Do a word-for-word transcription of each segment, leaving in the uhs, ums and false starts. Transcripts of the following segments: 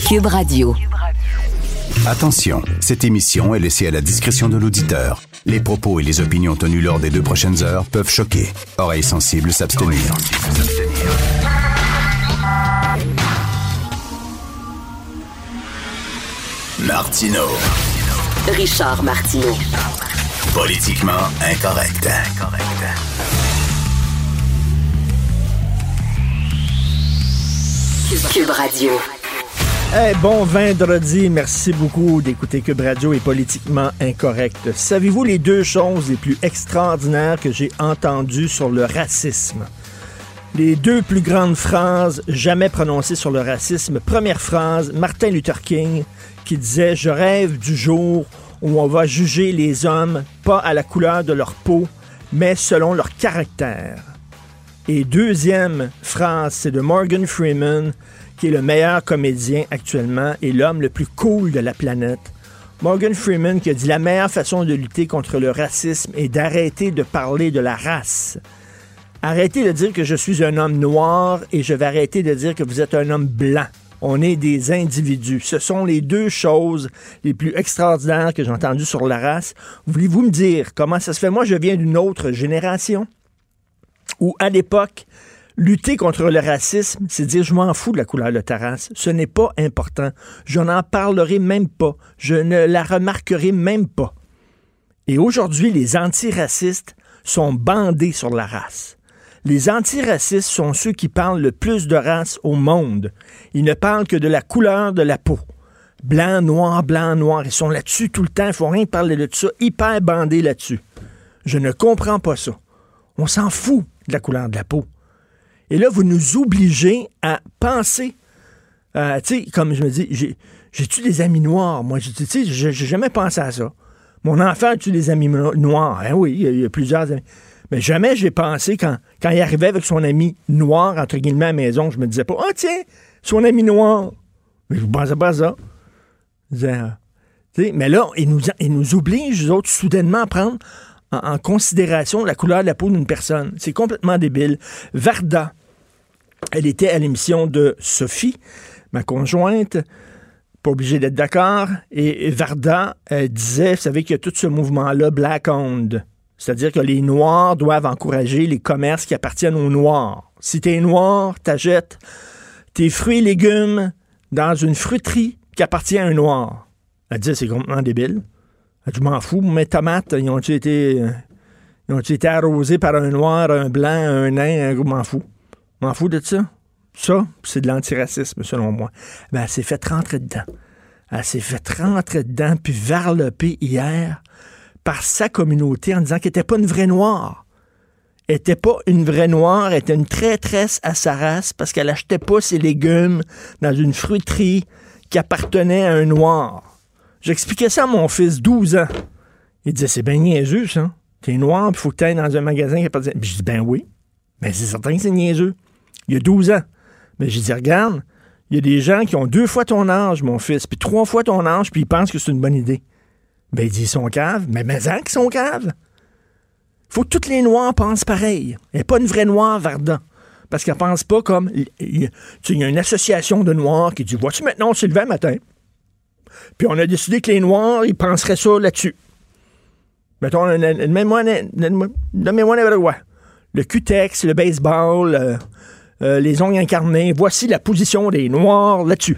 Cube Radio. Attention, cette émission est laissée à la discrétion de l'auditeur. Les propos et les opinions tenues lors des deux prochaines heures peuvent choquer. Oreilles sensibles s'abstenir. Martineau. Richard Martineau. Politiquement incorrect. Cube Radio. Hey, bon vendredi, merci beaucoup d'écouter Cube Radio et Politiquement Incorrect. Savez-vous les deux choses les plus extraordinaires que j'ai entendues sur le racisme? Les deux plus grandes phrases jamais prononcées sur le racisme. Première phrase, Martin Luther King qui disait « Je rêve du jour où on va juger les hommes pas à la couleur de leur peau, mais selon leur caractère. » Et deuxième phrase, c'est de Morgan Freeman, qui est le meilleur comédien actuellement et l'homme le plus cool de la planète. Morgan Freeman qui a dit la meilleure façon de lutter contre le racisme est d'arrêter de parler de la race. Arrêtez de dire que je suis un homme noir et je vais arrêter de dire que vous êtes un homme blanc. On est des individus. Ce sont les deux choses les plus extraordinaires que j'ai entendues sur la race. Voulez-vous me dire comment ça se fait? Moi, je viens d'une autre génération où, à l'époque, lutter contre le racisme, c'est dire je m'en fous de la couleur de ta race. Ce n'est pas important. Je n'en parlerai même pas. Je ne la remarquerai même pas. Et aujourd'hui, les antiracistes sont bandés sur la race. Les antiracistes sont ceux qui parlent le plus de race au monde. Ils ne parlent que de la couleur de la peau. Blanc, noir, blanc, noir. Ils sont là-dessus tout le temps. Il ne faut rien parler de ça. Hyper bandés là-dessus. Je ne comprends pas ça. On s'en fout de la couleur de la peau. Et là, vous nous obligez à penser, euh, tu sais, comme je me dis, j'ai, j'ai-tu des amis noirs? Moi, tu sais, j'ai jamais pensé à ça. Mon enfant a-tu des amis noirs? Hein, oui, il y, a, il y a plusieurs amis. Mais jamais j'ai pensé, quand, quand il arrivait avec son ami noir, entre guillemets, à la maison, je me disais pas, ah, oh, tiens, son ami noir. Mais je ne pensais pas à ça. Je disais, euh, tu sais, mais là, il nous, il nous oblige, les autres, soudainement, à prendre en, en considération la couleur de la peau d'une personne. C'est complètement débile. Varda, elle était à l'émission de Sophie, ma conjointe, pas obligée d'être d'accord, et Varda elle disait, vous savez qu'il y a tout ce mouvement-là, Black Owned, c'est-à-dire que les Noirs doivent encourager les commerces qui appartiennent aux Noirs. Si t'es noir, t'achètes tes fruits et légumes dans une fruiterie qui appartient à un Noir. Elle disait, c'est complètement débile. Elle dit, je m'en fous, mes tomates, ils ont-ils été, ils ont-ils été arrosés par un Noir, un Blanc, un Nain, un gros, m'en fous. M'en fous de ça. Ça, c'est de l'antiracisme, selon moi. Ben, elle s'est fait rentrer dedans. Elle s'est fait rentrer dedans, puis varloper hier par sa communauté en disant qu'elle n'était pas une vraie Noire. Elle n'était pas une vraie Noire, elle était une traîtresse à sa race parce qu'elle n'achetait pas ses légumes dans une fruiterie qui appartenait à un Noir. J'expliquais ça à mon fils, douze ans. Il disait, c'est bien niaiseux, ça. T'es noir, puis il faut que tu ailles dans un magasin qui appartient. Puis je dis, ben oui. Ben c'est certain que c'est niaiseux. Il y a douze ans. Mais j'ai dit, regarde, il y a des gens qui ont deux fois ton âge, mon fils, puis trois fois ton âge, puis ils pensent que c'est une bonne idée. Ben, il dit, ils sont caves. Mais mais en qu'ils sont caves. Faut que tous les Noirs pensent pareil. Elle n'est pas une vraie Noire, Varda. Parce qu'elle pense pas comme... Il y a une association de Noirs qui dit, vois-tu maintenant, on s'est levé un matin. Puis on a décidé que les Noirs, ils penseraient ça là-dessus. Mettons, donne-moi n'importe quoi. Le cutex, le baseball, euh, euh, les ongles incarnés. Voici la position des Noirs là-dessus.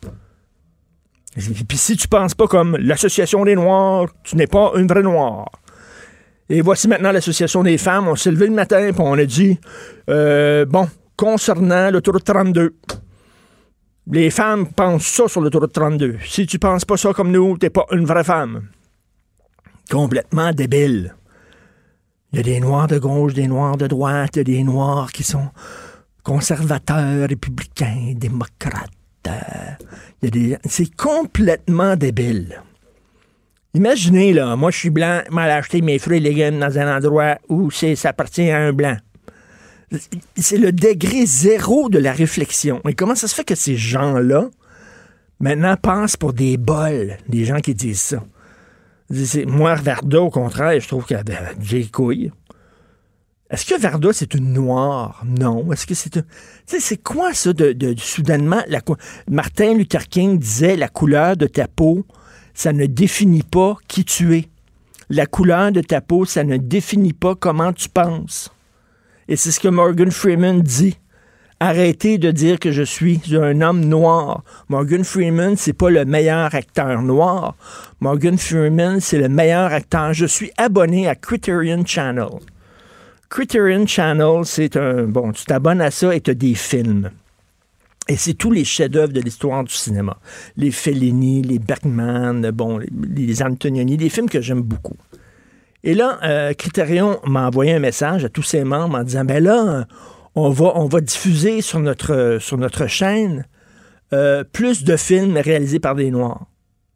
Puis si tu penses pas comme l'Association des Noirs, tu n'es pas une vraie Noire. Et voici maintenant l'Association des femmes. On s'est levé le matin et on a dit, euh, bon, concernant l'autoroute trente-deux, les femmes pensent ça sur l'autoroute trente-deux. Si tu penses pas ça comme nous, t'es pas une vraie femme. Complètement débile. Il y a des Noirs de gauche, des Noirs de droite, il y a des Noirs qui sont conservateurs, républicains, démocrates. Il y a des... C'est complètement débile. Imaginez, là, moi je suis blanc, mal acheter mes fruits et légumes dans un endroit où c'est, ça appartient à un blanc. C'est le degré zéro de la réflexion. Et comment ça se fait que ces gens-là, maintenant, pensent pour des bols, des gens qui disent ça? C'est, moi, Varda, au contraire, je trouve qu'elle a des couilles. Est-ce que Varda, c'est une noire? Non. Est-ce que c'est un... Tu sais, c'est quoi ça de, de, de soudainement... La... Martin Luther King disait, la couleur de ta peau, ça ne définit pas qui tu es. La couleur de ta peau, ça ne définit pas comment tu penses. Et c'est ce que Morgan Freeman dit. Arrêtez de dire que je suis un homme noir. Morgan Freeman, c'est pas le meilleur acteur noir. Morgan Freeman, c'est le meilleur acteur. Je suis abonné à Criterion Channel. Criterion Channel, c'est un... Bon, tu t'abonnes à ça et tu as des films. Et c'est tous les chefs-d'œuvre de l'histoire du cinéma. Les Fellini, les Bergman, bon, les, les Antonioni, des films que j'aime beaucoup. Et là, euh, Criterion m'a envoyé un message à tous ses membres en disant, ben là... On va, on va diffuser sur notre, sur notre chaîne euh, plus de films réalisés par des Noirs.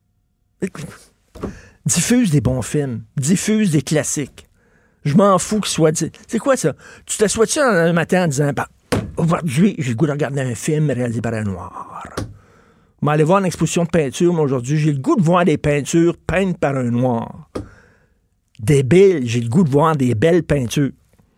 Diffuse des bons films. Diffuse des classiques. Je m'en fous qu'ils soient... C'est quoi ça? Tu t'assois-tu un matin en disant bah, aujourd'hui, j'ai le goût de regarder un film réalisé par un Noir. Je vais aller voir une exposition de peinture, mais aujourd'hui, j'ai le goût de voir des peintures peintes par un Noir. Débile, j'ai le goût de voir des belles peintures.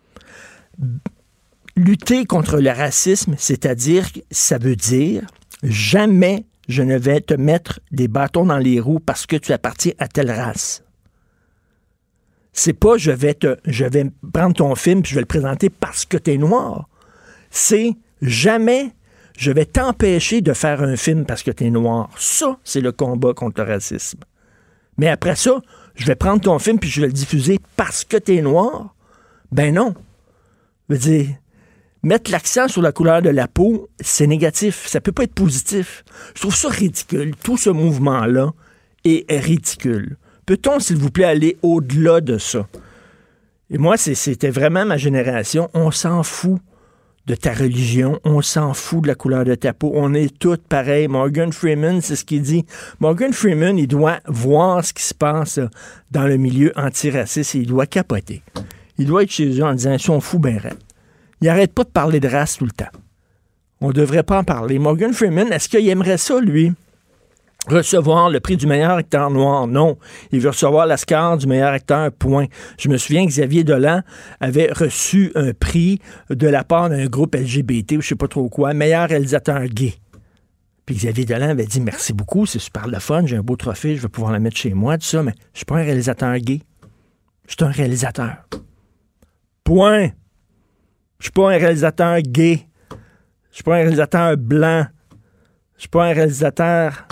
Lutter contre le racisme, c'est-à-dire, ça veut dire jamais je ne vais te mettre des bâtons dans les roues parce que tu appartiens à telle race. C'est pas je vais te, je vais prendre ton film puis je vais le présenter parce que tu es noir. C'est jamais je vais t'empêcher de faire un film parce que tu es noir. Ça, c'est le combat contre le racisme. Mais après ça, je vais prendre ton film puis je vais le diffuser parce que tu es noir. Ben non. Je veux dire, mettre l'accent sur la couleur de la peau, c'est négatif. Ça peut pas être positif. Je trouve ça ridicule. Tout ce mouvement-là est ridicule. Peut-on, s'il vous plaît, aller au-delà de ça? Et moi, c'est, c'était vraiment ma génération. On s'en fout de ta religion. On s'en fout de la couleur de ta peau. On est tous pareils. Morgan Freeman, c'est ce qu'il dit. Morgan Freeman, il doit voir ce qui se passe dans le milieu antiraciste et il doit capoter. Il doit être chez eux en disant « Ils sont fous ben raides. » Il n'arrête pas de parler de race tout le temps. On ne devrait pas en parler. Morgan Freeman, est-ce qu'il aimerait ça, lui, recevoir le prix du meilleur acteur noir? Non. Il veut recevoir l'Oscar du meilleur acteur, point. Je me souviens que Xavier Dolan avait reçu un prix de la part d'un groupe L G B T, ou je ne sais pas trop quoi, meilleur réalisateur gay. Puis Xavier Dolan avait dit « Merci beaucoup, c'est super le fun, j'ai un beau trophée, je vais pouvoir la mettre chez moi, tout ça, mais je ne suis pas un réalisateur gay. Je suis un réalisateur. Point. Je suis pas un réalisateur gay. Je suis pas un réalisateur blanc. Je suis pas un réalisateur...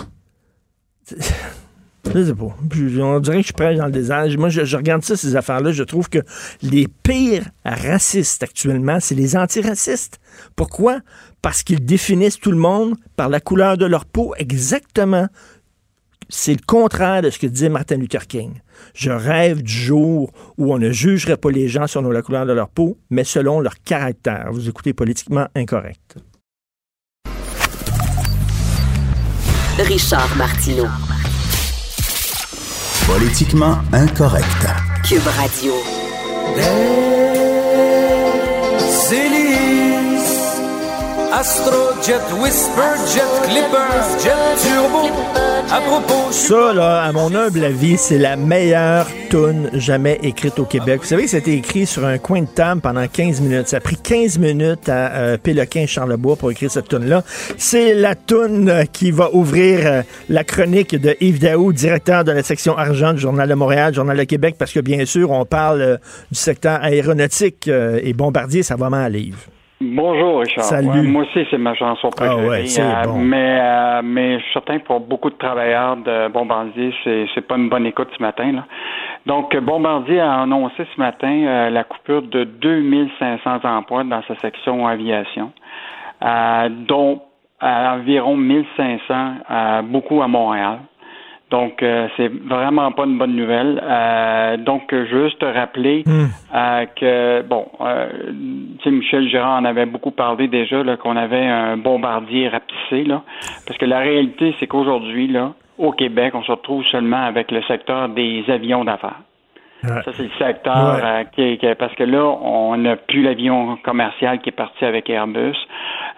Je sais pas. On dirait que je suis prêt dans le désert. Moi, je, je regarde ça, ces affaires-là. Je trouve que les pires racistes actuellement, c'est les antiracistes. Pourquoi? Parce qu'ils définissent tout le monde par la couleur de leur peau. Exactement. C'est le contraire de ce que disait Martin Luther King. Je rêve du jour où on ne jugerait pas les gens selon la couleur de leur peau, mais selon leur caractère. Vous écoutez Politiquement Incorrect. Richard Martineau. Politiquement Incorrect. Cube Radio. Astrojet, Whisper, Jet, Clipper, Jet Turbo. À propos, ça, là, à mon humble avis, c'est la meilleure toune jamais écrite au Québec. Vous savez que c'était écrit sur un coin de table pendant quinze minutes. Ça a pris quinze minutes à euh, Péloquin Charlebois pour écrire cette toune-là. C'est la toune qui va ouvrir euh, la chronique de Yves Daou, directeur de la section argent du Journal de Montréal, Journal de Québec, parce que bien sûr, on parle euh, du secteur aéronautique euh, et bombardier. Ça va mal, Yves. Bonjour Richard. Salut. Ouais, moi aussi c'est ma chanson préférée. Ah ouais, c'est euh, bon. Mais euh, mais je suis certain que pour beaucoup de travailleurs de Bombardier, c'est c'est pas une bonne écoute ce matin là. Donc Bombardier a annoncé ce matin euh, la coupure de deux mille cinq cents emplois dans sa section aviation, euh, dont euh, environ mille cinq cents euh, beaucoup à Montréal. Donc, euh, c'est vraiment pas une bonne nouvelle. Euh, donc, juste te rappeler mm. euh, que, bon, euh, tu sais, Michel Girard en avait beaucoup parlé déjà, là, qu'on avait un bombardier rapetissé, là. Parce que la réalité, c'est qu'aujourd'hui, là, au Québec, on se retrouve seulement avec le secteur des avions d'affaires. Ouais. Ça, c'est le secteur ouais. euh, qui, qui, parce que là, on n'a plus l'avion commercial qui est parti avec Airbus.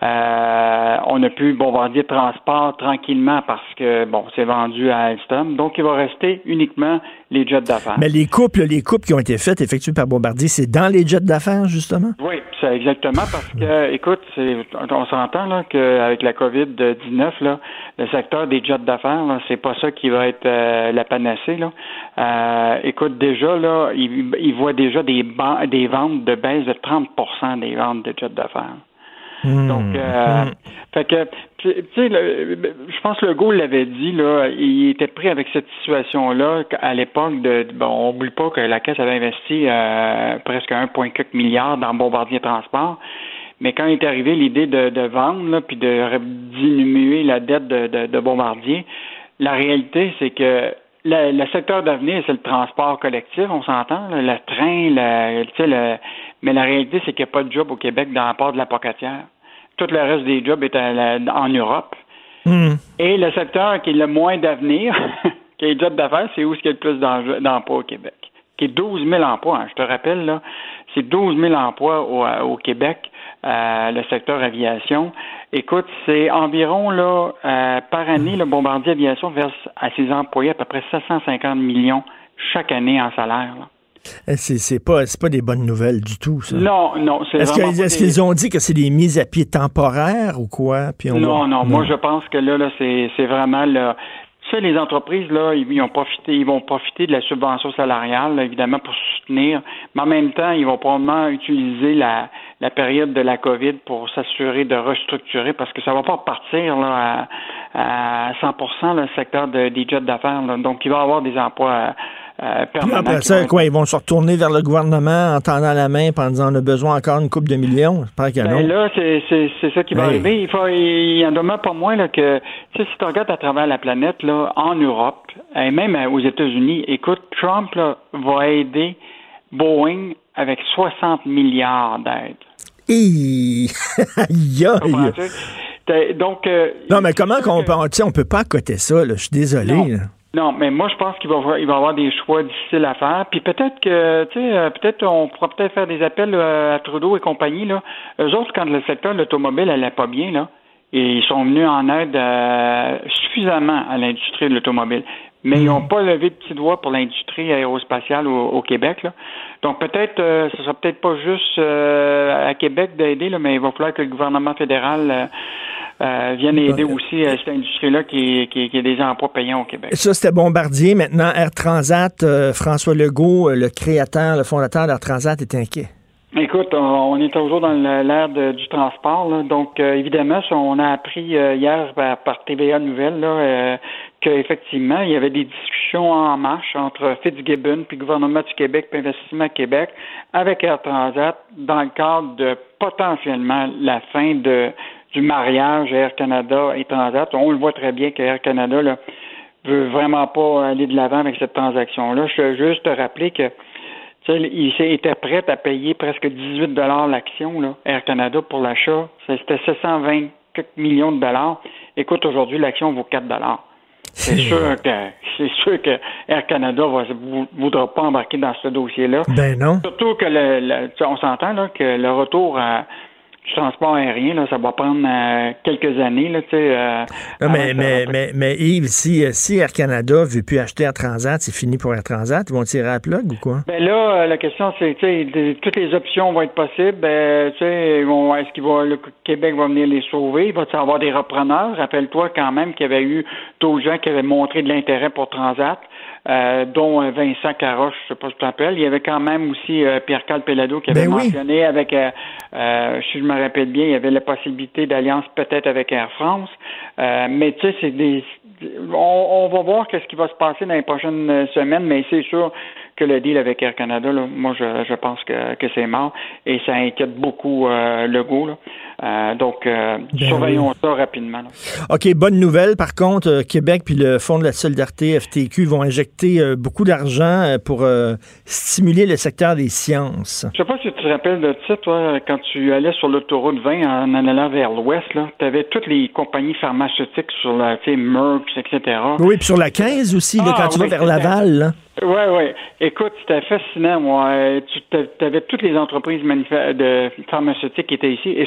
Euh, on a pu Bombardier Transport tranquillement parce que, bon, c'est vendu à Alstom. Donc, il va rester uniquement les jets d'affaires. Mais les coupes, là, les coupes qui ont été faites, effectuées par Bombardier, c'est dans les jets d'affaires, justement? Oui, c'est exactement parce que, écoute, c'est, on s'entend là qu'avec la covid dix-neuf, là, le secteur des jets d'affaires, là, c'est pas ça qui va être euh, la panacée. Là. Euh, écoute, déjà, là, il, il voit déjà des, ban- des ventes de baisse de trente pour cent des ventes de jets d'affaires. Mmh, Donc, euh, mmh. fait que, tu sais, je pense que Legault l'avait dit, là, il était pris avec cette situation-là à l'époque de, bon, on n'oublie pas que la Caisse avait investi euh, presque un virgule quatre milliard dans Bombardier Transport, mais quand est arrivée l'idée de, de vendre, là, puis de diminuer la dette de, de, de Bombardier, la réalité, c'est que le, le secteur d'avenir, c'est le transport collectif, on s'entend, là, le train, le, tu sais, le, mais la réalité, c'est qu'il n'y a pas de job au Québec dans la part de la pocatière. Tout le reste des jobs est à la, en Europe. Mm. Et le secteur qui est le moins d'avenir, qui est les jobs d'affaires, c'est où il y a le plus d'emplois au Québec. Qui est douze mille emplois. Hein, je te rappelle, là, c'est douze mille emplois au, au Québec, euh, le secteur aviation. Écoute, c'est environ, là, euh, par année, le Bombardier Aviation verse à ses employés à peu près sept cent cinquante millions chaque année en salaire, là. C'est, c'est pas c'est pas des bonnes nouvelles du tout, ça. Non, non. C'est est-ce vraiment que, est-ce des... qu'ils ont dit que c'est des mises à pied temporaires ou quoi? Puis on non, va... non, non. Moi, je pense que là, là c'est, c'est vraiment... Là, tu sais, les entreprises, là, ils, ont profité, ils vont profiter de la subvention salariale, là, évidemment, pour soutenir. Mais en même temps, ils vont probablement utiliser la, la période de la COVID pour s'assurer de restructurer parce que ça va pas repartir là, à, à cent pour cent le secteur de, des jets d'affaires. Là. Donc, il va y avoir des emplois... Euh, Puis après ça, quoi, ils vont se retourner vers le gouvernement en tendant la main en disant on a besoin encore d'une couple de millions. J'espère qu'il y en a. Ben là, c'est, c'est, c'est ça qui va hey. arriver. Il faut, il y en demeure pas moins là, que, tu sais, si tu regardes à travers la planète, là, en Europe, et même aux États-Unis, écoute, Trump là, va aider Boeing avec soixante milliards d'aides. Aïe! Aïe! Donc, euh, non, mais comment qu'on que... peut, tu sais, on peut pas accoter ça, là. Je suis désolé. Non. Non, mais moi, je pense qu'il va, il va y avoir des choix difficiles à faire. Puis peut-être que, tu sais, peut-être on pourra peut-être faire des appels à Trudeau et compagnie, là. Eux autres, quand le secteur de l'automobile allait pas bien, là, et ils sont venus en aide euh, suffisamment à l'industrie de l'automobile. Mais mmh. ils n'ont pas levé de petit doigt pour l'industrie aérospatiale au, au Québec, là. Donc peut-être, euh, ce sera peut-être pas juste euh, à Québec d'aider, là, mais il va falloir que le gouvernement fédéral... Euh, Euh, viennent aider aussi euh, cette industrie-là qui, qui, qui a des emplois payants au Québec. Ça, c'était Bombardier. Maintenant, Air Transat, euh, François Legault, le créateur, le fondateur d'Air Transat, est inquiet. Écoute, on, on est toujours dans l'ère de, du transport. Là. Donc, euh, évidemment, on a appris euh, hier par, par T V A Nouvelles là, euh, qu'effectivement, il y avait des discussions en marche entre Fitzgibbon, puis le gouvernement du Québec, puis Investissement Québec, avec Air Transat, dans le cadre de potentiellement la fin de du mariage Air Canada et Transat. On le voit très bien qu'Air Canada là, veut vraiment pas aller de l'avant avec cette transaction-là. Je veux juste te rappeler que il était prêt à payer presque dix-huit dollars l'action, là, Air Canada, pour l'achat. C'était sept cent vingt millions de dollars. Écoute, aujourd'hui, l'action vaut quatre dollars. C'est sûr que c'est sûr que Air Canada ne voudra pas embarquer dans ce dossier-là. Ben non. Surtout que le, le on s'entend là que le retour à du transport aérien, là, ça va prendre euh, quelques années. Là, euh, non, mais, mais, mais, mais Yves, si, si Air Canada ne veut plus acheter Air Transat, c'est fini pour Air Transat, ils vont tirer à la plug ou quoi? Ben là, la question, c'est, tu sais, toutes les options vont être possibles. Ben, tu sais, est-ce qu'il va, le Québec va venir les sauver? Il va y avoir des repreneurs? Rappelle-toi quand même qu'il y avait eu d'autres gens qui avaient montré de l'intérêt pour Transat. Euh, dont Vincent Caroche, je sais pas si tu te rappelles. Il y avait quand même aussi euh, Pierre-Carl Péladeau qui avait ben mentionné oui. avec, euh, euh, si je me rappelle bien, il y avait la possibilité d'alliance peut-être avec Air France. Euh, mais tu sais, c'est des... On, on va voir qu'est-ce qui va se passer dans les prochaines semaines, mais c'est sûr que le deal avec Air Canada, là, moi, je, je pense que, que c'est mort et ça inquiète beaucoup euh, Legault. Là. Euh, donc, euh, ben surveillons oui. ça rapidement. Là. OK, bonne nouvelle. Par contre, euh, Québec puis le Fonds de la solidarité F T Q vont injecter euh, beaucoup d'argent euh, pour euh, stimuler le secteur des sciences. Je sais pas si tu te rappelles de ça, toi, quand tu allais sur l'autoroute vingt en, en allant vers l'ouest, tu avais toutes les compagnies pharmaceutiques sur la, tu sais, Merck, et cetera. Oui, puis sur la quinze aussi, là, ah, quand tu oui, vas vers Laval, là. Oui, oui. Écoute, c'était fascinant, moi. Tu avais toutes les entreprises manif- de pharmaceutiques qui étaient ici, et tout ça,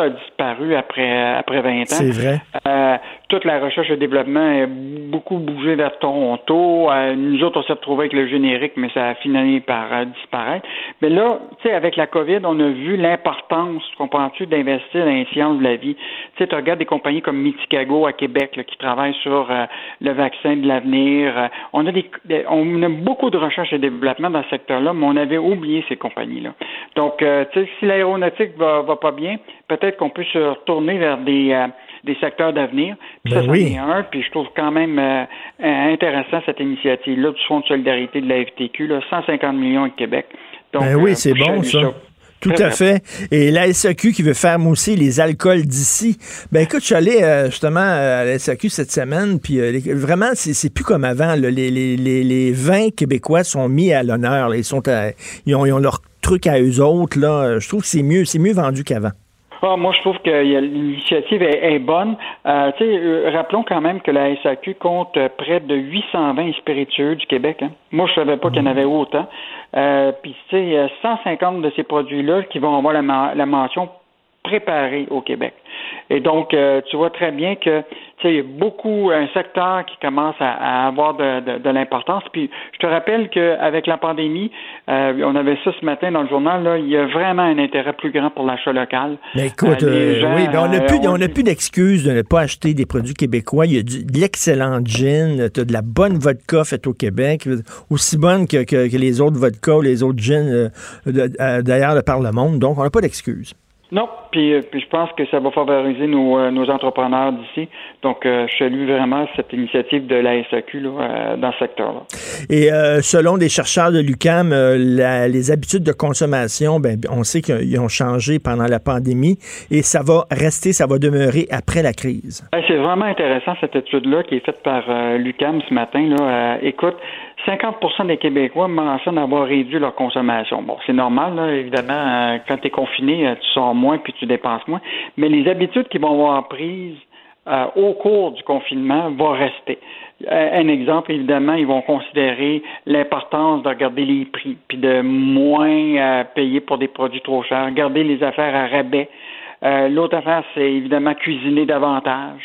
a disparu après après vingt ans. C'est vrai. Euh, toute la recherche et développement a beaucoup bougé vers Toronto. Euh, nous autres, on s'est retrouvés avec le générique, mais ça a fini par euh, disparaître. Mais là, tu sais, avec la COVID, on a vu l'importance, comprends-tu, d'investir dans les sciences de la vie. Tu sais, tu regardes des compagnies comme Medicago à Québec là, qui travaillent sur euh, le vaccin de l'avenir. Euh, on a des, des, on a beaucoup de recherche et développement dans ce secteur-là, mais on avait oublié ces compagnies-là. Donc, euh, tu sais, si l'aéronautique va, va pas bien, peut-être qu'on peut se retourner vers des euh, des secteurs d'avenir. Puis ben ça, c'en oui. est un. Puis je trouve quand même euh, intéressant cette initiative-là du Fonds de solidarité de la F T Q, là, cent cinquante millions au Québec. Donc, ben oui, euh, c'est bon, ça. ça. Tout Très à fait. Et la S A Q qui veut faire mousser les alcools d'ici. Ben écoute, je suis allé euh, justement à la S A Q cette semaine, puis euh, les, vraiment, c'est, c'est plus comme avant. Là. Les, les, les, les vins québécois sont mis à l'honneur. Là. Ils, sont à, ils, ont, ils ont leur truc à eux autres. Là. Je trouve que c'est mieux, c'est mieux vendu qu'avant. Ah, moi, je trouve que l'initiative est, est bonne. Euh, tu sais, euh, rappelons quand même que la S A Q compte près de huit cents vins spiritueux du Québec. Hein. Moi, je savais pas qu'il y en avait autant. Euh, Puis, tu sais, cent cinquante de ces produits-là qui vont avoir la, la mention préparée au Québec. Et donc, euh, tu vois très bien que tu sais, il y a beaucoup, un secteur qui commence à, à avoir de, de, de l'importance. Puis, je te rappelle qu'avec la pandémie, euh, on avait ça ce matin dans le journal, là, il y a vraiment un intérêt plus grand pour l'achat local. Mais écoute, euh, gens, oui, ben on n'a plus, on... plus d'excuses de ne pas acheter des produits québécois. Il y a du, de l'excellent gin, tu as de la bonne vodka faite au Québec, aussi bonne que, que, que les autres vodkas ou les autres gins euh, de, euh, d'ailleurs de par le monde. Donc, on n'a pas d'excuses. Non, puis, euh, puis je pense que ça va favoriser nos, euh, nos entrepreneurs d'ici. Donc, euh, je salue vraiment cette initiative de la S A Q là, euh, dans ce secteur-là. Et euh, selon des chercheurs de l'U Q A M, euh, la, les habitudes de consommation, ben, on sait qu'ils ont changé pendant la pandémie et ça va rester, ça va demeurer après la crise. C'est vraiment intéressant cette étude-là qui est faite par euh, l'U Q A M ce matin. Là. Euh, écoute, cinquante pour cent des Québécois mentionnent avoir réduit leur consommation. Bon, c'est normal, là, évidemment, euh, quand tu es confiné, euh, tu sors moins puis tu dépenses moins. Mais les habitudes qu'ils vont avoir prises euh, au cours du confinement vont rester. Euh, un exemple, évidemment, ils vont considérer l'importance de regarder les prix puis de moins euh, payer pour des produits trop chers, regarder les affaires à rabais. Euh, l'autre affaire, c'est évidemment cuisiner davantage.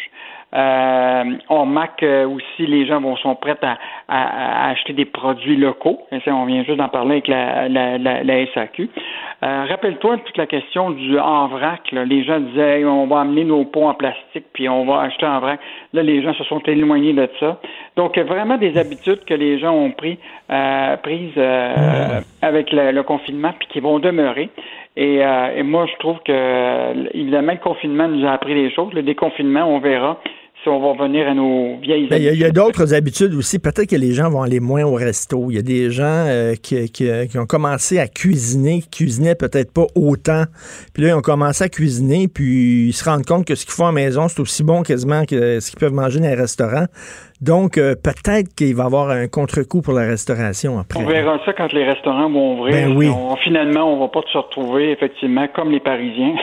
Euh, on remarque euh, aussi les gens vont sont prêts à, à, à acheter des produits locaux. Et ça, on vient juste d'en parler avec la, la, la, la S A Q. Euh, rappelle-toi toute la question du en vrac. Là. Les gens disaient hey, on va amener nos pots en plastique puis on va acheter en vrac. Là, les gens se sont éloignés de ça. Donc, vraiment des habitudes que les gens ont pris euh, prises euh, avec le, le confinement puis qui vont demeurer. Et, euh, et moi, je trouve que, évidemment, le confinement nous a appris des choses. Le déconfinement, on verra si on va revenir à nos vieilles ben, habitudes. Il y, y a d'autres habitudes aussi. Peut-être que les gens vont aller moins au resto. Il y a des gens euh, qui, qui, qui ont commencé à cuisiner, qui cuisinaient peut-être pas autant. Puis là, ils ont commencé à cuisiner, puis ils se rendent compte que ce qu'ils font à la maison, c'est aussi bon quasiment que ce qu'ils peuvent manger dans les restaurants. Donc, euh, peut-être qu'il va y avoir un contre-coup pour la restauration après. On verra ça quand les restaurants vont ouvrir. Ben oui. On, finalement, on va pas se retrouver, effectivement, comme les Parisiens,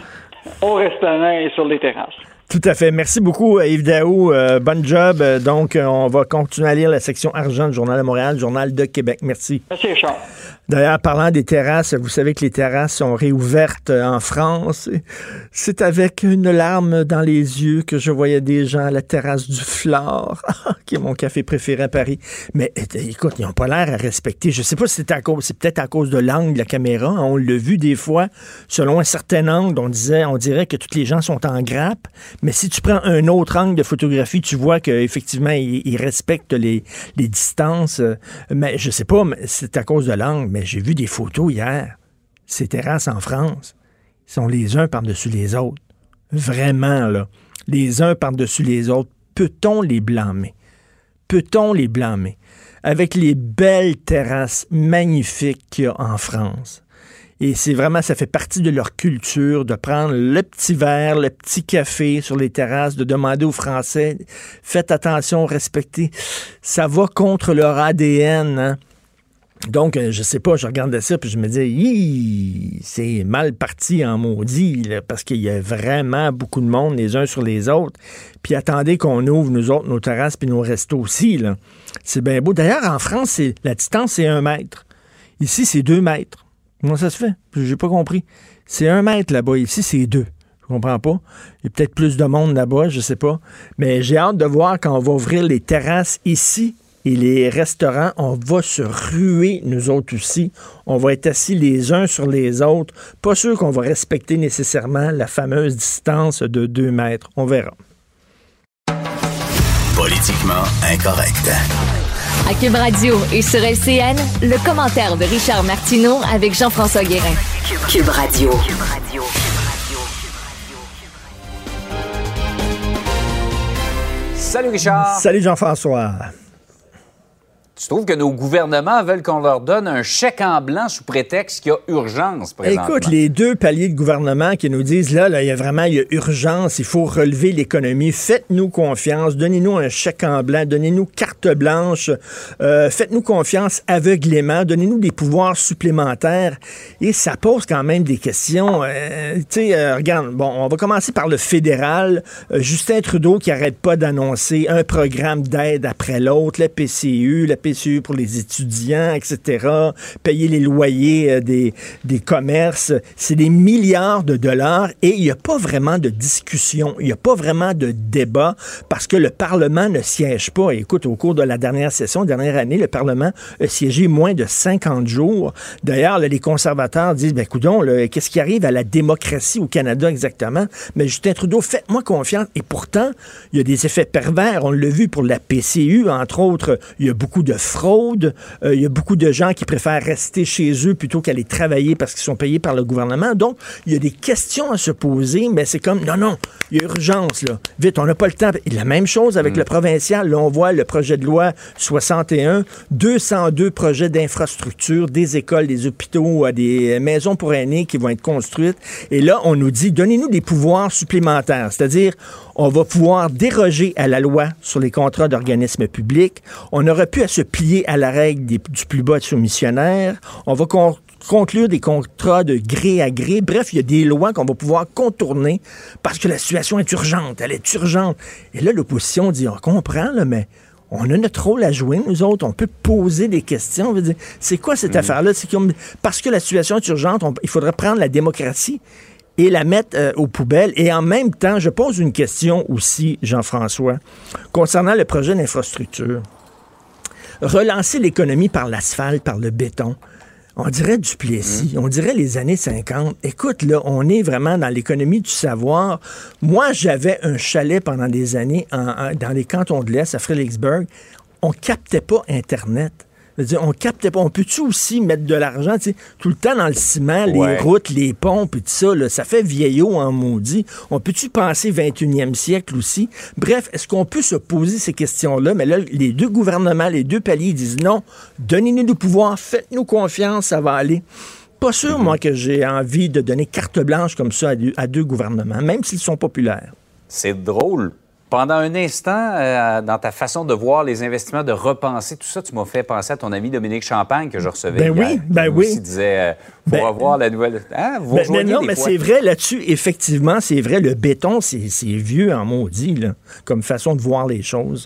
au restaurant et sur les terrasses. Tout à fait. Merci beaucoup, Yves Daou. Euh, bon job. Donc, on va continuer à lire la section argent du Journal de Montréal, Journal de Québec. Merci. Merci, Richard. D'ailleurs, parlant des terrasses, vous savez que les terrasses sont réouvertes en France. C'est avec une larme dans les yeux que je voyais des gens à la terrasse du Flore, qui est mon café préféré à Paris. Mais écoute, ils n'ont pas l'air à respecter. Je ne sais pas si c'est à cause, c'est peut-être à cause de l'angle de la caméra. On l'a vu des fois, selon un certain angle, on disait, on dirait que tous les gens sont en grappe. Mais si tu prends un autre angle de photographie, tu vois qu'effectivement, ils, ils respectent les, les distances. Mais je sais pas, c'est à cause de l'angle. Mais j'ai vu des photos hier. Ces terrasses en France, ils sont les uns par-dessus les autres. Vraiment, là. Les uns par-dessus les autres. Peut-on les blâmer? Peut-on les blâmer? Avec les belles terrasses magnifiques qu'il y a en France. Et c'est vraiment, ça fait partie de leur culture de prendre le petit verre, le petit café sur les terrasses, de demander aux Français, faites attention, respectez. Ça va contre leur A D N, hein? Donc, je sais pas, je regardais ça, puis je me disais, c'est mal parti en maudit, là, parce qu'il y a vraiment beaucoup de monde les uns sur les autres. Puis attendez qu'on ouvre, nous autres, nos terrasses puis nos restos aussi, là. C'est bien beau. D'ailleurs, en France, c'est, la distance, c'est un mètre. Ici, c'est deux mètres. Comment ça se fait? J'ai pas compris. C'est un mètre là-bas. Ici, c'est deux. Je comprends pas. Il y a peut-être plus de monde là-bas, je sais pas. Mais j'ai hâte de voir quand on va ouvrir les terrasses ici et les restaurants, on va se ruer, nous autres aussi. On va être assis les uns sur les autres. Pas sûr qu'on va respecter nécessairement la fameuse distance de deux mètres. On verra. Politiquement incorrect. À Cube Radio et sur L C N, le commentaire de Richard Martineau avec Jean-François Guérin. Cube Radio. Salut Richard. Salut Jean-François. Tu trouves que nos gouvernements veulent qu'on leur donne un chèque en blanc sous prétexte qu'il y a urgence présentement? Écoute, les deux paliers de gouvernement qui nous disent, là, là, il y a vraiment il y a urgence, il faut relever l'économie, faites-nous confiance, donnez-nous un chèque en blanc, donnez-nous carte blanche, euh, faites-nous confiance aveuglément, donnez-nous des pouvoirs supplémentaires. Et ça pose quand même des questions. Euh, tu sais, euh, regarde, bon, on va commencer par le fédéral. Euh, Justin Trudeau qui arrête pas d'annoncer un programme d'aide après l'autre, la P C U, la P C U pour les étudiants, et cetera, payer les loyers euh, des, des commerces. C'est des milliards de dollars et il n'y a pas vraiment de discussion, il n'y a pas vraiment de débat parce que le Parlement ne siège pas. Et écoute, au cours de la dernière session, dernière année, le Parlement a siégé moins de cinquante jours. D'ailleurs, là, les conservateurs disent, ben coudonc, là, qu'est-ce qui arrive à la démocratie au Canada exactement? Mais Justin Trudeau, faites-moi confiance. Et pourtant, il y a des effets pervers. On l'a vu pour la P C U, entre autres. Il y a beaucoup de fraude. Euh, il y a beaucoup de gens qui préfèrent rester chez eux plutôt qu'aller travailler parce qu'ils sont payés par le gouvernement. Donc, il y a des questions à se poser, mais c'est comme, non, non, il y a urgence, là. Vite, on n'a pas le temps. Et la même chose avec mmh. le provincial. Là, on voit le projet de loi soixante et un, deux cent deux projets d'infrastructure, des écoles, des hôpitaux, des maisons pour aînés qui vont être construites. Et là, on nous dit, donnez-nous des pouvoirs supplémentaires. C'est-à-dire, on va pouvoir déroger à la loi sur les contrats d'organismes publics. On aurait pu à se plier à la règle des, du plus bas soumissionnaire. On va con- conclure des contrats de gré à gré. Bref, il y a des lois qu'on va pouvoir contourner parce que la situation est urgente. Elle est urgente. Et là, l'opposition dit, on comprend, là, mais on a notre rôle à jouer, nous autres. On peut poser des questions. On veut dire, c'est quoi cette mmh. affaire-là? C'est comme, parce que la situation est urgente, on, il faudrait prendre la démocratie et la mettre euh, aux poubelles. Et en même temps, je pose une question aussi, Jean-François, concernant le projet d'infrastructure. Relancer l'économie par l'asphalte, par le béton, on dirait Duplessis, mmh. on dirait les années cinquante. Écoute, là, on est vraiment dans l'économie du savoir. Moi, j'avais un chalet pendant des années en, en, dans les cantons de l'Est, à Fredericksburg. On captait pas Internet. C'est-à-dire, on captait pas. On peut-tu aussi mettre de l'argent, tu sais, tout le temps dans le ciment, les ouais. routes, les ponts, puis tout ça, là, ça fait vieillot en maudit. On peut-tu penser vingt et unième siècle aussi? Bref, est-ce qu'on peut se poser ces questions-là? Mais là, les deux gouvernements, les deux paliers disent non, donnez-nous du pouvoir, faites-nous confiance, ça va aller. Pas sûr, mm-hmm. moi, que j'ai envie de donner carte blanche comme ça à deux, à deux gouvernements, même s'ils sont populaires. C'est drôle. Pendant un instant, euh, dans ta façon de voir les investissements, de repenser tout ça, tu m'as fait penser à ton ami Dominique Champagne que je recevais ben hier. Oui, ben oui, oui. Il disait, euh, faut ben, revoir la nouvelle... Hein, vous ben, mais non, des mais fois. C'est vrai là-dessus, effectivement, c'est vrai, le béton, c'est, c'est vieux en maudit, là, comme façon de voir les choses.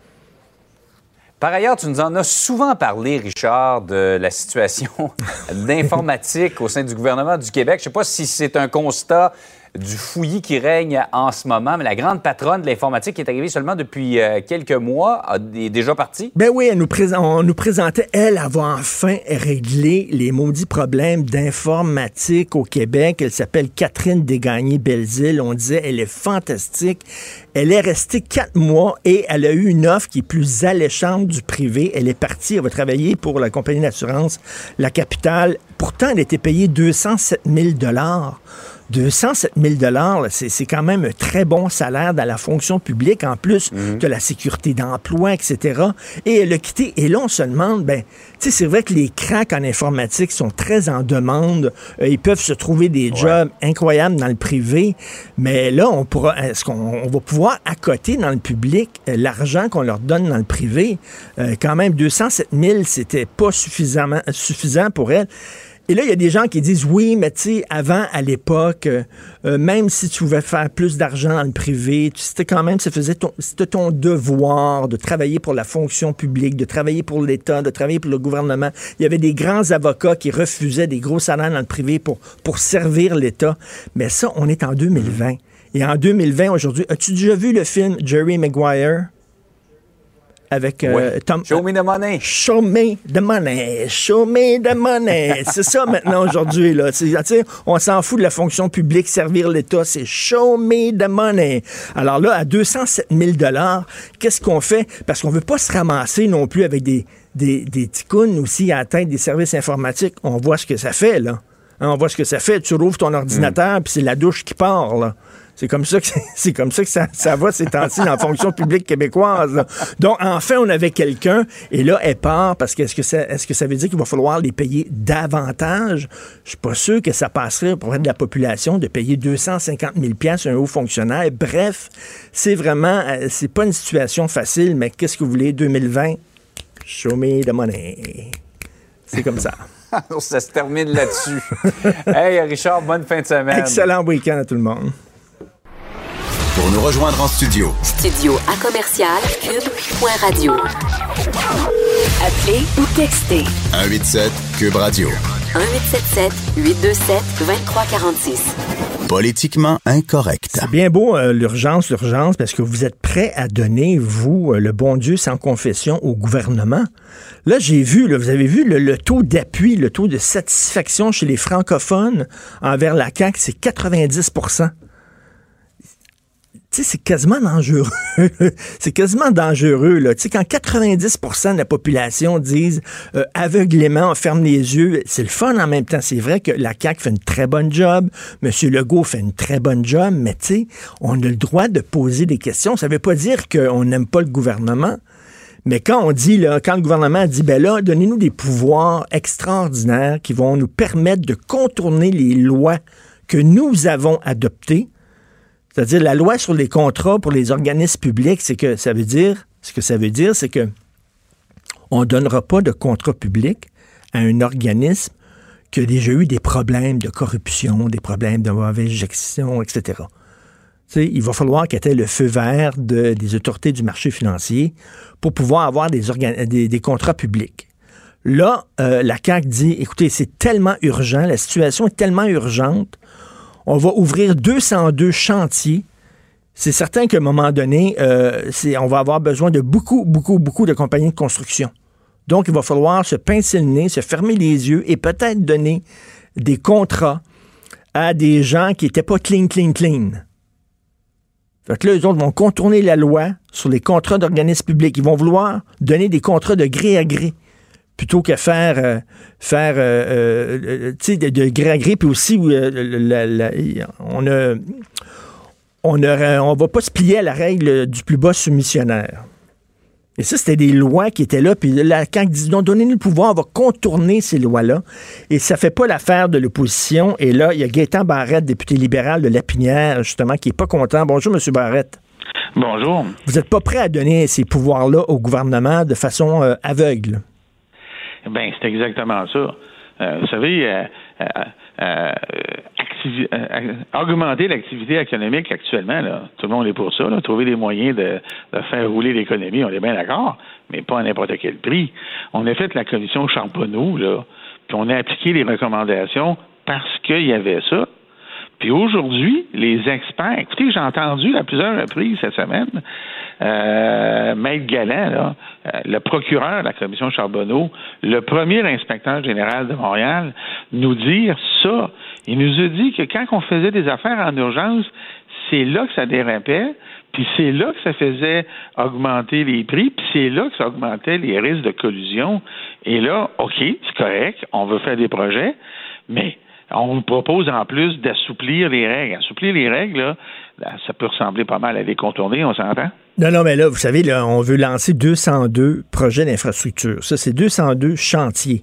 Par ailleurs, tu nous en as souvent parlé, Richard, de la situation d'informatique au sein du gouvernement du Québec. Je ne sais pas si c'est un constat du fouillis qui règne en ce moment, mais la grande patronne de l'informatique qui est arrivée seulement depuis euh, quelques mois est déjà partie. Ben oui, elle nous pré- on nous présentait, elle, elle va enfin régler les maudits problèmes d'informatique au Québec. Elle s'appelle Catherine Desgagnés-Belzile. On disait, elle est fantastique. Elle est restée quatre mois et elle a eu une offre qui est plus alléchante du privé. Elle est partie, elle va travailler pour la compagnie d'assurance La Capitale. Pourtant, elle était payée deux cent sept mille dollars. deux cent sept mille dollars, c'est, c'est quand même un très bon salaire dans la fonction publique, en plus mmh. de la sécurité d'emploi, et cetera. Et elle a quitté. Et là, on se demande, ben, tu sais, c'est vrai que les cracks en informatique sont très en demande. Euh, ils peuvent se trouver des jobs ouais. incroyables dans le privé. Mais là, on pourra, est-ce qu'on on va pouvoir accoter dans le public euh, l'argent qu'on leur donne dans le privé? Euh, quand même, deux cent sept mille, c'était pas suffisamment suffisant pour elle. Et là, il y a des gens qui disent, oui, mais tu sais, avant, à l'époque, euh, euh, même si tu pouvais faire plus d'argent dans le privé, c'était quand même, ça faisait ton, c'était ton devoir de travailler pour la fonction publique, de travailler pour l'État, de travailler pour le gouvernement. Il y avait des grands avocats qui refusaient des gros salaires dans le privé pour, pour servir l'État. Mais ça, on est en deux mille vingt. Et en deux mille vingt, aujourd'hui, as-tu déjà vu le film Jerry Maguire? Avec euh, ouais. Tom... Show me the money. Show me the money. Show me the money. C'est ça maintenant aujourd'hui. Là. C'est, on s'en fout de la fonction publique, servir l'État. C'est show me the money. Alors là, à deux cent sept mille dollars, qu'est-ce qu'on fait? Parce qu'on veut pas se ramasser non plus avec des, des, des ticounes aussi à la tête des services informatiques. On voit ce que ça fait, là. Hein, on voit ce que ça fait. Tu rouvres ton ordinateur, mmh. puis c'est la douche qui part, là. C'est comme ça que, c'est comme ça, que ça, ça va ces temps-ci dans la fonction publique québécoise. Là. Donc, enfin, on avait quelqu'un, et là, elle part, parce que est-ce que ça, est-ce que ça veut dire qu'il va falloir les payer davantage? Je suis pas sûr que ça passerait pour de la population de payer deux cent cinquante mille dollars à un haut fonctionnaire. Bref, c'est vraiment, c'est pas une situation facile, mais qu'est-ce que vous voulez, deux mille vingt? Show me the money. C'est comme ça. Ça se termine là-dessus. Hey, Richard, bonne fin de semaine. Excellent week-end à tout le monde. Pour nous rejoindre en studio. Studio à commercial cube point radio. Appelez ou textez. un huit sept Cube Radio. un huit sept sept huit deux sept deux trois quatre six. Politiquement incorrect. C'est bien beau, euh, l'urgence, l'urgence, parce que vous êtes prêts à donner, vous, euh, le bon Dieu sans confession au gouvernement. Là, j'ai vu, là, vous avez vu le, le taux d'appui, le taux de satisfaction chez les francophones envers la C A Q, c'est quatre-vingt-dix pour cent. Tu sais, c'est quasiment dangereux. c'est quasiment dangereux, là. Tu sais, quand quatre-vingt-dix pour cent de la population disent euh, aveuglément, on ferme les yeux, c'est le fun en même temps. C'est vrai que la C A Q fait une très bonne job, M. Legault fait une très bonne job, mais tu sais, on a le droit de poser des questions. Ça veut pas dire qu'on n'aime pas le gouvernement, mais quand on dit, là, quand le gouvernement dit, ben là, donnez-nous des pouvoirs extraordinaires qui vont nous permettre de contourner les lois que nous avons adoptées. C'est-à-dire, la loi sur les contrats pour les organismes publics, c'est que ça veut dire, ce que ça veut dire, c'est que on ne donnera pas de contrat public à un organisme qui a déjà eu des problèmes de corruption, des problèmes de mauvaise gestion, et cetera. Tu sais, il va falloir qu'il y ait le feu vert de, des autorités du marché financier pour pouvoir avoir des, organ- des, des contrats publics. Là, euh, la C A Q dit, écoutez, c'est tellement urgent, la situation est tellement urgente, on va ouvrir deux cent deux chantiers. C'est certain qu'à un moment donné, euh, c'est, on va avoir besoin de beaucoup, beaucoup, beaucoup de compagnies de construction. Donc, il va falloir se pincer le nez, se fermer les yeux et peut-être donner des contrats à des gens qui n'étaient pas clean, clean, clean. Fait que là, eux autres vont contourner la loi sur les contrats d'organismes publics. Ils vont vouloir donner des contrats de gré à gré, plutôt que faire, euh, faire euh, euh, tu sais, de, de gré à gré, puis aussi, euh, la, la, on a, on a, on va pas se plier à la règle du plus bas soumissionnaire. Et ça, c'était des lois qui étaient là, puis la C A Q dit, non, donnez-nous le pouvoir, on va contourner ces lois-là. Et ça fait pas l'affaire de l'opposition. Et là, il y a Gaétan Barrette, député libéral de Lapinière, justement, qui est pas content. Bonjour, M. Barrette. Bonjour. Vous n'êtes pas prêt à donner ces pouvoirs-là au gouvernement de façon euh, aveugle? Ben, c'est exactement ça. Euh, vous savez, euh, euh, euh, activi- euh, augmenter l'activité économique actuellement, là, tout le monde est pour ça, là, trouver des moyens de, de faire rouler l'économie, on est bien d'accord, mais pas à n'importe quel prix. On a fait la commission Charbonneau, là, puis on a appliqué les recommandations parce qu'il y avait ça. Puis aujourd'hui, les experts, écoutez, j'ai entendu à plusieurs reprises cette semaine, euh, Maître Galland, là, euh, le procureur de la commission Charbonneau, le premier inspecteur général de Montréal, nous dire ça. Il nous a dit que quand on faisait des affaires en urgence, c'est là que ça dérapait, puis c'est là que ça faisait augmenter les prix, puis c'est là que ça augmentait les risques de collusion. Et là, OK, c'est correct, on veut faire des projets, mais on vous propose en plus d'assouplir les règles. Assouplir les règles, là, ça peut ressembler pas mal à les contourner, on s'entend? Non, non, mais là, vous savez, là, on veut lancer deux cent deux projets d'infrastructure. Ça, c'est deux cent deux chantiers.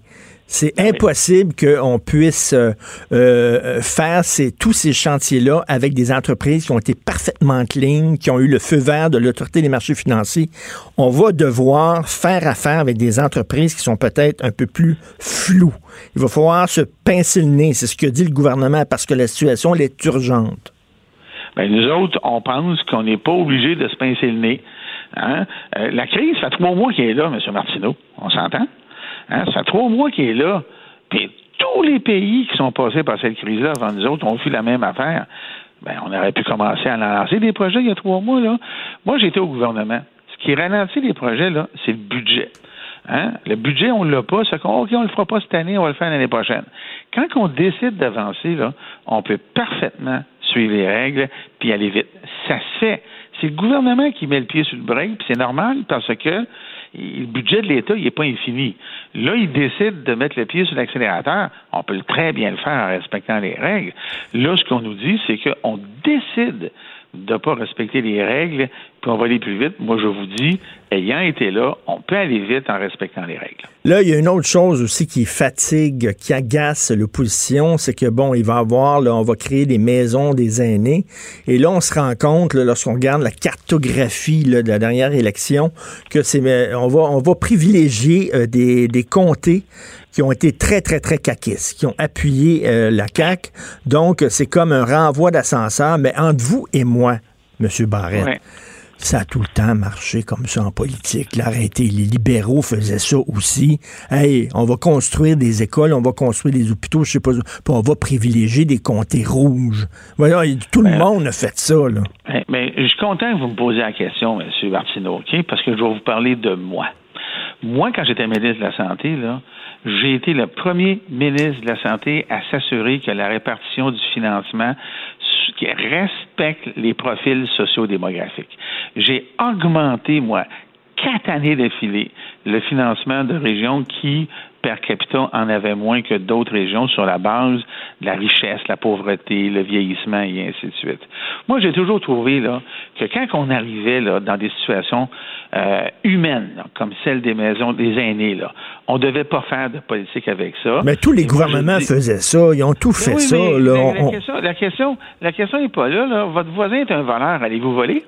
C'est ah impossible oui. qu'on puisse euh, euh, faire ces, tous ces chantiers-là avec des entreprises qui ont été parfaitement clean, qui ont eu le feu vert de l'Autorité des marchés financiers. On va devoir faire affaire avec des entreprises qui sont peut-être un peu plus floues. Il va falloir se pincer le nez, c'est ce que dit le gouvernement, parce que la situation, elle est urgente. Bien, nous autres, on pense qu'on n'est pas obligé de se pincer le nez. Hein? Euh, la crise, ça fait trois mois qu'elle est là, M. Martineau. On s'entend? Hein, ça fait trois mois qu'il est là. Puis tous les pays qui sont passés par cette crise-là avant nous autres ont fait la même affaire. Ben, on aurait pu commencer à lancer des projets il y a trois mois, là. Moi, j'étais au gouvernement. Ce qui ralentit les projets, là, c'est le budget. Hein? Le budget, on ne l'a pas. C'est qu'on, OK, on ne le fera pas cette année, on va le faire l'année prochaine. Quand on décide d'avancer, là, on peut parfaitement suivre les règles puis aller vite. Ça se fait. C'est le gouvernement qui met le pied sur le break, puis c'est normal parce que le budget de l'État, il n'est pas infini. Là, il décide de mettre le pied sur l'accélérateur. On peut très bien le faire en respectant les règles. Là, ce qu'on nous dit, c'est qu'on décide de ne pas respecter les règles, puis on va aller plus vite. Moi, je vous dis, ayant été là, on peut aller vite en respectant les règles. Là, il y a une autre chose aussi qui fatigue, qui agace l'opposition, c'est que, bon, il va y avoir, là, on va créer des maisons des aînés, et là, on se rend compte, là, lorsqu'on regarde la cartographie là, de la dernière élection, que c'est, on va, on va privilégier euh, des, des comtés qui ont été très, très, très caquistes, qui ont appuyé euh, la C A Q. Donc, c'est comme un renvoi d'ascenseur, mais entre vous et moi, M. Barrette, ouais. Ça a tout le temps marché comme ça en politique. L'arrêté, les libéraux faisaient ça aussi. Hey, on va construire des écoles, on va construire des hôpitaux, je sais pas, puis on va privilégier des comtés rouges. Voyons, tout le ben, monde a fait ça, là. Mais, mais je suis content que vous me posiez la question, M. Martineau, OK? Parce que je vais vous parler de moi. Moi, quand j'étais ministre de la Santé, là, j'ai été le premier ministre de la Santé à s'assurer que la répartition du financement qui respecte les profils sociodémographiques. J'ai augmenté, moi, quatre années d'affilée, le financement de régions qui, per capita, en avaient moins que d'autres régions sur la base de la richesse, la pauvreté, le vieillissement et ainsi de suite. Moi, j'ai toujours trouvé là que quand on arrivait là dans des situations euh, humaines, là, comme celle des maisons des aînés, là, on devait pas faire de politique avec ça. Mais tous les et gouvernements moi, dis... faisaient ça, ils ont tout fait oui, ça. Mais, là, mais on... la, question, la question, la question n'est pas là, là. Votre voisin est un voleur, allez-vous voler?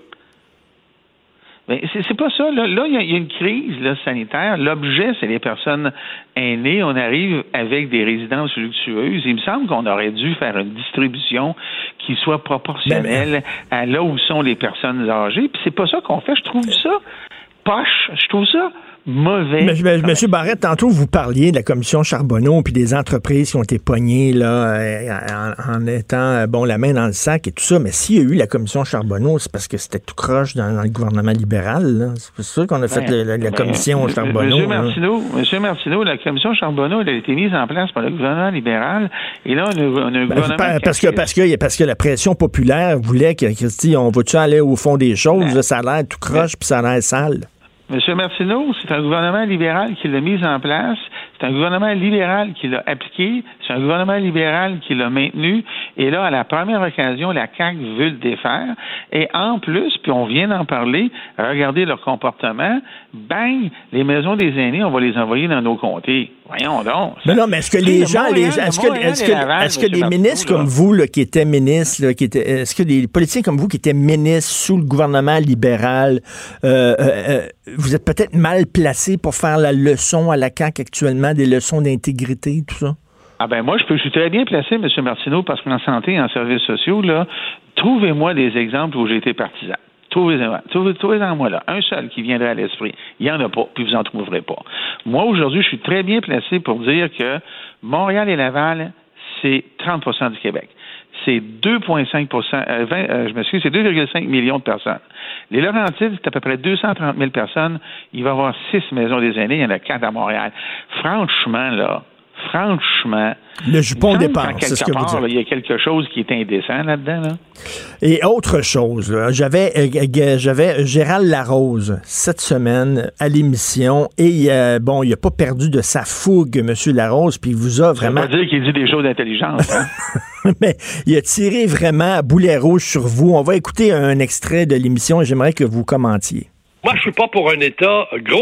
Mais c'est, c'est pas ça. Là, là il y, y a une crise là, sanitaire. L'objet, c'est les personnes aînées. On arrive avec des résidences luxueuses. Il me semble qu'on aurait dû faire une distribution qui soit proportionnelle ben, à là où sont les personnes âgées. Puis c'est pas ça qu'on fait. Je trouve ça poche. Je trouve ça mauvais. Mais, mais, Monsieur Barrette, tantôt, vous parliez de la commission Charbonneau puis des entreprises qui ont été pognées là, en, en étant bon la main dans le sac et tout ça. Mais s'il y a eu la commission Charbonneau, c'est parce que c'était tout croche dans, dans le gouvernement libéral. Là. C'est sûr qu'on a fait ben, la, la commission ben, Charbonneau. Monsieur Martineau, Monsieur Martineau, la commission Charbonneau, elle a été mise en place par le gouvernement libéral. Et là, on a, on a un ben, gouvernement... Parce que, parce, que, parce que la pression populaire voulait que, Christy, on va-tu aller au fond des choses? Ben, là, ça a l'air tout croche puis ça a l'air sale. M. Martineau, c'est un gouvernement libéral qui l'a mis en place, c'est un gouvernement libéral qui l'a appliqué, c'est un gouvernement libéral qui l'a maintenu, et là, à la première occasion, la C A Q veut le défaire, et en plus, puis on vient d'en parler, regardez leur comportement, bang, les maisons des aînés, on va les envoyer dans nos comtés. Voyons donc. Mais non, mais est-ce que les gens, les gens, est-ce que, est-ce que, Laval, est-ce que des ministres comme vous, là, qui étaient ministres, là, qui étaient, est-ce que des politiciens comme vous qui étaient ministres sous le gouvernement libéral, euh, euh, vous êtes peut-être mal placés pour faire la leçon à la C A Q actuellement, des leçons d'intégrité, tout ça? Ah ben moi, je, peux, je suis très bien placé, M. Martineau, parce qu'en santé et en services sociaux, là, trouvez-moi des exemples où j'ai été partisan. Trouvez-en, trouvez, trouvez-en moi là. Un seul qui viendrait à l'esprit. Il n'y en a pas, puis vous n'en trouverez pas. Moi, aujourd'hui, je suis très bien placé pour dire que Montréal et Laval, c'est trente pour cent du Québec. C'est deux virgule cinq pour cent, euh, vingt, euh, je m'excuse, c'est deux virgule cinq millions de personnes. Les Laurentides, c'est à peu près deux cent trente mille personnes. Il va y avoir six maisons des aînés, il y en a quatre à Montréal. Franchement, là, franchement... Le jupon dépense, c'est ce que part, vous dites. Là, il y a quelque chose qui est indécent là-dedans. Là. Et autre chose, là, j'avais, euh, j'avais Gérald Larose cette semaine à l'émission et euh, bon, il n'a pas perdu de sa fougue, M. Larose, puis il vous a vraiment... Ça veut dire qu'il dit des choses d'intelligence. Hein? Mais il a tiré vraiment à boulet rouge sur vous. On va écouter un extrait de l'émission et j'aimerais que vous commentiez. Moi, je suis pas pour un État gros.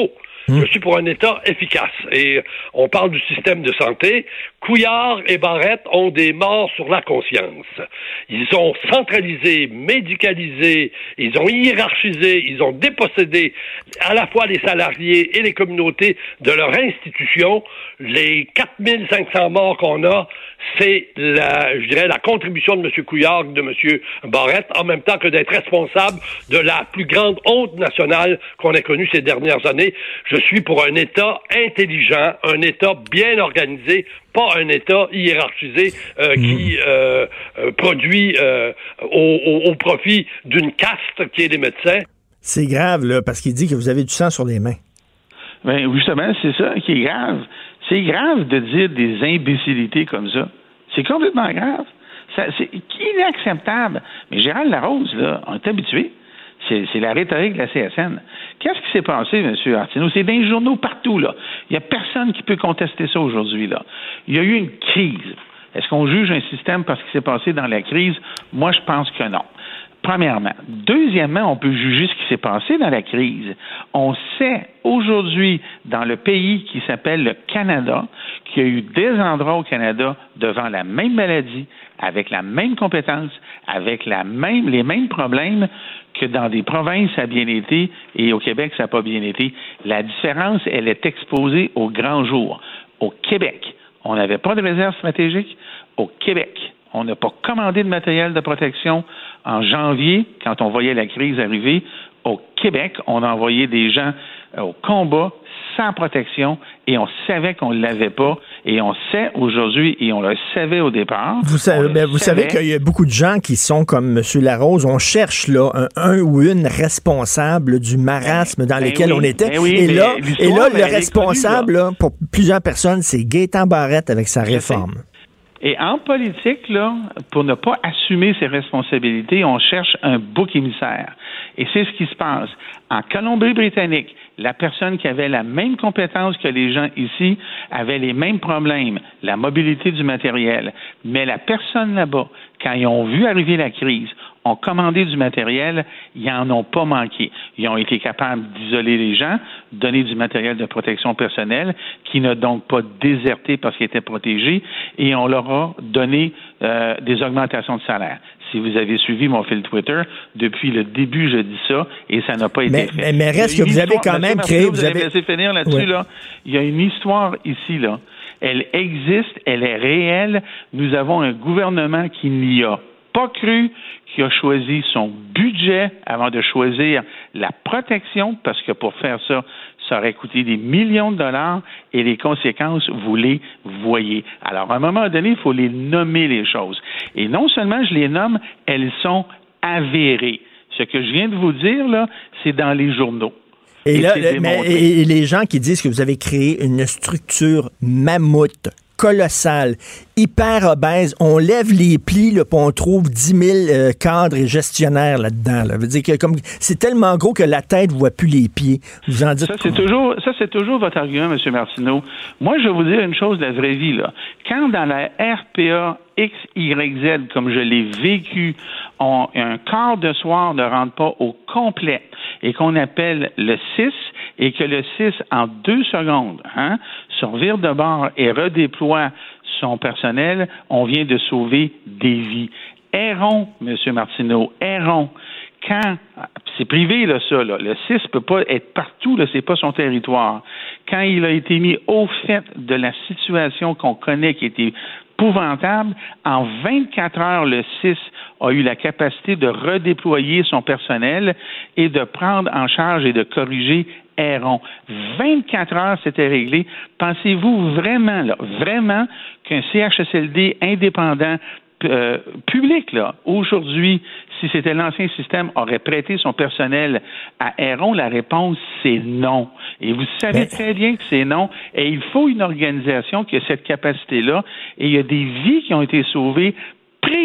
Mmh. Je suis pour un État efficace. Et on parle du système de santé. Couillard et Barrette ont des morts sur la conscience. Ils ont centralisé, médicalisé, ils ont hiérarchisé, ils ont dépossédé à la fois les salariés et les communautés de leur institution. Les quatre mille cinq cents morts qu'on a, c'est la, je dirais, la contribution de M. Couillard, de M. Barrette, en même temps que d'être responsable de la plus grande honte nationale qu'on ait connue ces dernières années. Je suis pour un État intelligent, un État bien organisé, pas un État hiérarchisé euh, mmh. qui euh, euh, produit euh, au, au, au profit d'une caste qui est les médecins. C'est grave, là, parce qu'il dit que vous avez du sang sur les mains. Bien, justement, c'est ça qui est grave. C'est grave de dire des imbécilités comme ça. C'est complètement grave. Ça, c'est inacceptable. Mais Gérald Larose, là, on est habitué. C'est, c'est la rhétorique de la C S N. Qu'est-ce qui s'est passé, M. Artino? C'est dans les journaux partout, là. Il n'y a personne qui peut contester ça aujourd'hui, là. Il y a eu une crise. Est-ce qu'on juge un système parce qu'il s'est passé dans la crise? Moi, je pense que non. Premièrement. Deuxièmement, on peut juger ce qui s'est passé dans la crise. On sait aujourd'hui, dans le pays qui s'appelle le Canada, qu'il y a eu des endroits au Canada devant la même maladie, avec la même compétence, avec la même, les mêmes problèmes que dans des provinces ça a bien été et au Québec ça n'a pas bien été. La différence, elle est exposée au grand jour. Au Québec, on n'avait pas de réserve stratégique. Au Québec, on n'a pas commandé de matériel de protection en janvier, quand on voyait la crise arriver. Au Québec, on a envoyé des gens au combat sans protection et on savait qu'on ne l'avait pas et on sait aujourd'hui et on le savait au départ. Vous savez, ben, vous savez qu'il y a beaucoup de gens qui sont comme M. Larose. On cherche là un, un ou une responsable du marasme ben, dans ben lequel oui, on était. Ben oui, et, là, et là, le responsable connue, là. Là, pour plusieurs personnes, c'est Gaétan Barrette avec sa réforme. Et en politique, là, pour ne pas assumer ses responsabilités, on cherche un bouc émissaire. Et c'est ce qui se passe. En Colombie-Britannique, la personne qui avait la même compétence que les gens ici avait les mêmes problèmes, la mobilité du matériel. Mais la personne là-bas, quand ils ont vu arriver la crise, ont commandé du matériel, ils n'en ont pas manqué. Ils ont été capables d'isoler les gens, donner du matériel de protection personnelle, qui n'a donc pas déserté parce qu'ils étaient protégés, et on leur a donné euh, des augmentations de salaire. Si vous avez suivi mon fil Twitter, depuis le début, je dis ça, et ça n'a pas été mais, fait. Mais, mais reste que vous avez quand même créé... Vous, vous avez laissé finir là-dessus, ouais. là. Il y a une histoire ici, là. Elle existe, elle est réelle. Nous avons un gouvernement qui n'y a pas cru, qui a choisi son budget avant de choisir la protection, parce que pour faire ça, ça aurait coûté des millions de dollars et les conséquences, vous les voyez. Alors, à un moment donné, il faut les nommer, les choses. Et non seulement je les nomme, elles sont avérées. Ce que je viens de vous dire, là, c'est dans les journaux. Et, et, là, mais, et les gens qui disent que vous avez créé une structure mammouth, colossal, hyper obèse. On lève les plis, là, puis on trouve dix mille euh, cadres et gestionnaires là-dedans. Là. Veut dire que comme c'est tellement gros que la tête ne voit plus les pieds. Vous en dites ça, c'est toujours, ça, c'est toujours votre argument, M. Martineau. Moi, je vais vous dire une chose de la vraie vie. Là. Quand dans la R P A X Y Z, comme je l'ai vécu, on, un quart de soir ne rentre pas au complet et qu'on appelle le six et que le six, en deux secondes, hein, se revire de bord et redéploie son personnel, on vient de sauver des vies. Errons, M. Martineau, errons. Quand, c'est privé, là, ça, là, le six peut pas être partout, là, c'est pas son territoire. Quand il a été mis au fait de la situation qu'on connaît, qui était épouvantable, en vingt-quatre heures, le six a eu la capacité de redéployer son personnel et de prendre en charge et de corriger Héron. vingt-quatre heures, c'était réglé. Pensez-vous vraiment, là, vraiment qu'un C H S L D indépendant euh, public, là, aujourd'hui, si c'était l'ancien système, aurait prêté son personnel à Héron? La réponse, c'est non. Et vous savez Mais... très bien que c'est non. Et il faut une organisation qui a cette capacité-là. Et il y a des vies qui ont été sauvées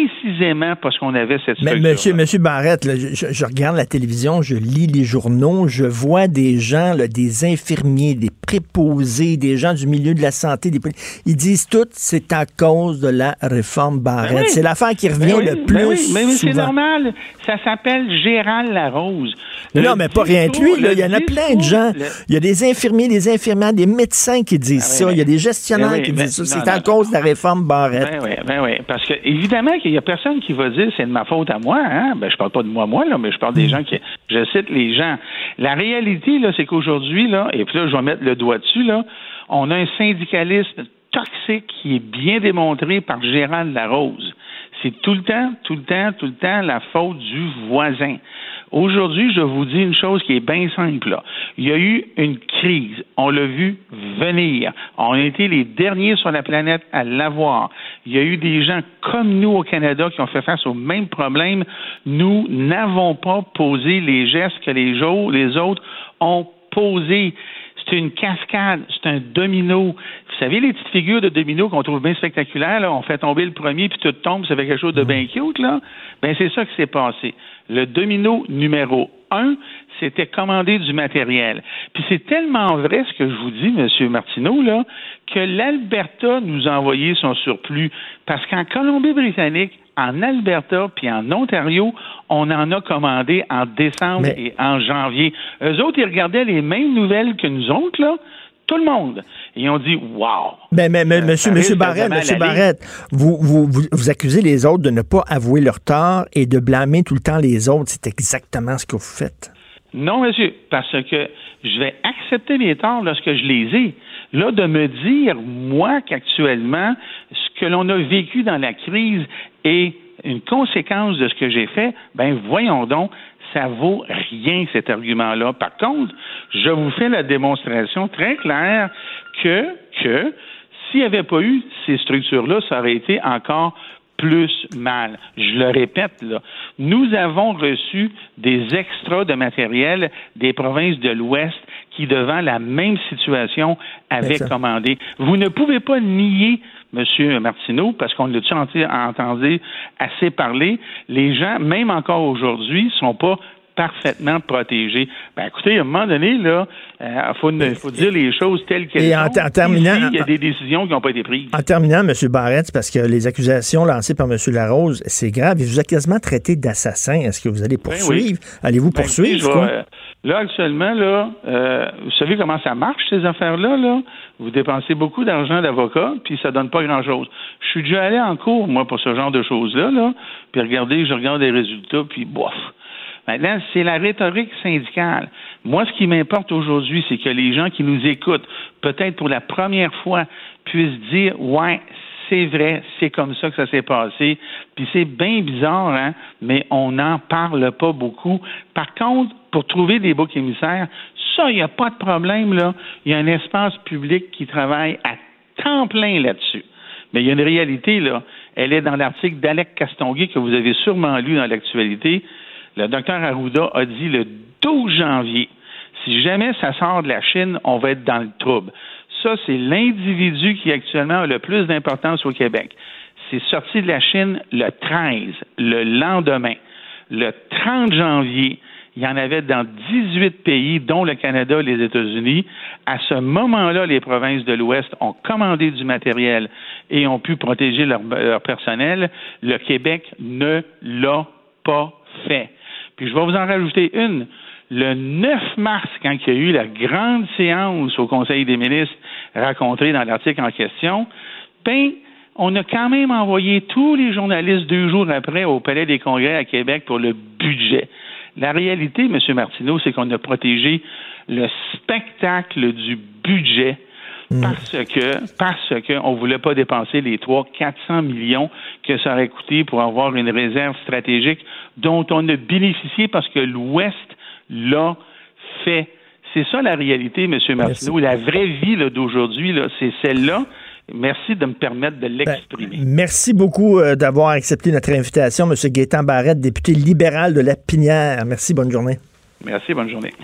précisément parce qu'on avait cette structure. Mais monsieur, monsieur Barrette, là, je, je regarde la télévision, je lis les journaux, je vois des gens, là, des infirmiers, des préposés, des gens du milieu de la santé, des, ils disent tout, c'est à cause de la réforme Barrette. Ben oui. C'est l'affaire qui revient ben oui, le plus ben oui, mais, mais souvent. C'est normal. Ça s'appelle Gérald Larose. Non, non mais pas rien que lui. Là, il y en a plein de gens. Le... Il y a des infirmiers, des infirmières, des médecins qui disent ah, ça. Oui, il y a des gestionnaires ben oui, qui ben, disent ça. Non, c'est non, à non, cause non. de la réforme Barrette. Ben oui, ben oui. Parce que évidemment qu'il y a personne qui va dire c'est de ma faute à moi. Hein? Ben, je parle pas de moi, moi, là, mais je parle des mmh. gens qui. Je cite les gens. La réalité, là, c'est qu'aujourd'hui, là, et puis là, je vais mettre le doigt dessus, là, on a un syndicalisme toxique qui est bien démontré par Gérald Larose. C'est tout le temps, tout le temps, tout le temps la faute du voisin. Aujourd'hui, je vous dis une chose qui est bien simple, là. Il y a eu une crise. On l'a vu venir. On a été les derniers sur la planète à l'avoir. Il y a eu des gens comme nous au Canada qui ont fait face au même problème. Nous n'avons pas posé les gestes que les, jo- les autres ont posés. C'est une cascade, c'est un domino. Vous savez, les petites figures de domino qu'on trouve bien spectaculaires, là, on fait tomber le premier puis tout tombe, ça fait quelque chose de bien cute, là. Ben, c'est ça qui s'est passé. Le domino numéro un, c'était commander du matériel. Puis c'est tellement vrai ce que je vous dis, M. Martineau, là, que l'Alberta nous a envoyé son surplus. Parce qu'en Colombie-Britannique, en Alberta puis en Ontario, on en a commandé en décembre mais... et en janvier. Eux autres, ils regardaient les mêmes nouvelles que nous autres, là, tout le monde. Et ils ont dit « Wow! » Mais, mais, mais monsieur, monsieur Barrette, monsieur Barrette, vous, vous, vous, vous accusez les autres de ne pas avouer leur tort et de blâmer tout le temps les autres. C'est exactement ce que vous faites. Non, monsieur, parce que je vais accepter les torts lorsque je les ai. Là, de me dire, moi, qu'actuellement, ce que l'on a vécu dans la crise est une conséquence de ce que j'ai fait, ben voyons donc, ça vaut rien, cet argument-là. Par contre, je vous fais la démonstration très claire que, que s'il n'y avait pas eu ces structures-là, ça aurait été encore plus mal. Je le répète, là. Nous avons reçu des extras de matériel des provinces de l'Ouest qui, devant la même situation, avaient commandé. Vous ne pouvez pas nier, M. Martineau, parce qu'on l'a-tu entendu assez parler, les gens, même encore aujourd'hui, sont pas parfaitement protégés. Ben, écoutez, à un moment donné, là, il euh, faut, faut dire les choses telles qu'elles et sont. En, t- en terminant, il y a des décisions qui n'ont pas été prises. En terminant, M. Barrette, parce que les accusations lancées par M. Larose, c'est grave. Il vous a quasiment traité d'assassin. Est-ce que vous allez poursuivre? Ben oui. Allez-vous ben, poursuivre? Quoi? Euh, là, actuellement, là, euh, vous savez comment ça marche, ces affaires-là, là? Vous dépensez beaucoup d'argent d'avocat, puis ça donne pas grand-chose. Je suis déjà allé en cours, moi, pour ce genre de choses-là, là, puis regardez, je regarde les résultats, puis bof. Maintenant, c'est la rhétorique syndicale. Moi, ce qui m'importe aujourd'hui, c'est que les gens qui nous écoutent, peut-être pour la première fois, puissent dire « Ouais, c'est vrai, c'est comme ça que ça s'est passé. » Puis c'est bien bizarre, hein, mais on n'en parle pas beaucoup. Par contre, pour trouver des boucs émissaires, ça, il n'y a pas de problème, là. Il y a un espace public qui travaille à temps plein là-dessus. Mais il y a une réalité, là. Elle est dans l'article d'Alec Castonguay que vous avez sûrement lu dans l'actualité. Le docteur Arruda a dit le douze janvier, si jamais ça sort de la Chine, on va être dans le trouble. Ça, c'est l'individu qui actuellement a le plus d'importance au Québec. C'est sorti de la Chine le treize, le lendemain. Le trente janvier, il y en avait dans dix-huit pays, dont le Canada et les États-Unis. À ce moment-là, les provinces de l'Ouest ont commandé du matériel et ont pu protéger leur, leur personnel. Le Québec ne l'a pas fait. Puis je vais vous en rajouter une. Le neuf mars, quand il y a eu la grande séance au Conseil des ministres racontée dans l'article en question, ben, on a quand même envoyé tous les journalistes deux jours après au Palais des Congrès à Québec pour le budget. La réalité, M. Martineau, c'est qu'on a protégé le spectacle du budget parce que parce que on voulait pas dépenser les trois cents à quatre cents millions que ça aurait coûté pour avoir une réserve stratégique dont on a bénéficié parce que l'Ouest l'a fait. C'est ça la réalité, M. Martineau. Merci. La vraie vie là, d'aujourd'hui, là, c'est celle-là. Merci de me permettre de l'exprimer. Ben, merci beaucoup euh, d'avoir accepté notre invitation, M. Gaétan Barrette, député libéral de Lapinière. Merci, bonne journée. Merci, bonne journée.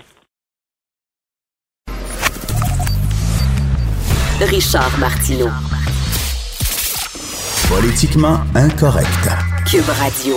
Richard Martineau. Politiquement incorrect. Cube Radio.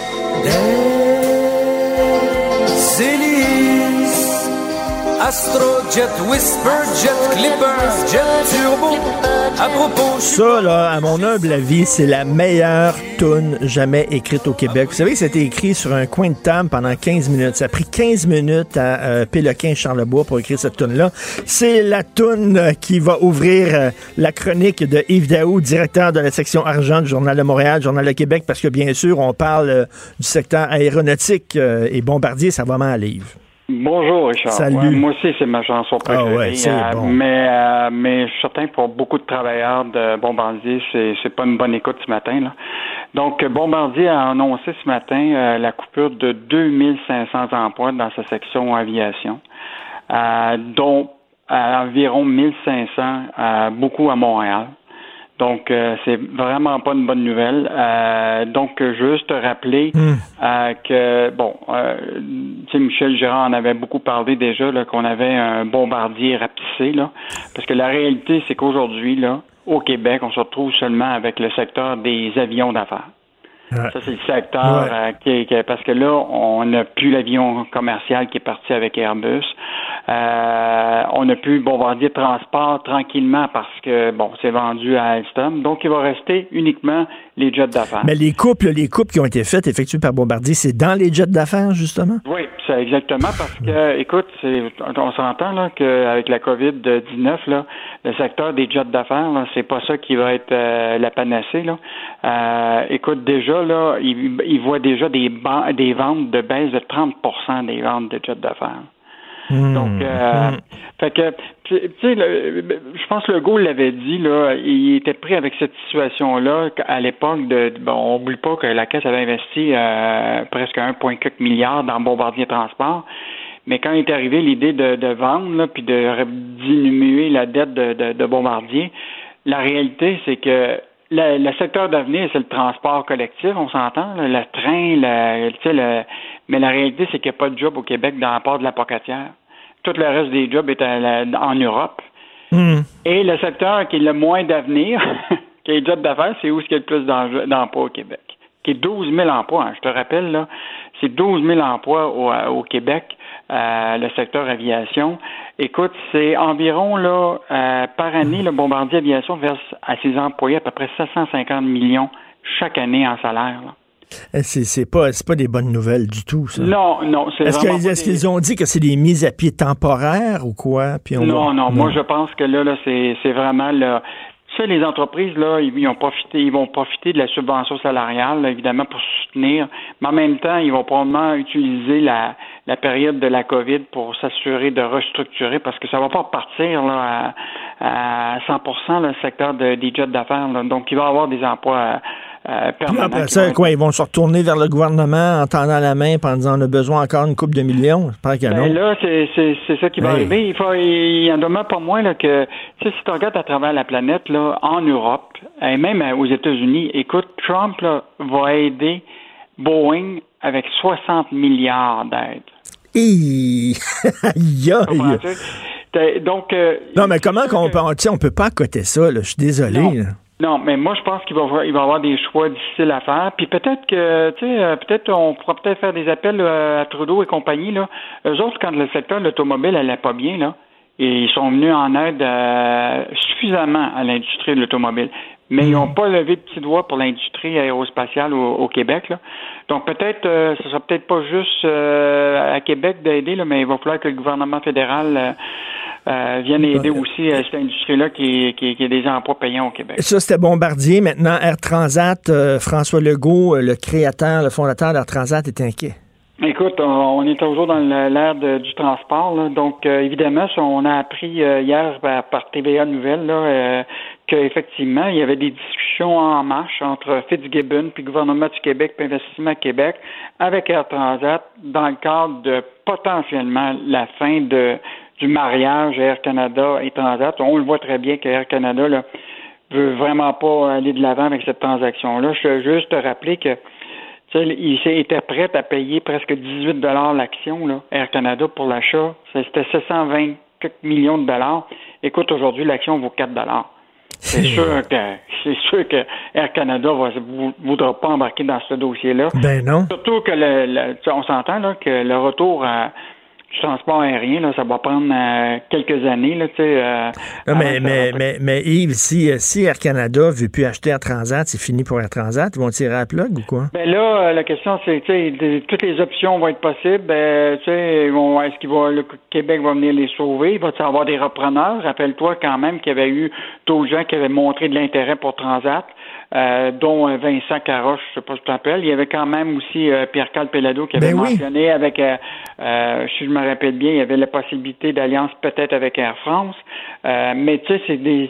Hélices, Astrojet, Whisper, Jet Clipper, Jet Turbo, à propos... Ça, là, à mon humble avis, c'est la meilleure toune jamais écrite au Québec. Vous savez que c'était écrit sur un coin de table pendant quinze minutes. Ça a pris quinze minutes à euh, Péloquin Charlebois pour écrire cette toune-là. C'est la toune euh, qui va ouvrir euh, la chronique de Yves Daou, directeur de la section argent du Journal de Montréal, Journal de Québec, parce que bien sûr, on parle euh, du secteur aéronautique euh, et bombardier, ça va mal, Yves. Bonjour, Richard. Salut. Ouais, moi aussi, c'est ma chanson préférée. Ah ouais, c'est euh, bon. Mais, euh, mais je suis certain que pour beaucoup de travailleurs de Bombardier, c'est, c'est pas une bonne écoute ce matin, là. Donc, Bombardier a annoncé ce matin euh, la coupure de deux mille cinq cents emplois dans sa section aviation, euh, dont euh, environ mille cinq cents, euh, beaucoup à Montréal. Donc, euh, c'est vraiment pas une bonne nouvelle. Euh, donc, juste rappeler mm. euh, que, bon, euh, tu sais, Michel Girard en avait beaucoup parlé déjà, là, qu'on avait un bombardier rapetissé, là, parce que la réalité, c'est qu'aujourd'hui, là, au Québec, on se retrouve seulement avec le secteur des avions d'affaires. Ouais. Ça, c'est le secteur ouais. euh, qui, qui, parce que là, on n'a plus l'avion commercial qui est parti avec Airbus. Euh, on n'a plus Bombardier Transport tranquillement parce que, bon, c'est vendu à Alstom. Donc, il va rester uniquement les jets d'affaires. Mais les coupes, les coupes qui ont été faites, effectuées par Bombardier, c'est dans les jets d'affaires, justement? Oui, c'est exactement parce que, écoute, c'est, on s'entend là qu'avec la covid dix-neuf, là, le secteur des jets d'affaires, là, c'est pas ça qui va être euh, la panacée, là. Euh, écoute, déjà, là, il, il voit déjà des, ban- des ventes de baisse de trente pour cent des ventes de jets d'affaires. Mmh. Donc, euh, mmh. fait que, tu sais, je pense que Legault l'avait dit, là, il était pris avec cette situation-là à l'époque de, bon, on oublie pas que la Caisse avait investi euh, presque un virgule quatre milliard dans Bombardier Transport, mais quand est arrivée l'idée de, de vendre, là, puis de diminuer la dette de, de, de Bombardier, la réalité, c'est que Le, le secteur d'avenir, c'est le transport collectif, on s'entend, là, le train, le, tu sais, le, mais la réalité, c'est qu'il n'y a pas de job au Québec dans la part de la pocatière. Tout le reste des jobs est à la, en Europe. Mm. Et le secteur qui est le moins d'avenir, qui est les jobs d'affaires, c'est où il y a le plus d'emplois au Québec, qui est douze mille emplois. Hein, je te rappelle, là, c'est douze mille emplois au, au Québec, euh, le secteur aviation. Écoute, c'est environ, là, euh, par année, le Bombardier Aviation verse à ses employés à peu près sept cent cinquante millions chaque année en salaire, là. C'est, c'est pas c'est pas des bonnes nouvelles du tout, ça. Non, non. C'est est-ce, vraiment que, est-ce des... qu'ils ont dit que c'est des mises à pied temporaires ou quoi? Puis on non, va... non, non. Moi, je pense que là, là c'est, c'est vraiment... Là, tu sais, les entreprises, là, ils, ils, ont profité, ils vont profiter de la subvention salariale, là, évidemment, pour soutenir. Mais en même temps, ils vont probablement utiliser la, la période de la COVID pour s'assurer de restructurer parce que ça va pas repartir là, à, à cent pour cent là, le secteur de, des jets d'affaires. Là. Donc, il va y avoir des emplois... Euh, Puis après ça, quoi, ils vont se retourner vers le gouvernement en tendant la main en disant on a besoin encore une couple de millions. J'espère qu'il y en a. Ben là, c'est, c'est, c'est ça qui va hey. arriver. Il faut, il y en demeure pas moins là, que, tu sais, si tu regardes à travers la planète, là, en Europe, et même aux États-Unis, écoute, Trump là, va aider Boeing avec soixante milliards d'aides. Aïe! Donc, euh, non, mais comment qu'on peut, tu sais, on peut pas accoter ça, là. Je suis désolé. Non. Là. Non, mais moi, je pense qu'il va, il va y avoir des choix difficiles à faire. Puis peut-être que, tu sais, peut-être on pourra peut-être faire des appels à Trudeau et compagnie, là. Eux autres, quand le secteur de l'automobile allait pas bien, là, et ils sont venus en aide euh, suffisamment à l'industrie de l'automobile. Mais mmh. ils n'ont pas levé de petit doigt pour l'industrie aérospatiale au, au Québec, là. Donc peut-être, euh, ce sera peut-être pas juste euh, à Québec d'aider, là, mais il va falloir que le gouvernement fédéral... Euh, Euh, viennent aider aussi euh, cette industrie-là qui, qui, qui a des emplois payants au Québec. Ça, c'était Bombardier. Maintenant, Air Transat, euh, François Legault, le créateur, le fondateur d'Air Transat, est inquiet. Écoute, on, on est toujours dans l'ère de, du transport. Là. Donc, euh, évidemment, on a appris euh, hier par, par T V A Nouvelles là, euh, qu'effectivement, il y avait des discussions en marche entre Fitzgibbon, puis le gouvernement du Québec, puis Investissement Québec, avec Air Transat, dans le cadre de potentiellement la fin de du mariage Air Canada et Transat. On le voit très bien que Air Canada là, veut vraiment pas aller de l'avant avec cette transaction-là. Je veux juste te rappeler que il était prêt à payer presque dix-huit dollars l'action, là, Air Canada, pour l'achat. C'était sept cent vingt millions de dollars. Écoute, aujourd'hui, l'action vaut quatre dollars. C'est sûr que c'est sûr que Air Canada ne voudra pas embarquer dans ce dossier-là. Ben non. Surtout que le, le on s'entend là que le retour à du transport aérien, là, ça va prendre euh, quelques années. Là, euh, non, mais, mais, mais, mais Yves, si, si Air Canada ne veut plus acheter Air Transat, c'est fini pour Air Transat, ils vont tirer à la plug ou quoi? Ben là, la question, c'est toutes les options vont être possibles. Ben, vont, est-ce qu'il va le Québec va venir les sauver? Il va y avoir des repreneurs? Rappelle-toi quand même qu'il y avait eu d'autres gens qui avaient montré de l'intérêt pour Transat. Euh, dont euh, Vincent Caroche, je sais pas si tu te rappelles. Il y avait quand même aussi euh, Pierre-Carl Péladeau qui avait ben mentionné oui. avec, euh, euh, si je me rappelle bien, il y avait la possibilité d'alliance peut-être avec Air France. Euh, mais tu sais, c'est des...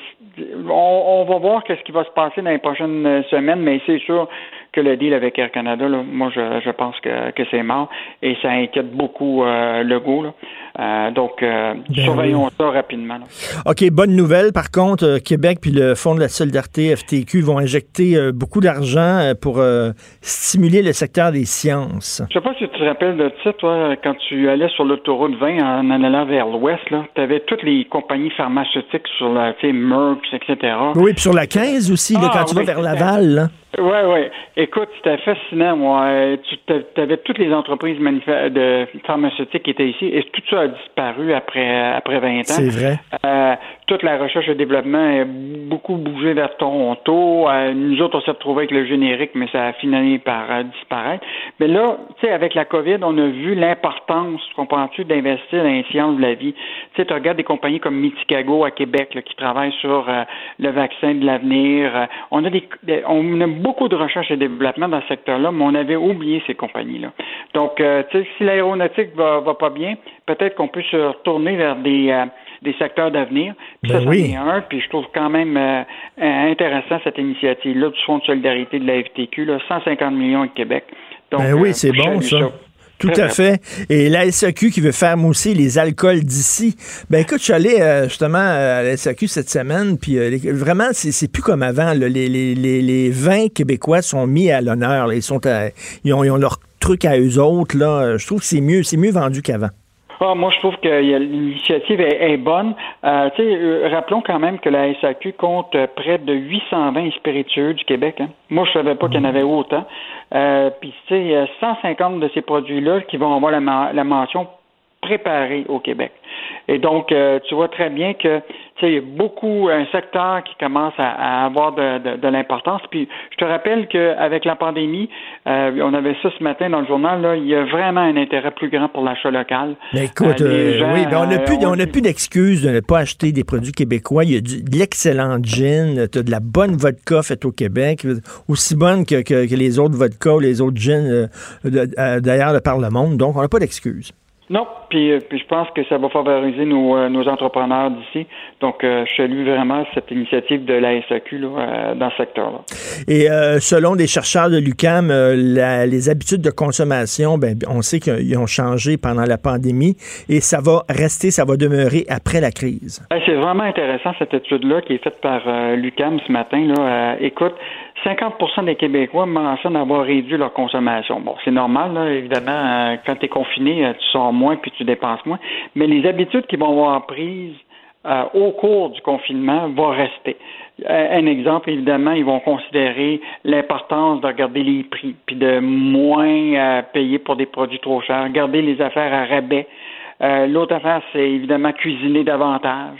On, on va voir qu'est-ce qui va se passer dans les prochaines semaines, mais c'est sûr que le deal avec Air Canada, là, moi, je, je pense que, que c'est mort et ça inquiète beaucoup euh, Legault. Là. Euh, donc, euh, ben surveillons oui. ça rapidement. Là. OK, bonne nouvelle. Par contre, euh, Québec puis le Fonds de la solidarité F T Q vont injecter euh, beaucoup d'argent euh, pour euh, stimuler le secteur des sciences. Je sais pas si tu te rappelles de ça, toi, quand tu allais sur l'autoroute vingt en, en allant vers l'ouest, tu avais toutes les compagnies pharmaceutiques sur la, tu sais, Merck, et cetera. Oui, puis sur la quinze aussi, là, ah, quand tu oui, vas vers Laval, là. Oui, oui. Écoute, c'était fascinant, moi. Tu avais toutes les entreprises manif- de pharmaceutiques qui étaient ici et tout ça a disparu après après vingt ans. C'est vrai. Euh, toute la recherche et développement a beaucoup bougé vers Toronto. Euh, nous autres, on s'est retrouvés avec le générique, mais ça a fini par euh, disparaître. Mais là, tu sais, avec la COVID, on a vu l'importance, comprends-tu, d'investir dans les sciences de la vie. Tu sais, tu regardes des compagnies comme Medicago à Québec là, qui travaillent sur euh, le vaccin de l'avenir. Euh, on a des, des on a beaucoup de recherche et développement dans ce secteur-là, mais on avait oublié ces compagnies-là. Donc, euh, tu sais, si l'aéronautique va, va pas bien, peut-être qu'on peut se retourner vers des, euh, des secteurs d'avenir. Puis ben ça, oui. c'en est un. Puis je trouve quand même euh, intéressant cette initiative-là du Fonds de solidarité de la F T Q, là, cent cinquante millions au Québec. Donc, ben oui, euh, c'est bon, ça. ça. Tout Très à fait. Et la S A Q qui veut faire mousser les alcools d'ici. Ben écoute, je suis allé euh, justement à la S A Q cette semaine, puis euh, les, vraiment, c'est, c'est plus comme avant. Là. Les, les, les, les vins québécois sont mis à l'honneur. Là. Ils, sont à, ils, ont, ils ont leur truc à eux autres. Là. Je trouve que c'est mieux, c'est mieux vendu qu'avant. Ah, moi, je trouve que l'initiative est, est bonne. Euh, tu sais, euh, rappelons quand même que la S A Q compte près de huit cents vins spiritueux du Québec. Hein. Moi, je savais pas qu'il y en avait autant. Euh, Puis, tu sais, il y a cent cinquante de ces produits-là qui vont avoir la, la mention préparée au Québec. Et donc, euh, tu vois très bien que tu sais, il y a beaucoup, un secteur qui commence à, à avoir de, de, de l'importance. Puis, je te rappelle qu'avec la pandémie, euh, on avait ça ce matin dans le journal, là, il y a vraiment un intérêt plus grand pour l'achat local. Mais écoute, euh, gens, oui, ben on n'a plus, on a plus d'excuses de ne pas acheter des produits québécois. Il y a du, de l'excellent gin, tu as de la bonne vodka faite au Québec, aussi bonne que, que, que les autres vodkas ou les autres gins euh, de, euh, d'ailleurs de par le monde. Donc, on n'a pas d'excuses. Non, puis, puis je pense que ça va favoriser nos, euh, nos entrepreneurs d'ici. Donc, euh, je salue vraiment cette initiative de la S A Q là, euh, dans ce secteur-là. Et euh, selon des chercheurs de l'U Q A M, euh, la, les habitudes de consommation, ben, on sait qu'ils ont changé pendant la pandémie et ça va rester, ça va demeurer après la crise. C'est vraiment intéressant cette étude-là qui est faite par euh, l'U Q A M ce matin. Là. Euh, écoute, cinquante pour cent des Québécois mentionnent avoir réduit leur consommation. Bon, c'est normal, là, évidemment, euh, quand tu es confiné, tu sors moins puis tu dépenses moins. Mais les habitudes qui vont avoir prises euh, au cours du confinement vont rester. Euh, un exemple, évidemment, ils vont considérer l'importance de regarder les prix puis de moins euh, payer pour des produits trop chers, regarder les affaires à rabais. Euh, l'autre affaire, c'est évidemment cuisiner davantage.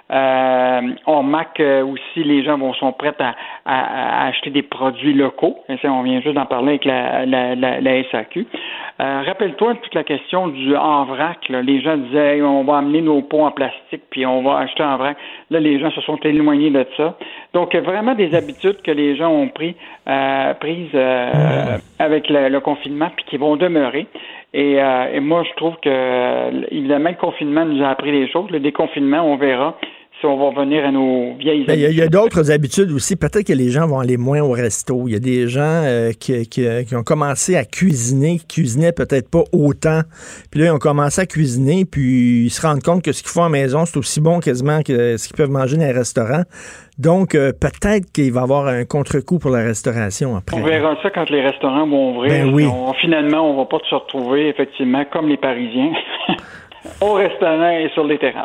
Euh, on remarque euh, aussi les gens vont sont prêts à, à, à acheter des produits locaux. Et ça, on vient juste d'en parler avec la, la, la, la S A Q. Euh, rappelle-toi toute la question du en vrac. Là. Les gens disaient hey, on va amener nos pots en plastique puis on va acheter en vrac. Là, les gens se sont éloignés de ça. Donc, vraiment des habitudes que les gens ont pris euh, prises euh, avec le, le confinement puis qui vont demeurer. Et, euh, et moi, je trouve que, évidemment, le confinement nous a appris des choses. Le déconfinement, on verra si on va revenir à nos vieilles ben, habitudes. Il y, y a d'autres habitudes aussi. Peut-être que les gens vont aller moins au resto. Il y a des gens euh, qui, qui, qui ont commencé à cuisiner, qui cuisinaient peut-être pas autant. Puis là, ils ont commencé à cuisiner, puis ils se rendent compte que ce qu'ils font à la maison, c'est aussi bon quasiment que ce qu'ils peuvent manger dans les restaurants. Donc, euh, peut-être qu'il va y avoir un contre-coup pour la restauration après. On verra ça quand les restaurants vont ouvrir. Ben oui. On, finalement, on va pas se retrouver, effectivement, comme les Parisiens, au restaurant et sur les terrasses.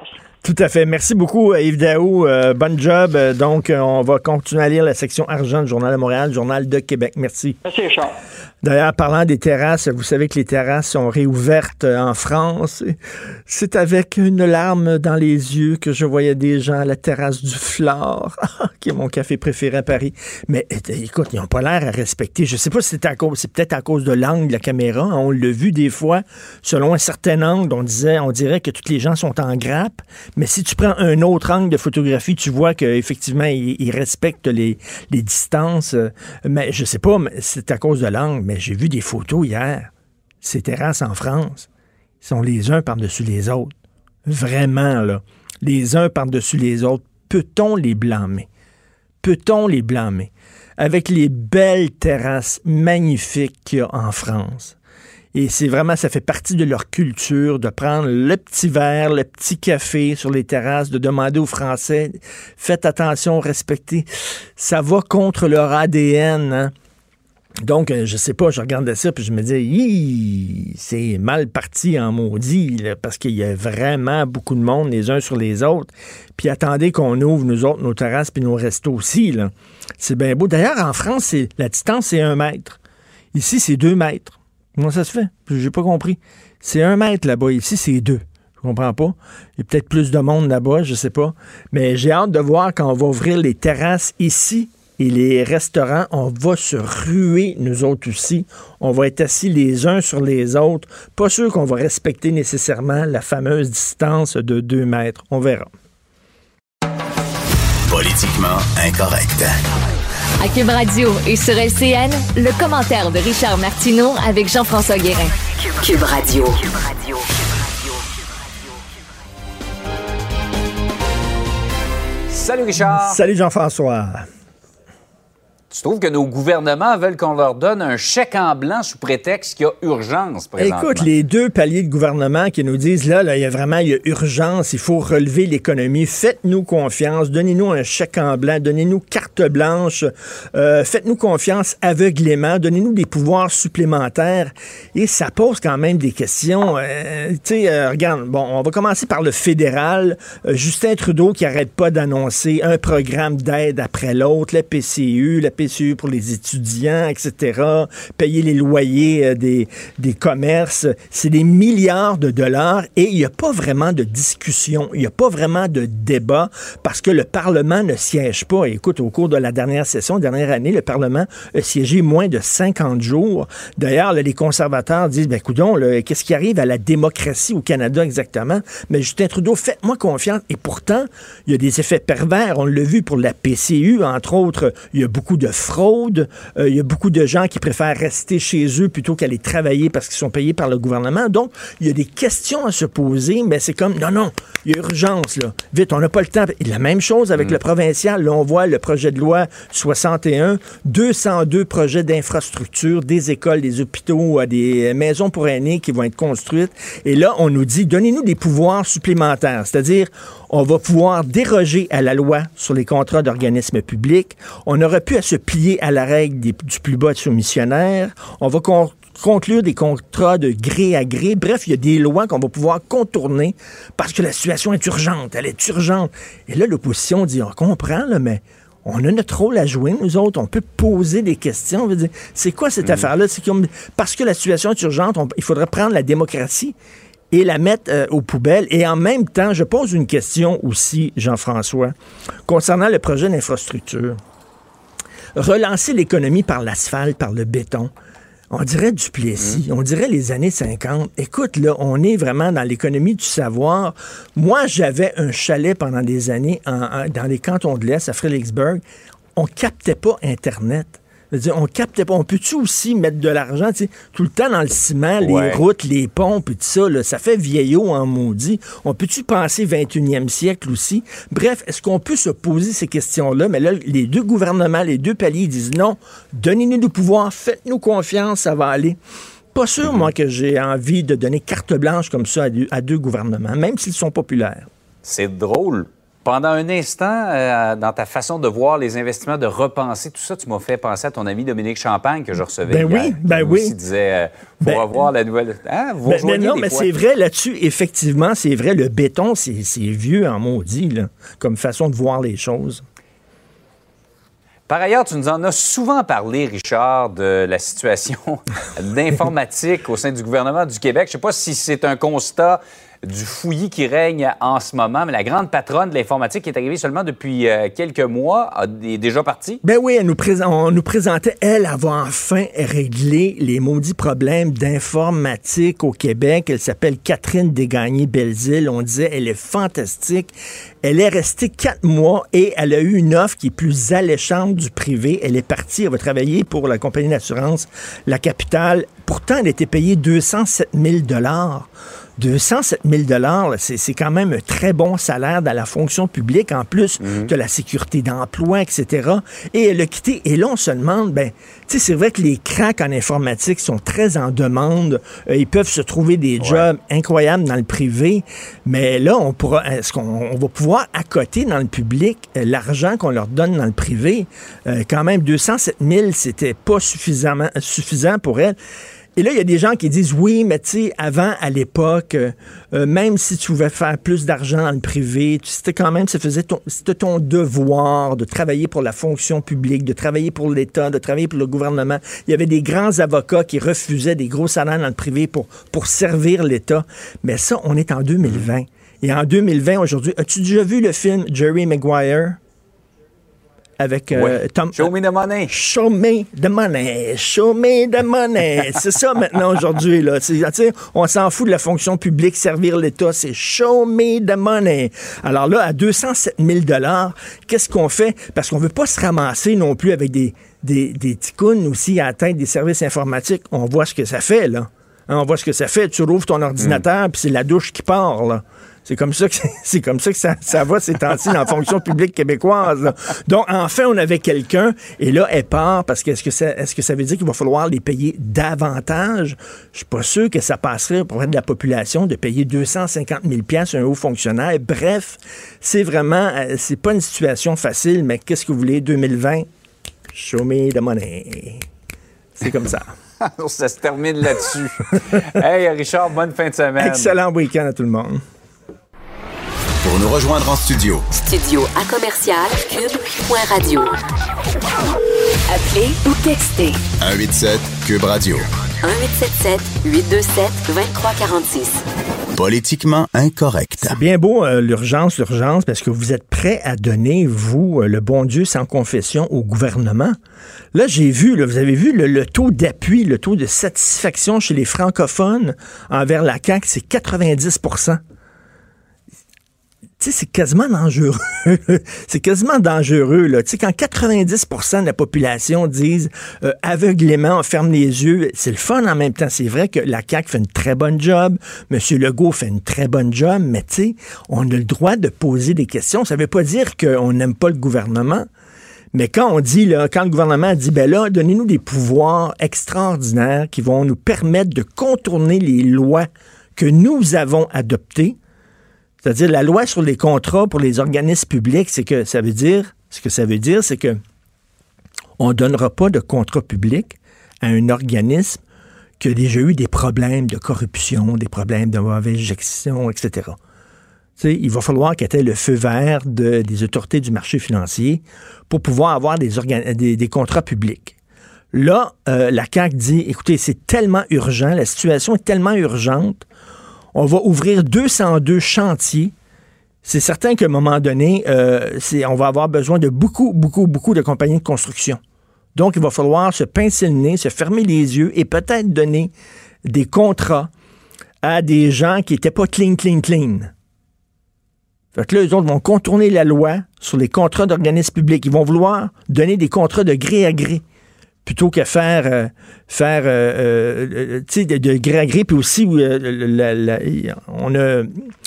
Tout à fait. Merci beaucoup, Yves Daou. Euh, bonne job. Donc, on va continuer à lire la section argent du Journal de Montréal, Journal de Québec. Merci. Merci, Richard. D'ailleurs, parlant des terrasses, vous savez que les terrasses sont réouvertes en France. C'est avec une larme dans les yeux que je voyais des gens à la terrasse du Flore, qui est mon café préféré à Paris. Mais écoute, ils n'ont pas l'air à respecter. Je ne sais pas si c'est à cause, c'est peut-être à cause de l'angle de la caméra. On l'a vu des fois, selon un certain angle, on disait, on dirait que tous les gens sont en grappe. Mais si tu prends un autre angle de photographie, tu vois qu'effectivement, ils, ils respectent les, les distances. Mais je sais pas, mais c'est à cause de l'angle, mais j'ai vu des photos hier. Ces terrasses en France, ils sont les uns par-dessus les autres. Vraiment, là. Les uns par-dessus les autres. Peut-on les blâmer? Peut-on les blâmer? Avec les belles terrasses magnifiques qu'il y a en France. Et c'est vraiment, ça fait partie de leur culture de prendre le petit verre, le petit café sur les terrasses, de demander aux Français, faites attention, respectez. Ça va contre leur A D N, hein? Donc, je sais pas, je regardais ça, puis je me disais, c'est mal parti en maudit, là, parce qu'il y a vraiment beaucoup de monde les uns sur les autres. Puis attendez qu'on ouvre, nous autres, nos terrasses puis nos restos aussi, là. C'est bien beau. D'ailleurs, en France, c'est, la distance, c'est un mètre. Ici, c'est deux mètres. Comment ça se fait? J'ai pas compris. C'est un mètre là-bas. Ici, c'est deux. Je comprends pas. Il y a peut-être plus de monde là-bas, je sais pas. Mais j'ai hâte de voir quand on va ouvrir les terrasses ici et les restaurants. On va se ruer, nous autres aussi. On va être assis les uns sur les autres. Pas sûr qu'on va respecter nécessairement la fameuse distance de deux mètres. On verra. Politiquement incorrect. À Cube Radio et sur L C N, le commentaire de Richard Martineau avec Jean-François Guérin. Cube Radio. Salut Richard. Salut Jean-François. Tu trouves que nos gouvernements veulent qu'on leur donne un chèque en blanc sous prétexte qu'il y a urgence présentement? Écoute, les deux paliers de gouvernement qui nous disent, là, là, il y a vraiment il y a urgence, il faut relever l'économie, faites-nous confiance, donnez-nous un chèque en blanc, donnez-nous carte blanche, euh, faites-nous confiance aveuglément, donnez-nous des pouvoirs supplémentaires. Et ça pose quand même des questions. Euh, tu sais, euh, regarde, bon, on va commencer par le fédéral. Euh, Justin Trudeau qui arrête pas d'annoncer un programme d'aide après l'autre, la P C U, la P C U pour les étudiants, et cetera, payer les loyers euh, des, des commerces. C'est des milliards de dollars et il n'y a pas vraiment de discussion, il n'y a pas vraiment de débat parce que le Parlement ne siège pas. Et écoute, au cours de la dernière session, dernière année, le Parlement a siégé moins de cinquante jours. D'ailleurs, là, les conservateurs disent, ben coudonc, là, qu'est-ce qui arrive à la démocratie au Canada exactement? Mais Justin Trudeau, faites-moi confiance. Et pourtant, il y a des effets pervers. On l'a vu pour la P C U, entre autres, il y a beaucoup de fraude. Euh, il y a beaucoup de gens qui préfèrent rester chez eux plutôt qu'aller travailler parce qu'ils sont payés par le gouvernement. Donc, il y a des questions à se poser, mais c'est comme, non, non, il y a urgence, là. Vite, on n'a pas le temps. Et la même chose avec mmh. le provincial. Là, on voit le projet de loi soixante et un, deux cent deux projets d'infrastructure, des écoles, des hôpitaux, des maisons pour aînés qui vont être construites. Et là, on nous dit, donnez-nous des pouvoirs supplémentaires. C'est-à-dire, on va pouvoir déroger à la loi sur les contrats d'organismes publics. On n'aura plus à se plier à la règle des, du plus bas de soumissionnaire. On va con- conclure des contrats de gré à gré. Bref, il y a des lois qu'on va pouvoir contourner parce que la situation est urgente. Elle est urgente. Et là, l'opposition dit, on comprend, là, mais on a notre rôle à jouer, nous autres. On peut poser des questions. On veut dire, c'est quoi cette mmh. affaire-là? C'est comme, parce que la situation est urgente, on, il faudrait prendre la démocratie et la mettre euh, aux poubelles. Et en même temps, je pose une question aussi, Jean-François, concernant le projet d'infrastructure. Relancer l'économie par l'asphalte, par le béton, on dirait Duplessis, mmh. on dirait les années cinquante. Écoute, là, on est vraiment dans l'économie du savoir. Moi, j'avais un chalet pendant des années en, en, dans les cantons de l'Est, à Fredericksburg. On captait pas Internet. C'est-à-dire, on captait pas. On peut-tu aussi mettre de l'argent, tu sais, tout le temps dans le ciment, les ouais. routes, les ponts, puis tout ça, là, ça fait vieillot en maudit. On peut-tu penser vingt et unième siècle aussi? Bref, est-ce qu'on peut se poser ces questions-là? Mais là, les deux gouvernements, les deux paliers disent non, donnez-nous du pouvoir, faites-nous confiance, ça va aller. Pas sûr, mm-hmm. moi, que j'ai envie de donner carte blanche comme ça à deux, à deux gouvernements, même s'ils sont populaires. C'est drôle. Pendant un instant, euh, dans ta façon de voir les investissements, de repenser tout ça, tu m'as fait penser à ton ami Dominique Champagne que je recevais ben hier. Oui, ben qui oui. aussi disait, euh, faut ben, revoir la nouvelle... Hein, vous ben, mais non, des mais fois. c'est vrai là-dessus, effectivement, c'est vrai, le béton, c'est, c'est vieux en maudit, là, comme façon de voir les choses. Par ailleurs, tu nous en as souvent parlé, Richard, de la situation d'informatique au sein du gouvernement du Québec. Je ne sais pas si c'est un constat du fouillis qui règne en ce moment, mais la grande patronne de l'informatique qui est arrivée seulement depuis euh, quelques mois est déjà partie. Ben oui, elle nous présent, on nous présentait, elle, avoir enfin réglé les maudits problèmes d'informatique au Québec. Elle s'appelle Catherine Desgagnés-Belzile. On disait, elle est fantastique. Elle est restée quatre mois et elle a eu une offre qui est plus alléchante du privé. Elle est partie, elle va travailler pour la compagnie d'assurance La Capitale. Pourtant, elle était payée deux cent sept mille dollars. deux cent sept mille dollars, c'est, c'est quand même un très bon salaire dans la fonction publique, en plus mmh. de la sécurité d'emploi, et cetera. Et elle a quitté. Et là, on se demande, ben, tu sais, c'est vrai que les cracks en informatique sont très en demande. Euh, ils peuvent se trouver des ouais. jobs incroyables dans le privé. Mais là, on pourra, est-ce qu'on on va pouvoir accoter dans le public euh, l'argent qu'on leur donne dans le privé? Euh, quand même, deux cent sept mille, c'était pas suffisamment, suffisant pour elle. Et là, il y a des gens qui disent, oui, mais tu sais, avant, à l'époque, euh, même si tu pouvais faire plus d'argent dans le privé, c'était quand même, ça faisait ton, c'était ton devoir de travailler pour la fonction publique, de travailler pour l'État, de travailler pour le gouvernement. Il y avait des grands avocats qui refusaient des gros salaires dans le privé pour, pour servir l'État. Mais ça, on est en deux mille vingt. Et en deux mille vingt, aujourd'hui, as-tu déjà vu le film Jerry Maguire? Avec euh, ouais. Tom... Show me the money. Show me the money. Show me the money. C'est ça maintenant aujourd'hui. Là. C'est, on s'en fout de la fonction publique, servir l'État. C'est show me the money. Alors là, à deux cent sept mille dollars, qu'est-ce qu'on fait? Parce qu'on veut pas se ramasser non plus avec des, des, des ticounes aussi à la tête des services informatiques. On voit ce que ça fait, là. Hein, on voit ce que ça fait. Tu rouvres ton ordinateur, mm. puis c'est la douche qui part, là. C'est comme ça que, c'est comme ça, que ça, ça va ces temps-ci dans la fonction publique québécoise. Là. Donc, enfin, on avait quelqu'un, et là, elle part, parce que est-ce que ça, est-ce que ça veut dire qu'il va falloir les payer davantage? Je suis pas sûr que ça passerait pour de la population de payer deux cent cinquante mille dollars à un haut fonctionnaire. Bref, c'est vraiment, c'est pas une situation facile, mais qu'est-ce que vous voulez, deux mille vingt? Show me the money. C'est comme ça. Ça se termine là-dessus. Hey, Richard, bonne fin de semaine. Excellent week-end à tout le monde. Pour nous rejoindre en studio. Studio à commercial cube point radio. Appelez ou textez. un huit sept cube radio. un huit sept sept huit deux sept deux trois quatre six. Politiquement incorrect. C'est bien beau, euh, l'urgence, l'urgence, parce que vous êtes prêts à donner, vous, euh, le bon Dieu sans confession au gouvernement. Là, j'ai vu, là, vous avez vu le, le taux d'appui, le taux de satisfaction chez les francophones envers la C A Q, c'est quatre-vingt-dix pour cent. Tu sais, c'est quasiment dangereux. c'est quasiment dangereux, là. Tu sais, quand quatre-vingt-dix pour cent de la population disent euh, aveuglément, on ferme les yeux, c'est le fun en même temps. C'est vrai que la C A Q fait une très bonne job, M. Legault fait une très bonne job, mais tu sais, on a le droit de poser des questions. Ça veut pas dire qu'on n'aime pas le gouvernement. Mais quand on dit, là, quand le gouvernement dit, ben là, donnez-nous des pouvoirs extraordinaires qui vont nous permettre de contourner les lois que nous avons adoptées, c'est-à-dire la loi sur les contrats pour les organismes publics, c'est que ça veut dire, ce que ça veut dire, c'est que on ne donnera pas de contrat public à un organisme qui a déjà eu des problèmes de corruption, des problèmes de mauvaise gestion, et cetera. Tu sais, il va falloir qu'il y ait le feu vert de, des autorités du marché financier pour pouvoir avoir des, organ- des, des contrats publics. Là, euh, la C A Q dit, écoutez, c'est tellement urgent, la situation est tellement urgente, on va ouvrir deux cent deux chantiers. C'est certain qu'à un moment donné, euh, c'est, on va avoir besoin de beaucoup, beaucoup, beaucoup de compagnies de construction. Donc, il va falloir se pincer le nez, se fermer les yeux et peut-être donner des contrats à des gens qui n'étaient pas clean, clean, clean. Fait que là, eux autres vont contourner la loi sur les contrats d'organismes publics. Ils vont vouloir donner des contrats de gré à gré plutôt que faire, euh, faire euh, euh, tu sais, de, de gré à gré, puis aussi, euh, la, la, on a,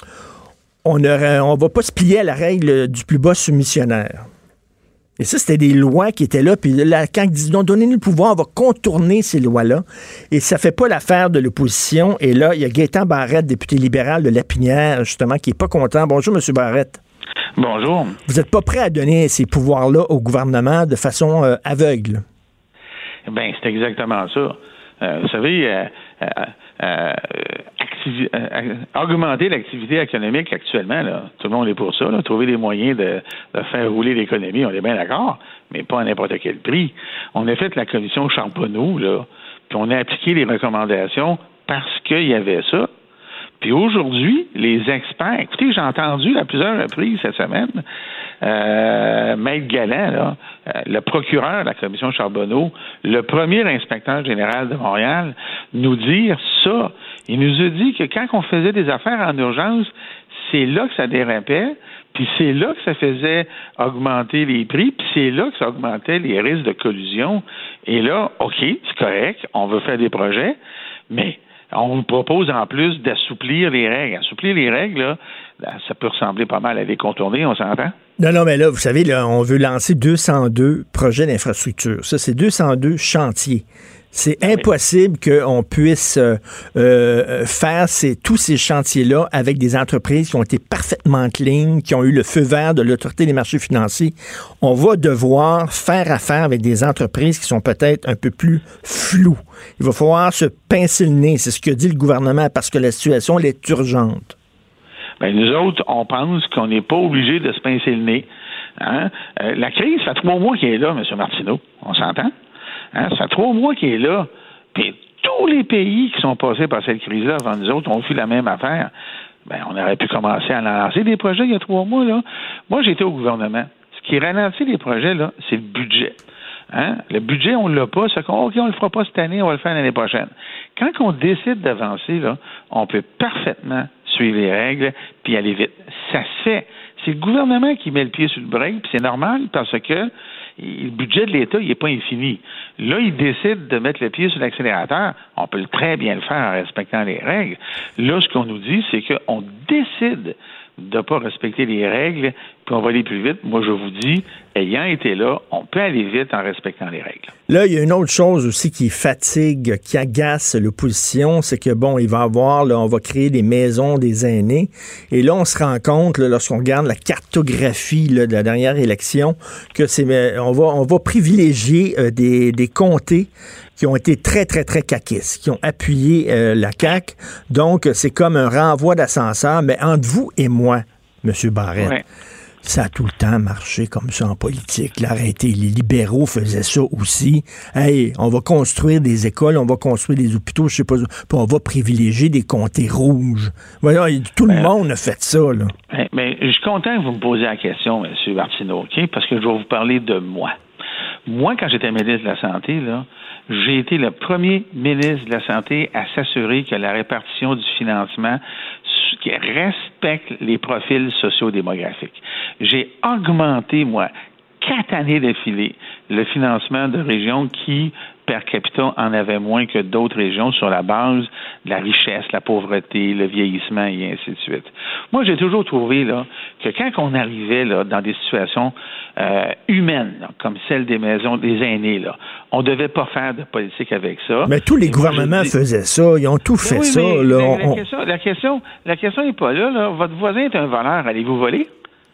on a, on va pas se plier à la règle du plus bas soumissionnaire. Et ça, c'était des lois qui étaient là, puis la C A Q dit, non, donnez-nous le pouvoir, on va contourner ces lois-là. Et ça fait pas l'affaire de l'opposition. Et là, il y a Gaétan Barrette, député libéral de Lapinière, justement, qui est pas content. Bonjour, M. Barrette. Bonjour. Vous n'êtes pas prêt à donner ces pouvoirs-là au gouvernement de façon euh, aveugle? Bien, c'est exactement ça. Euh, vous savez, euh, euh, euh, activi- euh, augmenter l'activité économique actuellement, là, tout le monde est pour ça, là, trouver des moyens de, de faire rouler l'économie, on est bien d'accord, mais pas à n'importe quel prix. On a fait la commission Charbonneau, là, puis on a appliqué les recommandations parce qu'il y avait ça. Puis aujourd'hui, les experts, écoutez, j'ai entendu à plusieurs reprises cette semaine, euh, Maître Galland, là, euh, le procureur de la commission Charbonneau, le premier inspecteur général de Montréal, nous dire ça. Il nous a dit que quand on faisait des affaires en urgence, c'est là que ça dérapait, puis c'est là que ça faisait augmenter les prix, puis c'est là que ça augmentait les risques de collusion. Et là, OK, c'est correct, on veut faire des projets, mais on nous propose en plus d'assouplir les règles. Assouplir les règles, là, ça peut ressembler pas mal à les contourner, on s'entend? Non, non, mais là, vous savez, là, on veut lancer deux cent deux projets d'infrastructure. Ça, c'est deux cent deux chantiers. C'est impossible qu'on puisse euh, euh, faire ces, tous ces chantiers-là avec des entreprises qui ont été parfaitement clean, qui ont eu le feu vert de l'Autorité des marchés financiers. On va devoir faire affaire avec des entreprises qui sont peut-être un peu plus floues. Il va falloir se pincer le nez, c'est ce que dit le gouvernement, parce que la situation, elle est urgente. Bien, nous autres, on pense qu'on n'est pas obligé de se pincer le nez. Hein? Euh, la crise, ça fait trois mois qu'elle est là, M. Martineau. On s'entend? Hein? Ça fait trois mois qu'il est là. Puis tous les pays qui sont passés par cette crise-là avant nous autres ont fait la même affaire. Ben, on aurait pu commencer à lancer des projets il y a trois mois, là. Moi, j'étais au gouvernement. Ce qui ralentit les projets, là, c'est le budget. Hein? Le budget, on ne l'a pas. C'est qu'on, OK, on ne le fera pas cette année, on va le faire l'année prochaine. Quand on décide d'avancer, là, on peut parfaitement suivre les règles puis aller vite. Ça se fait. C'est le gouvernement qui met le pied sur le break, puis c'est normal parce que le budget de l'État, il n'est pas infini. Là, il décide de mettre le pied sur l'accélérateur. On peut très bien le faire en respectant les règles. Là, ce qu'on nous dit, c'est qu'on décide de ne pas respecter les règles, puis on va aller plus vite. Moi, je vous dis, ayant été là, on peut aller vite en respectant les règles. Là, il y a une autre chose aussi qui fatigue, qui agace l'opposition, c'est que, bon, il va y avoir, là, on va créer des maisons des aînés, et là, on se rend compte, là, lorsqu'on regarde la cartographie là, de la dernière élection, que c'est, on va, on va privilégier euh, des, des comtés qui ont été très, très, très caquistes, qui ont appuyé euh, la C A Q. Donc, c'est comme un renvoi d'ascenseur, mais entre vous et moi, M. Barrette, ouais. Ça a tout le temps marché comme ça en politique. L'arrêté, les libéraux faisaient ça aussi. Hey, on va construire des écoles, on va construire des hôpitaux, je sais pas, puis on va privilégier des comtés rouges. Voilà, tout le ben, monde a fait ça, là. Mais, mais je suis content que vous me posiez la question, M. Martineau, OK? Parce que je vais vous parler de moi. Moi, quand j'étais ministre de la Santé, là, j'ai été le premier ministre de la Santé à s'assurer que la répartition du financement qui respecte les profils sociodémographiques. J'ai augmenté, moi, quatre années d'affilée, le financement de régions qui, per capita, en avaient moins que d'autres régions sur la base de la richesse, la pauvreté, le vieillissement et ainsi de suite. Moi, j'ai toujours trouvé là que quand on arrivait là dans des situations euh, humaines, là, comme celle des maisons des aînés, là, on devait pas faire de politique avec ça. Mais tous les et gouvernements moi, dis... faisaient ça, ils ont tout fait oui, ça. Mais, là, mais on... la, question, la question, la question n'est pas là, là. Votre voisin est un voleur, allez-vous voler?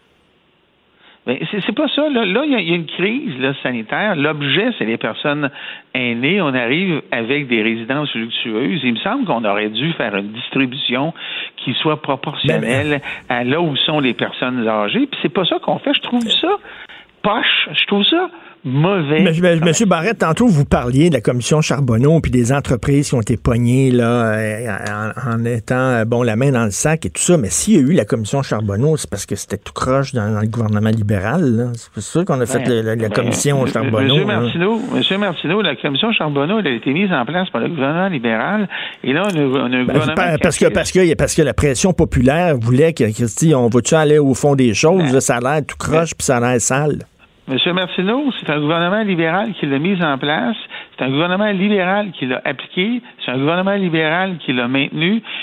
Ben, c'est, c'est pas ça. Là, là, il y, y a une crise là, sanitaire. L'objet, c'est les personnes aînées. On arrive avec des résidences luxueuses. Il me semble qu'on aurait dû faire une distribution qui soit proportionnelle ben, à là où sont les personnes âgées. Puis c'est pas ça qu'on fait. Je trouve ça poche. Je trouve ça mauvais. Mais, mais, Monsieur Barrette, tantôt, vous parliez de la commission Charbonneau puis des entreprises qui ont été pognées là, en, en étant bon la main dans le sac et tout ça. Mais s'il y a eu la commission Charbonneau, c'est parce que c'était tout croche dans, dans le gouvernement libéral. Là. C'est sûr qu'on a fait ben, le, la, la ben, commission Charbonneau. Monsieur Martineau, Monsieur Martineau, la commission Charbonneau, elle a été mise en place par le gouvernement libéral. Et là, on a, on a un ben, gouvernement... Parce, parce, que, parce, que, parce que la pression populaire voulait que, Christy, on va-tu aller au fond des choses? Ben, là, ça a l'air tout croche puis ça a l'air sale. M. Martineau, c'est un gouvernement libéral qui l'a mis en place, c'est un gouvernement libéral qui l'a appliqué, c'est un gouvernement libéral qui l'a maintenu,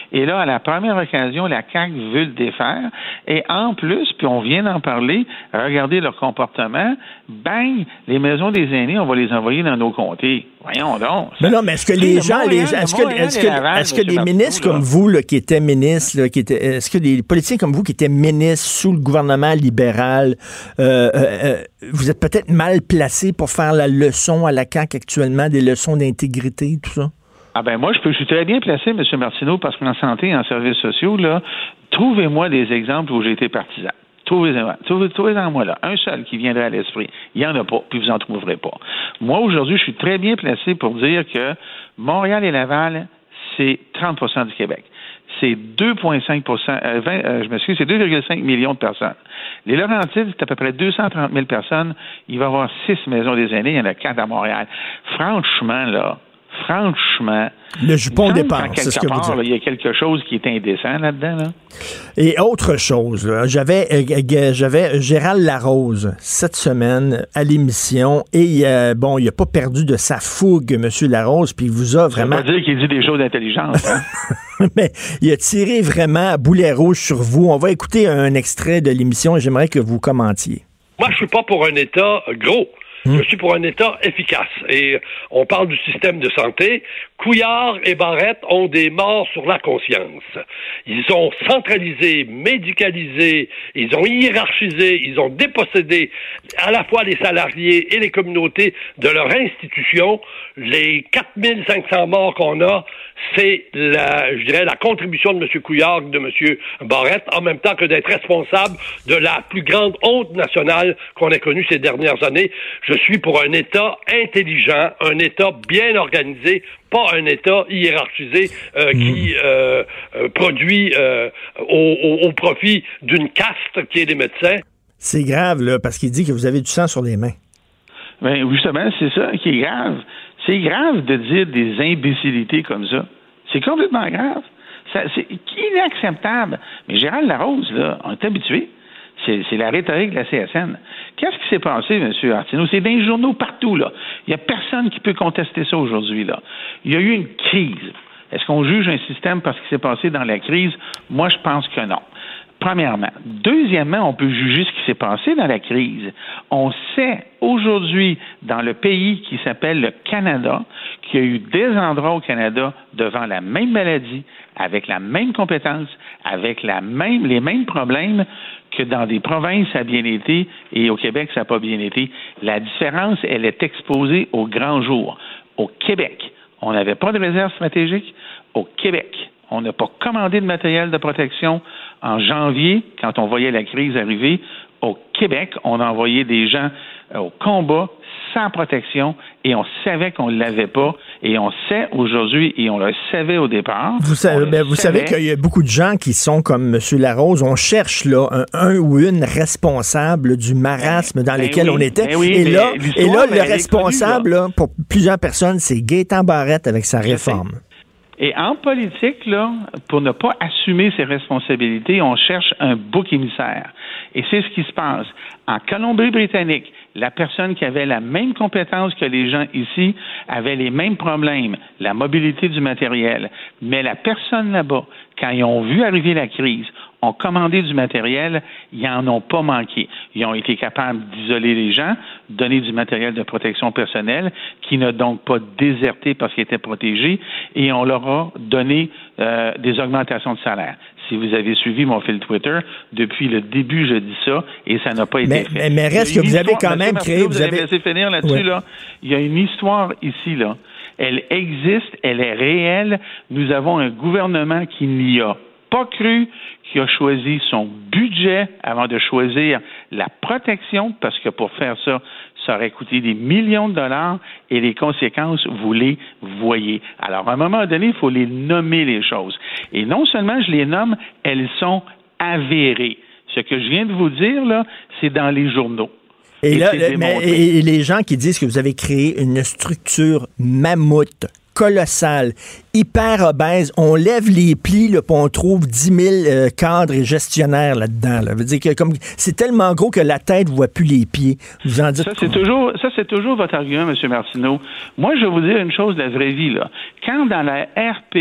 Et là, à la première occasion, la C A Q veut le défaire. Et en plus, puis on vient d'en parler, regardez leur comportement, bang, les maisons des aînés, on va les envoyer dans nos comtés. Voyons donc. Mais non, mais est-ce que les gens, les, est-ce que, est-ce que, est-ce que des ministres comme vous, là, qui étaient ministres, là, qui étaient, est-ce que des politiciens comme vous qui étaient ministres sous le gouvernement libéral, euh, euh, vous êtes peut-être mal placés pour faire la leçon à la C A Q actuellement, des leçons d'intégrité, tout ça? Ah ben moi, je, peux, je suis très bien placé, M. Martineau, parce qu'en santé et en services sociaux, là, trouvez-moi des exemples où j'ai été partisan. Trouvez-en, trouvez-en moi là, un seul qui viendrait à l'esprit. Il n'y en a pas, puis vous n'en trouverez pas. Moi, aujourd'hui, je suis très bien placé pour dire que Montréal et Laval, c'est trente pour cent du Québec. C'est deux virgule cinq pour cent, euh, vingt, euh, je m'excuse, c'est deux virgule cinq millions de personnes. Les Laurentides, c'est à peu près deux cent trente mille personnes. Il va y avoir six maisons des aînés, il y en a quatre à Montréal. Franchement, là, Franchement, le jupon dépasse, c'est ce que vous dites. Il y a quelque chose qui est indécent là-dedans. Là. Et autre chose, là, j'avais, euh, j'avais Gérald Larose cette semaine à l'émission et euh, bon, il n'a pas perdu de sa fougue, M. Larose, puis il vous a vraiment... Ça veut pas dire qu'il dit des choses intelligentes. Hein? Mais il a tiré vraiment à boulet rouge sur vous. On va écouter un extrait de l'émission et j'aimerais que vous commentiez. Moi, je suis pas pour un État gros. Je suis pour un État efficace. Et on parle du système de santé. Couillard et Barrette ont des morts sur la conscience. Ils ont centralisé, médicalisé, ils ont hiérarchisé, ils ont dépossédé à la fois les salariés et les communautés de leur institution. Les quatre mille cinq cents morts qu'on a, c'est la, je dirais, la contribution de M. Couillard et de M. Barrette, en même temps que d'être responsable de la plus grande honte nationale qu'on ait connue ces dernières années. Je suis pour un État intelligent, un État bien organisé, pas un État hiérarchisé euh, mmh. qui euh, euh, produit euh, au, au, au profit d'une caste qui est les médecins. C'est grave, là, parce qu'il dit que vous avez du sang sur les mains. Bien, justement, c'est ça qui est grave. C'est grave de dire des imbécilités comme ça. C'est complètement grave. Ça, c'est inacceptable. Mais Gérald Larose, là, on est habitué. C'est, c'est la rhétorique de la C S N. Qu'est-ce qui s'est passé, M. Artino? C'est dans les journaux partout, là. Il n'y a personne qui peut contester ça aujourd'hui, là. Il y a eu une crise. Est-ce qu'on juge un système parce qu'il s'est passé dans la crise? Moi, je pense que non. Premièrement. Deuxièmement, on peut juger ce qui s'est passé dans la crise. On sait aujourd'hui, dans le pays qui s'appelle le Canada, qu'il y a eu des endroits au Canada devant la même maladie, avec la même compétence, avec la même, les mêmes problèmes que dans des provinces, ça a bien été, et au Québec, ça n'a pas bien été. La différence, elle est exposée au grand jour. Au Québec, on n'avait pas de réserve stratégique. Au Québec, on n'a pas commandé de matériel de protection en janvier, quand on voyait la crise arriver. Au Québec, on a envoyé des gens au combat sans protection et on savait qu'on ne l'avait pas et on sait aujourd'hui et on le savait au départ. Vous savez, ben, vous savez qu'il y a beaucoup de gens qui sont comme M. Larose. On cherche là un, un ou une responsable du marasme dans ben, lequel oui, on était. Ben oui, et, là, et là, le responsable connue, là. Là, pour plusieurs personnes, c'est Gaétan Barrette avec sa réforme. Et en politique, là, pour ne pas assumer ses responsabilités, on cherche un bouc émissaire. Et c'est ce qui se passe. En Colombie-Britannique, la personne qui avait la même compétence que les gens ici avait les mêmes problèmes, la mobilité du matériel. Mais la personne là-bas, quand ils ont vu arriver la crise, ont commandé du matériel, ils n'en ont pas manqué. Ils ont été capables d'isoler les gens, donner du matériel de protection personnelle, qui n'a donc pas déserté parce qu'ils étaient protégés, et on leur a donné euh, des augmentations de salaire. Si vous avez suivi mon fil Twitter, depuis le début, je dis ça, et ça n'a pas été mais, fait. Mais reste que vous avez quand même créé... Vous, vous avez laissé finir là-dessus, oui. là. Il y a une histoire ici, là. Elle existe, elle est réelle. Nous avons un gouvernement qui n'y a pas cru, qui a choisi son budget avant de choisir la protection, parce que pour faire ça, ça aurait coûté des millions de dollars et les conséquences, vous les voyez. Alors, à un moment donné, il faut les nommer, les choses. Et non seulement je les nomme, elles sont avérées. Ce que je viens de vous dire, là, c'est dans les journaux. Et, et, là, mais, et les gens qui disent que vous avez créé une structure mammouth, colossale, hyper obèse, on lève les plis, là, puis on trouve dix mille euh, cadres et gestionnaires là-dedans. Là. Veut dire que comme c'est tellement gros que la tête ne voit plus les pieds. Vous en dites ça, c'est toujours, ça, c'est toujours votre argument, M. Martineau. Moi, je vais vous dire une chose de la vraie vie. Là. Quand dans la R P A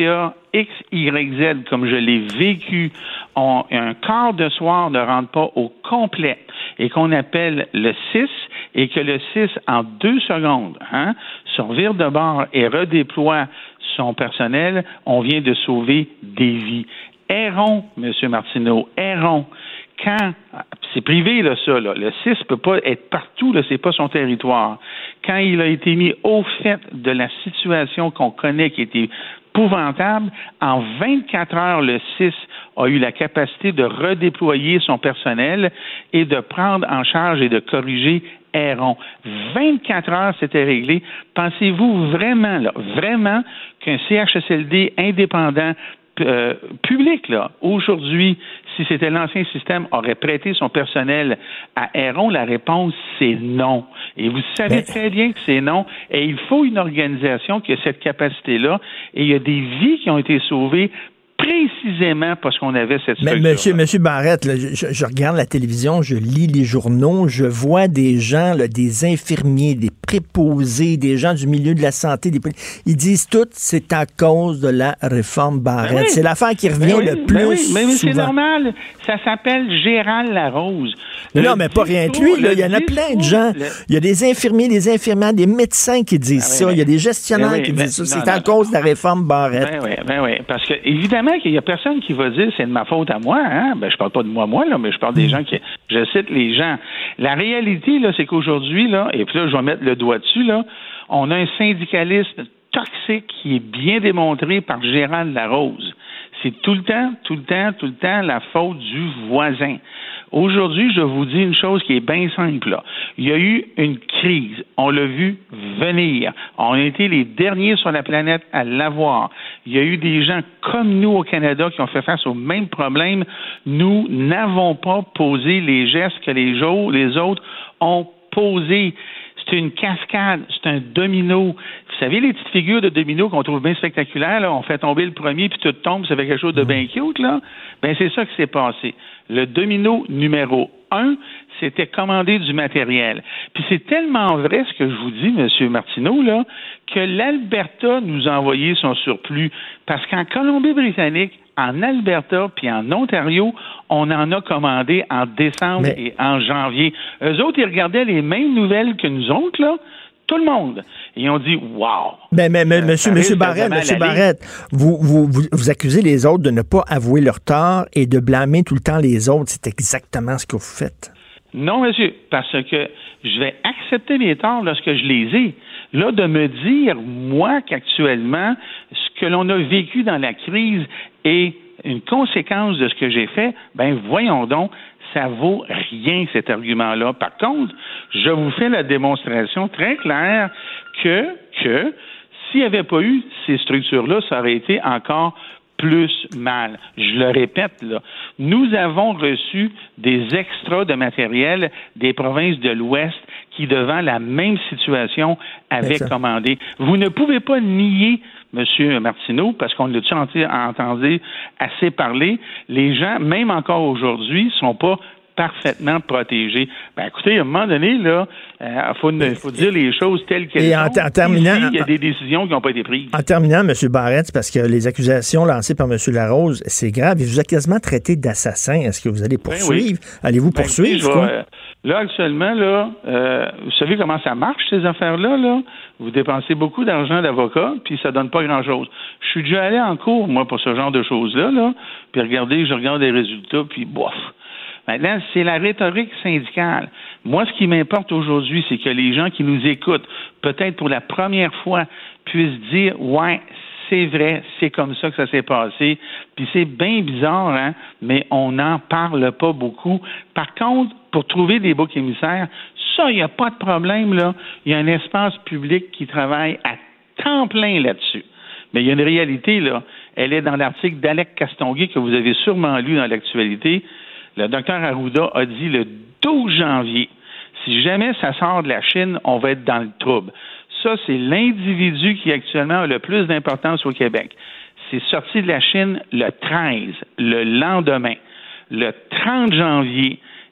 X, Y, Z, comme je l'ai vécu, on, un quart de soir ne rentre pas au complet et qu'on appelle le six et que le six, en deux secondes, hein, se revire de bord et redéploie son personnel, on vient de sauver des vies. Errons, M. Martineau, errons. Quand, c'est privé, là, ça, là, le six peut pas être partout, là, c'est pas son territoire. Quand il a été mis au fait de la situation qu'on connaît, qui était épouvantable, en vingt-quatre heures, le six a eu la capacité de redéployer son personnel et de prendre en charge et de corriger Héron. vingt-quatre heures, c'était réglé. Pensez-vous vraiment, là, vraiment qu'un C H S L D indépendant Euh, public, là, aujourd'hui, si c'était l'ancien système, aurait prêté son personnel à Héron? La réponse, c'est non. Et vous savez Mais... très bien que c'est non. Et il faut une organisation qui a cette capacité-là. Et il y a des vies qui ont été sauvées précisément parce qu'on avait cette structure. Mais monsieur, monsieur Barrette, là, je, je regarde la télévision, je lis les journaux, je vois des gens, là, des infirmiers, des préposés, des gens du milieu de la santé, des... ils disent tout, c'est à cause de la réforme Barrette. Ben oui. C'est l'affaire qui revient ben oui, le plus ben oui, mais, mais souvent. C'est normal. Ça s'appelle Gérald Larose. Non, non mais pas rien que lui. Là. Il y en a plein de gens. Le... Il y a des infirmiers, des infirmières, des médecins qui disent ben ça. Oui, ben... Il y a des gestionnaires ben oui, qui ben... disent ça. Non, c'est non, à non, cause non. de la réforme Barrette. Ben oui, ben oui. Parce que, évidemment, qu'il y a personne qui va dire c'est de ma faute à moi, hein? Ben, je parle pas de moi, moi, là, mais je parle des gens qui, je cite les gens. La réalité, là, c'est qu'aujourd'hui, là, et puis là, je vais mettre le doigt dessus, là, on a un syndicalisme toxique qui est bien démontré par Gérald Larose. C'est tout le temps, tout le temps, tout le temps la faute du voisin. Aujourd'hui, je vous dis une chose qui est bien simple, là. Il y a eu une crise. On l'a vu venir. On a été les derniers sur la planète à l'avoir. Il y a eu des gens comme nous au Canada qui ont fait face au même problème. Nous n'avons pas posé les gestes que les autres ont posés. C'est une cascade, c'est un domino. Vous savez, les petites figures de domino qu'on trouve bien spectaculaires, là, on fait tomber le premier puis tout tombe, ça fait quelque chose de bien cute, là. Ben, c'est ça qui s'est passé. Le domino numéro un, c'était commander du matériel. Puis c'est tellement vrai ce que je vous dis, M. Martineau, là, que l'Alberta nous a envoyé son surplus. Parce qu'en Colombie-Britannique, en Alberta puis en Ontario, on en a commandé en décembre Mais... et en janvier. Eux autres, ils regardaient les mêmes nouvelles que nous autres, là. Tout le monde. Et ils ont dit, wow. Mais, mais, mais monsieur, monsieur Barrette, monsieur Barrette, vous, vous, vous, vous accusez les autres de ne pas avouer leur tort et de blâmer tout le temps les autres. C'est exactement ce que vous faites. Non, monsieur, parce que je vais accepter les torts lorsque je les ai. Là, de me dire, moi, qu'actuellement, ce que l'on a vécu dans la crise est une conséquence de ce que j'ai fait, ben voyons donc, ça vaut rien, cet argument-là. Par contre, je vous fais la démonstration très claire que, que s'il n'y avait pas eu ces structures-là, ça aurait été encore plus mal. Je le répète, là. Nous avons reçu des extras de matériel des provinces de l'Ouest qui, devant la même situation, avaient commandé. Vous ne pouvez pas nier, M. Martineau, parce qu'on l'a entendu assez parler, les gens, même encore aujourd'hui, ne sont pas parfaitement protégés. Ben, écoutez, à un moment donné, là, il euh, faut, faut dire les choses telles qu'elles Et sont. En, t- en terminant, il y a des décisions qui n'ont pas été prises. En terminant, M. Barrette, c'est parce que les accusations lancées par M. Larose, c'est grave. Il vous a quasiment traité d'assassin. Est-ce que vous allez poursuivre? Ben oui. Allez-vous ben, poursuivre? Oui, vais, euh, là, actuellement, là, euh, vous savez comment ça marche, ces affaires-là, là? Vous dépensez beaucoup d'argent d'avocat, puis ça donne pas grand-chose. Je suis déjà allé en cours, moi, pour ce genre de choses-là, là, puis regardez, je regarde les résultats, puis bof. Maintenant, c'est la rhétorique syndicale. Moi, ce qui m'importe aujourd'hui, c'est que les gens qui nous écoutent, peut-être pour la première fois, puissent dire « Ouais, c'est vrai, c'est comme ça que ça s'est passé. » Puis c'est bien bizarre, hein, mais on n'en parle pas beaucoup. Par contre, pour trouver des boucs émissaires, ça, il n'y a pas de problème, là. Il y a un espace public qui travaille à temps plein là-dessus. Mais il y a une réalité, là. Elle est dans l'article d'Alec Castonguay que vous avez sûrement lu dans l'actualité. Le docteur Arruda a dit le douze janvier, si jamais ça sort de la Chine, on va être dans le trouble. Ça, c'est l'individu qui actuellement a le plus d'importance au Québec. C'est sorti de la Chine le treize, le lendemain. Le trente janvier,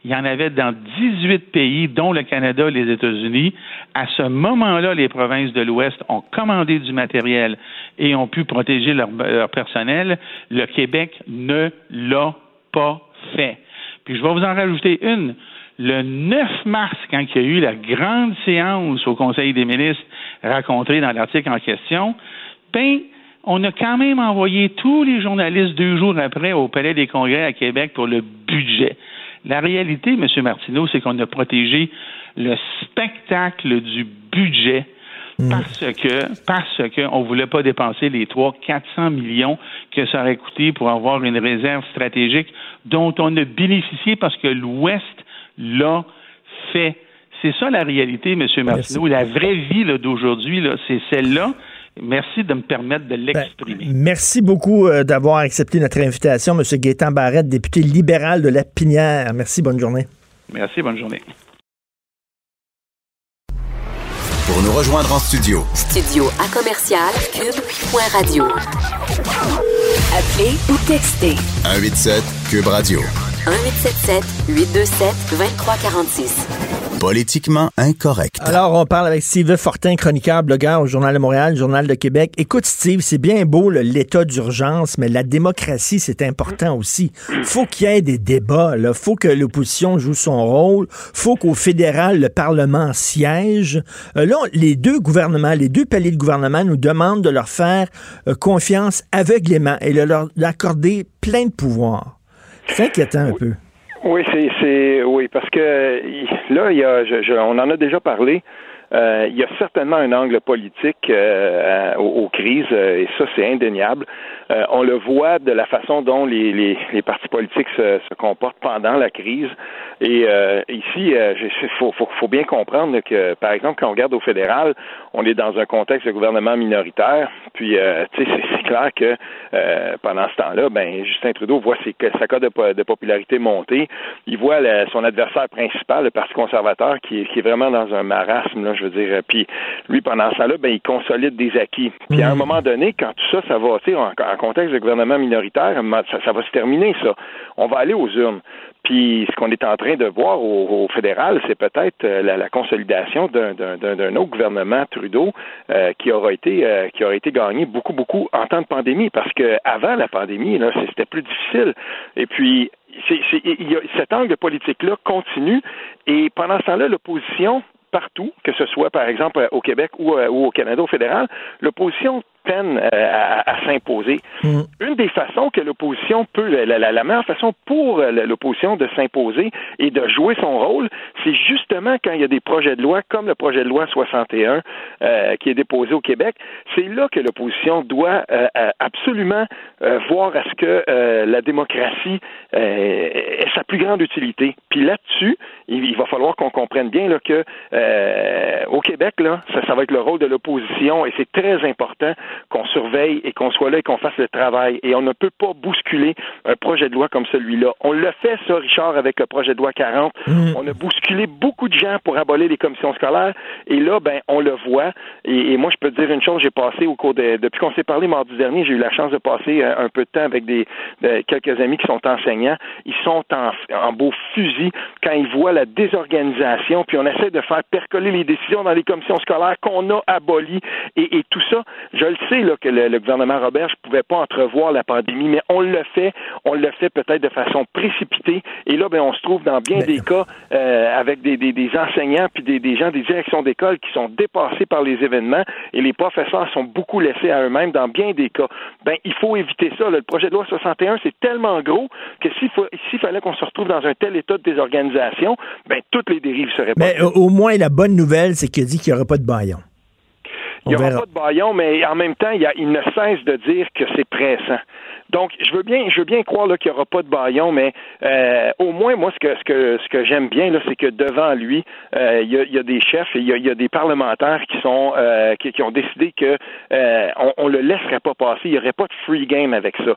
il y en avait dans dix-huit pays, dont le Canada et les États-Unis. À ce moment-là, les provinces de l'Ouest ont commandé du matériel et ont pu protéger leur, leur personnel. Le Québec ne l'a pas fait. Puis je vais vous en rajouter une. Le neuf mars, quand il y a eu la grande séance au Conseil des ministres racontée dans l'article en question, ben, on a quand même envoyé tous les journalistes deux jours après au Palais des Congrès à Québec pour le budget. La réalité, M. Martineau, c'est qu'on a protégé le spectacle du budget mmh. parce que parce que on voulait pas dépenser les trois cents à quatre cents millions que ça aurait coûté pour avoir une réserve stratégique dont on a bénéficié parce que l'Ouest l'a fait. C'est ça la réalité, M. Martineau. Merci. La vraie vie là, d'aujourd'hui, là, c'est celle-là. Merci de me permettre de l'exprimer. Ben, merci beaucoup euh, d'avoir accepté notre invitation, M. Gaétan Barrette, député libéral de Lapinière. Merci, bonne journée. Merci, bonne journée. Pour nous rejoindre en studio. Studio à commercial cube point radio. Appelez ou textez. un huit sept Cube Radio. un huit sept sept huit deux sept deux trois quatre six. Politiquement incorrect. Alors, on parle avec Steve Fortin, chroniqueur, blogueur au Journal de Montréal, Journal de Québec. Écoute, Steve, c'est bien beau là, l'état d'urgence, mais la démocratie, c'est important aussi. Faut qu'il y ait des débats. Il faut que l'opposition joue son rôle. Faut qu'au fédéral, le Parlement siège. Euh, là, les deux gouvernements, les deux paliers de gouvernement nous demandent de leur faire euh, confiance aveuglément et de leur accorder plein de pouvoirs. C'est inquiétant un peu. Oui, c'est, c'est oui, parce que là, il y a, je, je, on en a déjà parlé. Euh, il y a certainement un angle politique euh, aux, aux crises, euh, et ça, c'est indéniable. Euh, on le voit de la façon dont les, les, les partis politiques se, se comportent pendant la crise. Et euh, ici, il faut, faut, faut bien comprendre que, par exemple, quand on regarde au fédéral, on est dans un contexte de gouvernement minoritaire. Puis, euh, tu sais, c'est, c'est clair que euh, pendant ce temps-là, ben Justin Trudeau voit ses, sa cote de, de popularité monter. Il voit le, son adversaire principal, le Parti conservateur, qui est, qui est vraiment dans un marasme, là, je veux dire. Puis, lui, pendant ce temps-là, ben il consolide des acquis. Puis, à un moment donné, quand tout ça, ça va, tu sais, en, en contexte de gouvernement minoritaire, ça, ça va se terminer, ça. On va aller aux urnes. Puis, ce qu'on est en train de voir au, au fédéral, c'est peut-être euh, la, la consolidation d'un, d'un, d'un autre gouvernement Trudeau euh, qui aura été euh, qui aura été gagné beaucoup, beaucoup en temps de pandémie. Parce que avant la pandémie, là, c'était plus difficile. Et puis, c'est, c'est, il y a, cet angle politique-là continue. Et pendant ce temps-là, l'opposition, partout, que ce soit, par exemple, au Québec ou, euh, ou au Canada, au fédéral, l'opposition peine euh, à, à s'imposer. Mmh. Une des façons que l'opposition peut, la, la, la meilleure façon pour l'opposition de s'imposer et de jouer son rôle, c'est justement quand il y a des projets de loi, comme le projet de loi soixante et un euh, qui est déposé au Québec, c'est là que l'opposition doit euh, absolument euh, voir à ce que euh, la démocratie euh, ait sa plus grande utilité. Puis là-dessus, il, il va falloir qu'on comprenne bien là, que euh, au Québec, là, ça, ça va être le rôle de l'opposition et c'est très important qu'on surveille et qu'on soit là et qu'on fasse le travail. Et on ne peut pas bousculer un projet de loi comme celui-là. On l'a fait, ça, Richard, avec le projet de loi quarante. Mmh. On a bousculé beaucoup de gens pour abolir les commissions scolaires. Et là, ben, on le voit. Et, et moi, je peux te dire une chose, j'ai passé au cours de... Depuis qu'on s'est parlé mardi dernier, j'ai eu la chance de passer un, un peu de temps avec des de, quelques amis qui sont enseignants. Ils sont en, en beau fusil quand ils voient la désorganisation, puis on essaie de faire percoler les décisions dans les commissions scolaires qu'on a abolies. Et, et tout ça, je le sais là, que le, le gouvernement Roberge ne pouvait pas entrevoir la pandémie, mais on le fait, on le fait peut-être de façon précipitée. Et là, ben, on se trouve dans bien mais... des cas euh, avec des, des, des enseignants puis des, des gens des directions d'école qui sont dépassés par les événements et les professeurs sont beaucoup laissés à eux-mêmes dans bien des cas. Ben, il faut éviter ça. Là. Le projet de loi soixante et un, c'est tellement gros que s'il, faut, s'il fallait qu'on se retrouve dans un tel état de désorganisation, ben, toutes les dérives seraient pas. Mais au moins, la bonne nouvelle, c'est qu'il a dit qu'il n'y aura pas de bâillon. Il n'y aura pas de bâillon, mais en même temps, il, y a, il ne cesse de dire que c'est pressant. Donc, je veux bien, je veux bien croire là, qu'il n'y aura pas de bâillon, mais euh, au moins, moi, ce que, ce que, ce que j'aime bien, là, c'est que devant lui, euh, il, y a, il y a des chefs et il y a, il y a des parlementaires qui sont, euh, qui, qui ont décidé que euh, on, on le laisserait pas passer. Il n'y aurait pas de free game avec ça.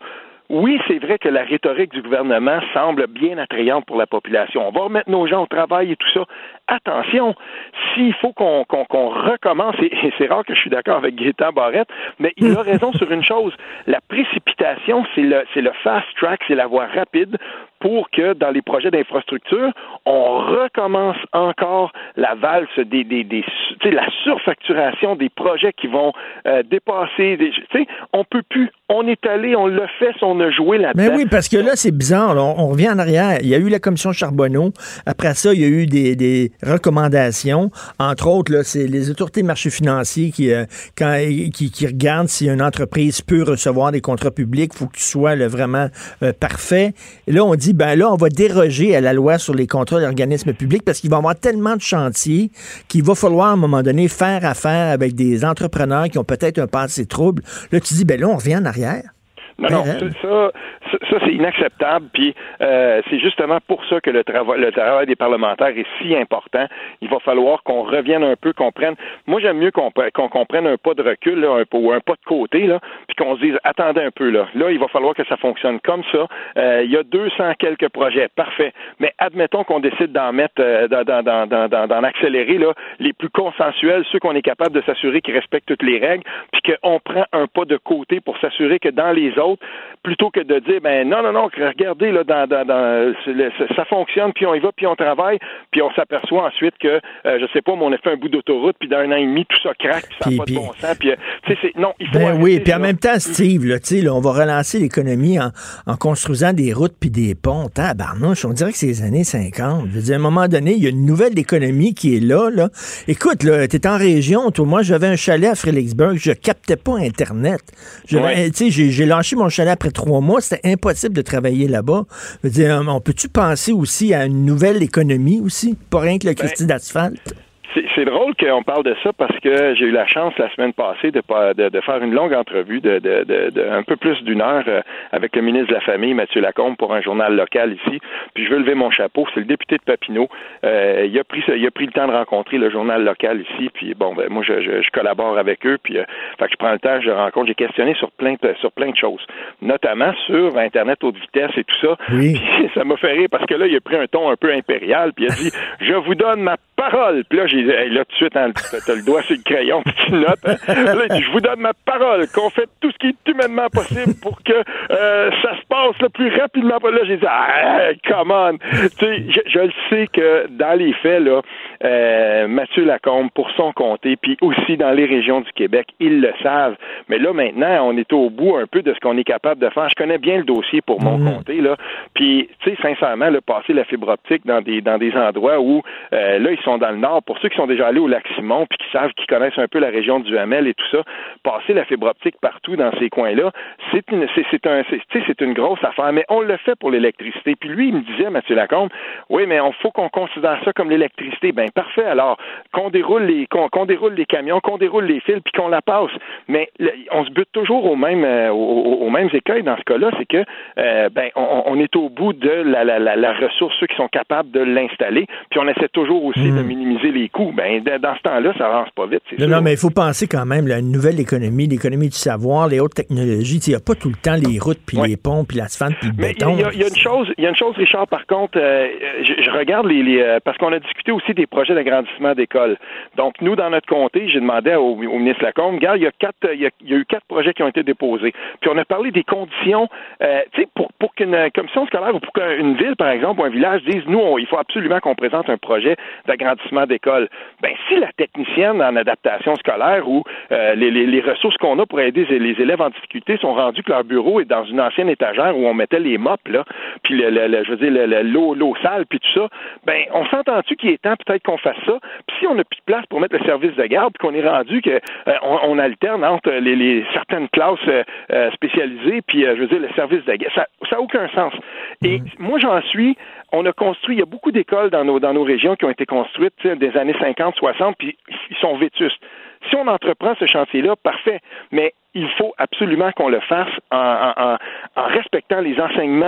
oui, c'est vrai que la rhétorique du gouvernement semble bien attrayante pour la population. On va remettre nos gens au travail et tout ça. Attention, s'il faut qu'on, qu'on, qu'on recommence, et, et c'est rare que je suis d'accord avec Gaétan Barrette, mais il a raison sur une chose. La précipitation, c'est le, c'est le fast track, c'est la voie rapide pour que dans les projets d'infrastructure, on recommence encore la valse des, des, des tu sais, la surfacturation des projets qui vont euh, dépasser. Tu sais, on peut plus. On est allé, on l'a fait, on a joué là-dedans. Mais oui, parce que là, c'est bizarre. Là, on, on revient en arrière. Il y a eu la commission Charbonneau. Après ça, il y a eu des, des recommandations. Entre autres, là, c'est les autorités de marché financier qui, euh, quand, qui, qui regardent si une entreprise peut recevoir des contrats publics. Il faut que tu sois là, vraiment euh, parfait. Et là, on dit, ben là, on va déroger à la loi sur les contrats d'organismes publics parce qu'il va y avoir tellement de chantiers qu'il va falloir, à un moment donné, faire affaire avec des entrepreneurs qui ont peut-être un passé trouble. Là, tu dis, ben là, on revient en arrière. Non, non, ça, ça, ça c'est inacceptable. Puis euh, c'est justement pour ça que le travail, le travail des parlementaires est si important. Il va falloir qu'on revienne un peu, qu'on prenne. Moi, j'aime mieux qu'on, qu'on, qu'on prenne un pas de recul, là, un, ou un pas de côté, là, puis qu'on se dise, attendez un peu, là. Là, il va falloir que ça fonctionne comme ça. Euh, il y a deux cents quelques projets, parfait. Mais admettons qu'on décide d'en mettre, euh, d'en, d'en, d'en, d'en, d'en accélérer là, les plus consensuels, ceux qu'on est capable de s'assurer qu'ils respectent toutes les règles, puis qu'on prend un pas de côté pour s'assurer que dans les autres, plutôt que de dire, ben non, non, non, regardez, là, dans, dans, dans ça fonctionne, puis on y va, puis on travaille, puis on s'aperçoit ensuite que, euh, je sais pas, mais on a fait un bout d'autoroute, puis d'un an et demi, tout ça craque, puis ça n'a pas de bon sens, puis, tu sais, c'est, non, il faut... Ben arrêter, oui, puis en là. même temps, Steve, là, tu sais, là, on va relancer l'économie en, en construisant des routes puis des ponts. Tabarnouche, on dirait que c'est les années cinquante. Je veux dire, à un moment donné, il y a une nouvelle économie qui est là, là. Écoute, là, t'es en région, toi, moi, j'avais un chalet à Fredericksburg, je captais pas Internet. Ouais. Tu sais, j'ai, j'ai lâché mon chalet après trois mois, c'était impossible de travailler là-bas. Je veux dire, on peut-tu penser aussi à une nouvelle économie aussi, pas rien que le Christie ben, d'asphalte? C'est, c'est drôle qu'on parle de ça parce que j'ai eu la chance la semaine passée de, de, de faire une longue entrevue de, de, de, de un peu plus d'une heure euh, avec le ministre de la Famille, Mathieu Lacombe, pour un journal local ici. Puis je veux lever mon chapeau, c'est le député de Papineau. Euh, il a pris il a pris le temps de rencontrer le journal local ici. Puis bon, ben moi je, je, je collabore avec eux. Puis euh, fait que je prends le temps, je rencontre, j'ai questionné sur plein de, sur plein de choses, notamment sur Internet haute vitesse et tout ça. Oui. Puis ça m'a fait rire parce que là il a pris un ton un peu impérial. Puis il a dit je vous donne ma parole. Puis là j'ai Hey, là, tout de suite, hein, t'as le doigt sur le crayon, puis tu notes. Hein. Là, il dit, je vous donne ma parole qu'on fait tout ce qui est humainement possible pour que euh, ça se passe le plus rapidement. Là, j'ai dit, ah, come on. Tu sais, je, je le sais que dans les faits, là, euh, Mathieu Lacombe, pour son comté, puis aussi dans les régions du Québec, ils le savent. Mais là, maintenant, on est au bout un peu de ce qu'on est capable de faire. Je connais bien le dossier pour mon mmh. comté, là. Puis, tu sais, sincèrement, là, passer la fibre optique dans des dans des endroits où, euh, là, ils sont dans le nord. Pour ceux qui sont déjà allés au Lac-Simon, puis qui savent, qui connaissent un peu la région du Hamel et tout ça, passer la fibre optique partout dans ces coins-là, c'est une, c'est, c'est un, c'est, c'est une grosse affaire. Mais on le fait pour l'électricité. Puis lui, il me disait, Mathieu Lacombe, oui, mais on faut qu'on considère ça comme l'électricité. Ben parfait. Alors qu'on déroule les, qu'on, qu'on déroule les camions, qu'on déroule les fils, puis qu'on la passe. Mais le, on se bute toujours au même, euh, aux, aux mêmes écueils dans ce cas-là, c'est que euh, ben on, on est au bout de la, la, la, la ressource, ceux qui sont capables de l'installer. Puis on essaie toujours aussi mmh. de minimiser les coûts. Ben dans ce temps-là, ça avance pas vite, c'est non, sûr. Non, mais il faut penser quand même à une nouvelle économie, l'économie du savoir, les hautes technologies. Il n'y a pas tout le temps les routes, puis ouais. les ponts, puis l'asphalte, puis le mais béton. Il y, y a une chose, il y a une chose, Richard, par contre, euh, je, je regarde les, les euh, parce qu'on a discuté aussi des projets d'agrandissement d'écoles. Donc, nous, dans notre comté, j'ai demandé au, au ministre Lacombe, regarde, il y a quatre, il y a, il y a eu quatre projets qui ont été déposés. Puis on a parlé des conditions, euh, tu sais, pour, pour qu'une commission scolaire ou pour qu'une ville, par exemple, ou un village dise, nous, on, il faut absolument qu'on présente un projet d'agrandissement d'école. Ben, si la technicienne en adaptation scolaire ou euh, les, les, les ressources qu'on a pour aider les élèves en difficulté sont rendues que leur bureau est dans une ancienne étagère où on mettait les mops, là, puis le, le, le, je veux dire, le, le, l'eau, l'eau sale, puis tout ça, ben, on s'entend-tu qu'il est temps peut-être qu'on fasse ça? Puis si on n'a plus de place pour mettre le service de garde, puis qu'on est rendu que euh, on, on alterne entre les, les certaines classes euh, spécialisées, puis euh, je veux dire, le service de garde, ça n'a aucun sens. Et mmh. moi, j'en suis... On a construit, il y a beaucoup d'écoles dans nos, dans nos régions qui ont été construites des années cinquante, soixante, puis ils sont vétustes. Si on entreprend ce chantier-là, parfait, mais il faut absolument qu'on le fasse en, en, en respectant les enseignements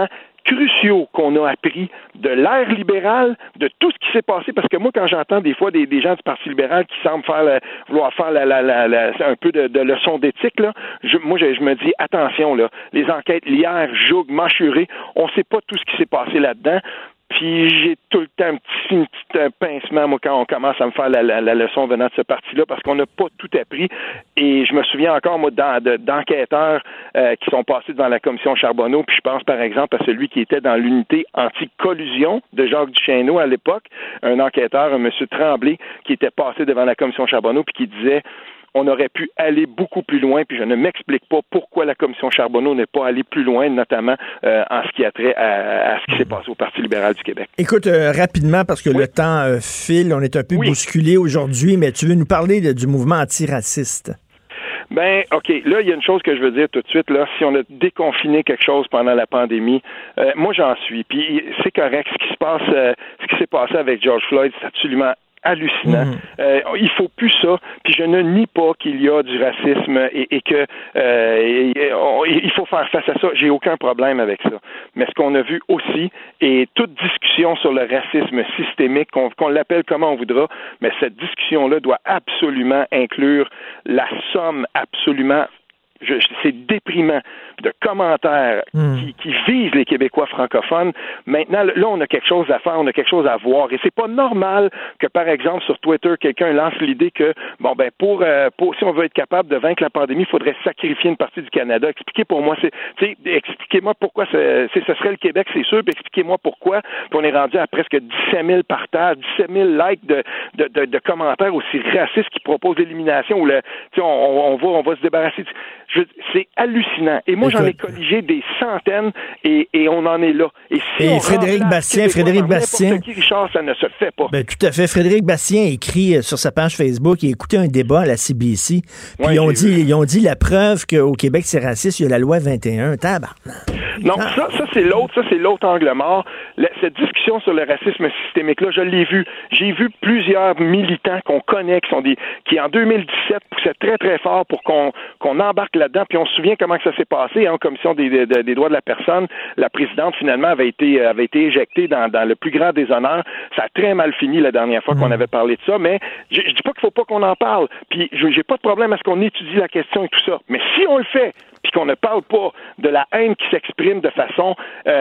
cruciaux qu'on a appris de l'ère libérale, de tout ce qui s'est passé, parce que moi, quand j'entends des fois des, des gens du Parti libéral qui semblent faire la, vouloir faire la, la, la, la, un peu de, de leçon d'éthique, là, je, moi, je, je me dis, attention, là, les enquêtes, Lière, Joug, Machuré, on sait pas tout ce qui s'est passé là-dedans. Puis j'ai tout le temps un petit, un petit un pincement, moi, quand on commence à me faire la, la, la leçon venant de ce parti-là, parce qu'on n'a pas tout appris. Et je me souviens encore, moi, dans, de, d'enquêteurs euh, qui sont passés devant la commission Charbonneau, puis je pense, par exemple, à celui qui était dans l'unité anti-collusion de Jacques Duchesneau à l'époque, un enquêteur, un monsieur Tremblay, qui était passé devant la commission Charbonneau, puis qui disait... on aurait pu aller beaucoup plus loin, puis je ne m'explique pas pourquoi la commission Charbonneau n'est pas allée plus loin, notamment euh, en ce qui a trait à, à ce qui s'est passé au Parti libéral du Québec. Écoute, euh, rapidement, parce que oui. le temps euh, file, on est un peu oui. bousculé aujourd'hui, mais tu veux nous parler de, du mouvement antiraciste? Ben, OK, là, il y a une chose que je veux dire tout de suite, là, si on a déconfiné quelque chose pendant la pandémie, euh, moi, j'en suis, puis c'est correct, ce qui se passe, euh, ce qui s'est passé avec George Floyd, c'est absolument hallucinant. Mmh. Euh, il faut plus ça. Puis je ne nie pas qu'il y a du racisme et, et que euh, et, on, il faut faire face à ça. J'ai aucun problème avec ça. Mais ce qu'on a vu aussi, et toute discussion sur le racisme systémique, qu'on, qu'on l'appelle comment on voudra, mais cette discussion-là doit absolument inclure la somme absolument Je, c'est déprimant de commentaires mmh. qui, qui visent les Québécois francophones. Maintenant, là, on a quelque chose à faire, on a quelque chose à voir. Et c'est pas normal que, par exemple, sur Twitter, quelqu'un lance l'idée que, bon, ben, pour, euh, pour si on veut être capable de vaincre la pandémie, il faudrait sacrifier une partie du Canada. Expliquez pour moi, c'est, expliquez-moi pourquoi c'est, c'est, ce serait le Québec, c'est sûr, puis expliquez-moi pourquoi. Puis on est rendu à presque dix-sept mille partages, dix-sept mille likes de, de, de, de commentaires aussi racistes qui proposent l'élimination ou le, tu sais, on, on va, on va se débarrasser. Je, c'est hallucinant. Et moi, j'en ai colligé des centaines et, et on en est là. Et, si et Frédéric Bastien, Frédéric Bastien. Qui, Richard, ça ne se fait pas. Ben, tout à fait. Frédéric Bastien écrit sur sa page Facebook, il a écouté un débat à la C B C. Puis ouais, ils, ont dit, ils ont dit la preuve qu'au Québec, c'est raciste, il y a la loi vingt et un. Tabarnak. Non, ah. ça, ça, c'est l'autre, ça, c'est l'autre angle mort. La, cette discussion sur le racisme systémique-là, je l'ai vu. J'ai vu plusieurs militants qu'on connaît, qui sont des, qui en deux mille dix-sept poussaient très, très fort pour qu'on, qu'on embarque là-dedans. Puis on se souvient comment que ça s'est passé, hein, en commission des, des, des droits de la personne. La présidente, finalement, avait été, avait été éjectée dans, dans le plus grand déshonneur. Ça a très mal fini la dernière fois mmh. qu'on avait parlé de ça, mais je, je dis pas qu'il faut pas qu'on en parle. Puis j'ai pas de problème à ce qu'on étudie la question et tout ça. Mais si on le fait, puis qu'on ne parle pas de la haine qui s'exprime de façon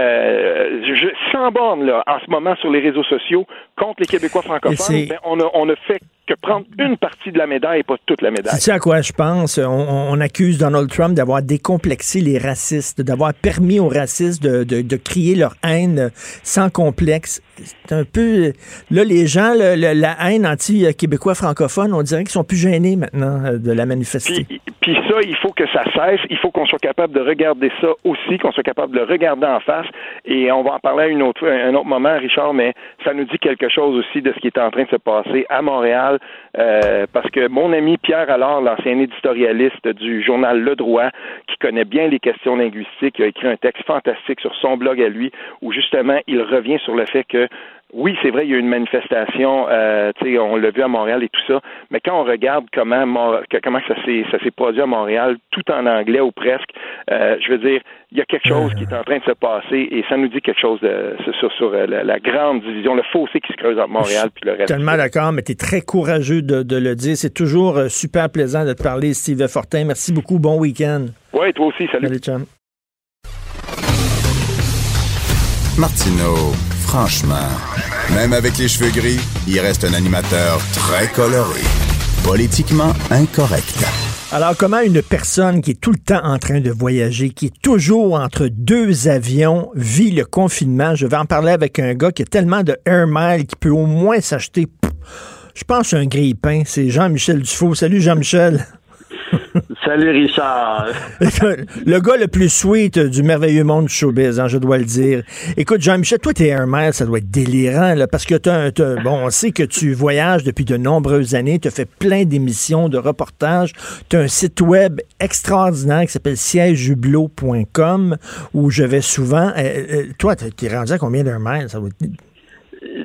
euh, je, sans borne là, en ce moment sur les réseaux sociaux contre les Québécois francophones, ben, on a on a fait que prendre une partie de la médaille et pas toute la médaille. C'est à quoi je pense? On, on accuse Donald Trump d'avoir décomplexé les racistes, d'avoir permis aux racistes de, de, de crier leur haine sans complexe. C'est un peu... Là, les gens, le, le, la haine anti-québécois francophones, on dirait qu'ils sont plus gênés maintenant de la manifester. Puis, puis ça, il faut que ça cesse. Il faut qu'on soit capable de regarder ça aussi, qu'on soit capable de le regarder en face. Et on va en parler à une autre, un autre moment, Richard, mais ça nous dit quelque chose aussi de ce qui est en train de se passer à Montréal. Euh, parce que mon ami Pierre Allard, l'ancien éditorialiste du journal Le Droit, qui connaît bien les questions linguistiques, a écrit un texte fantastique sur son blog à lui, où justement il revient sur le fait que oui, c'est vrai, il y a eu une manifestation, euh, tu sais, on l'a vu à Montréal et tout ça, mais quand on regarde comment comment ça s'est ça s'est produit à Montréal, tout en anglais ou presque, euh, je veux dire, il y a quelque chose qui est en train de se passer et ça nous dit quelque chose de, sur, sur la, la grande division, le fossé qui se creuse entre Montréal puis le reste. Tellement d'accord, mais tu es très courageux de, de le dire. C'est toujours super plaisant de te parler, Steve Fortin. Merci beaucoup. Bon week-end. Oui, toi aussi. Salut. Salut, chum. Martineau, franchement, même avec les cheveux gris, il reste un animateur très coloré. Politiquement incorrect. Alors, comment une personne qui est tout le temps en train de voyager, qui est toujours entre deux avions, vit le confinement? Je vais en parler avec un gars qui a tellement de Air Miles qu'il peut au moins s'acheter, je pense, un grille-pain. C'est Jean-Michel Dufault. Salut, Jean-Michel. Salut, Richard. Le gars le plus sweet du merveilleux monde du showbiz, hein, je dois le dire. Écoute, Jean-Michel, toi, t'es Air Miles, ça doit être délirant, là, parce que t'as, t'as, bon, on sait que tu voyages depuis de nombreuses années, tu as fait plein d'émissions, de reportages, tu as un site web extraordinaire qui s'appelle siège hublot point com où je vais souvent. Euh, euh, toi, t'es rendu à combien d'Air Miles? Ça doit être...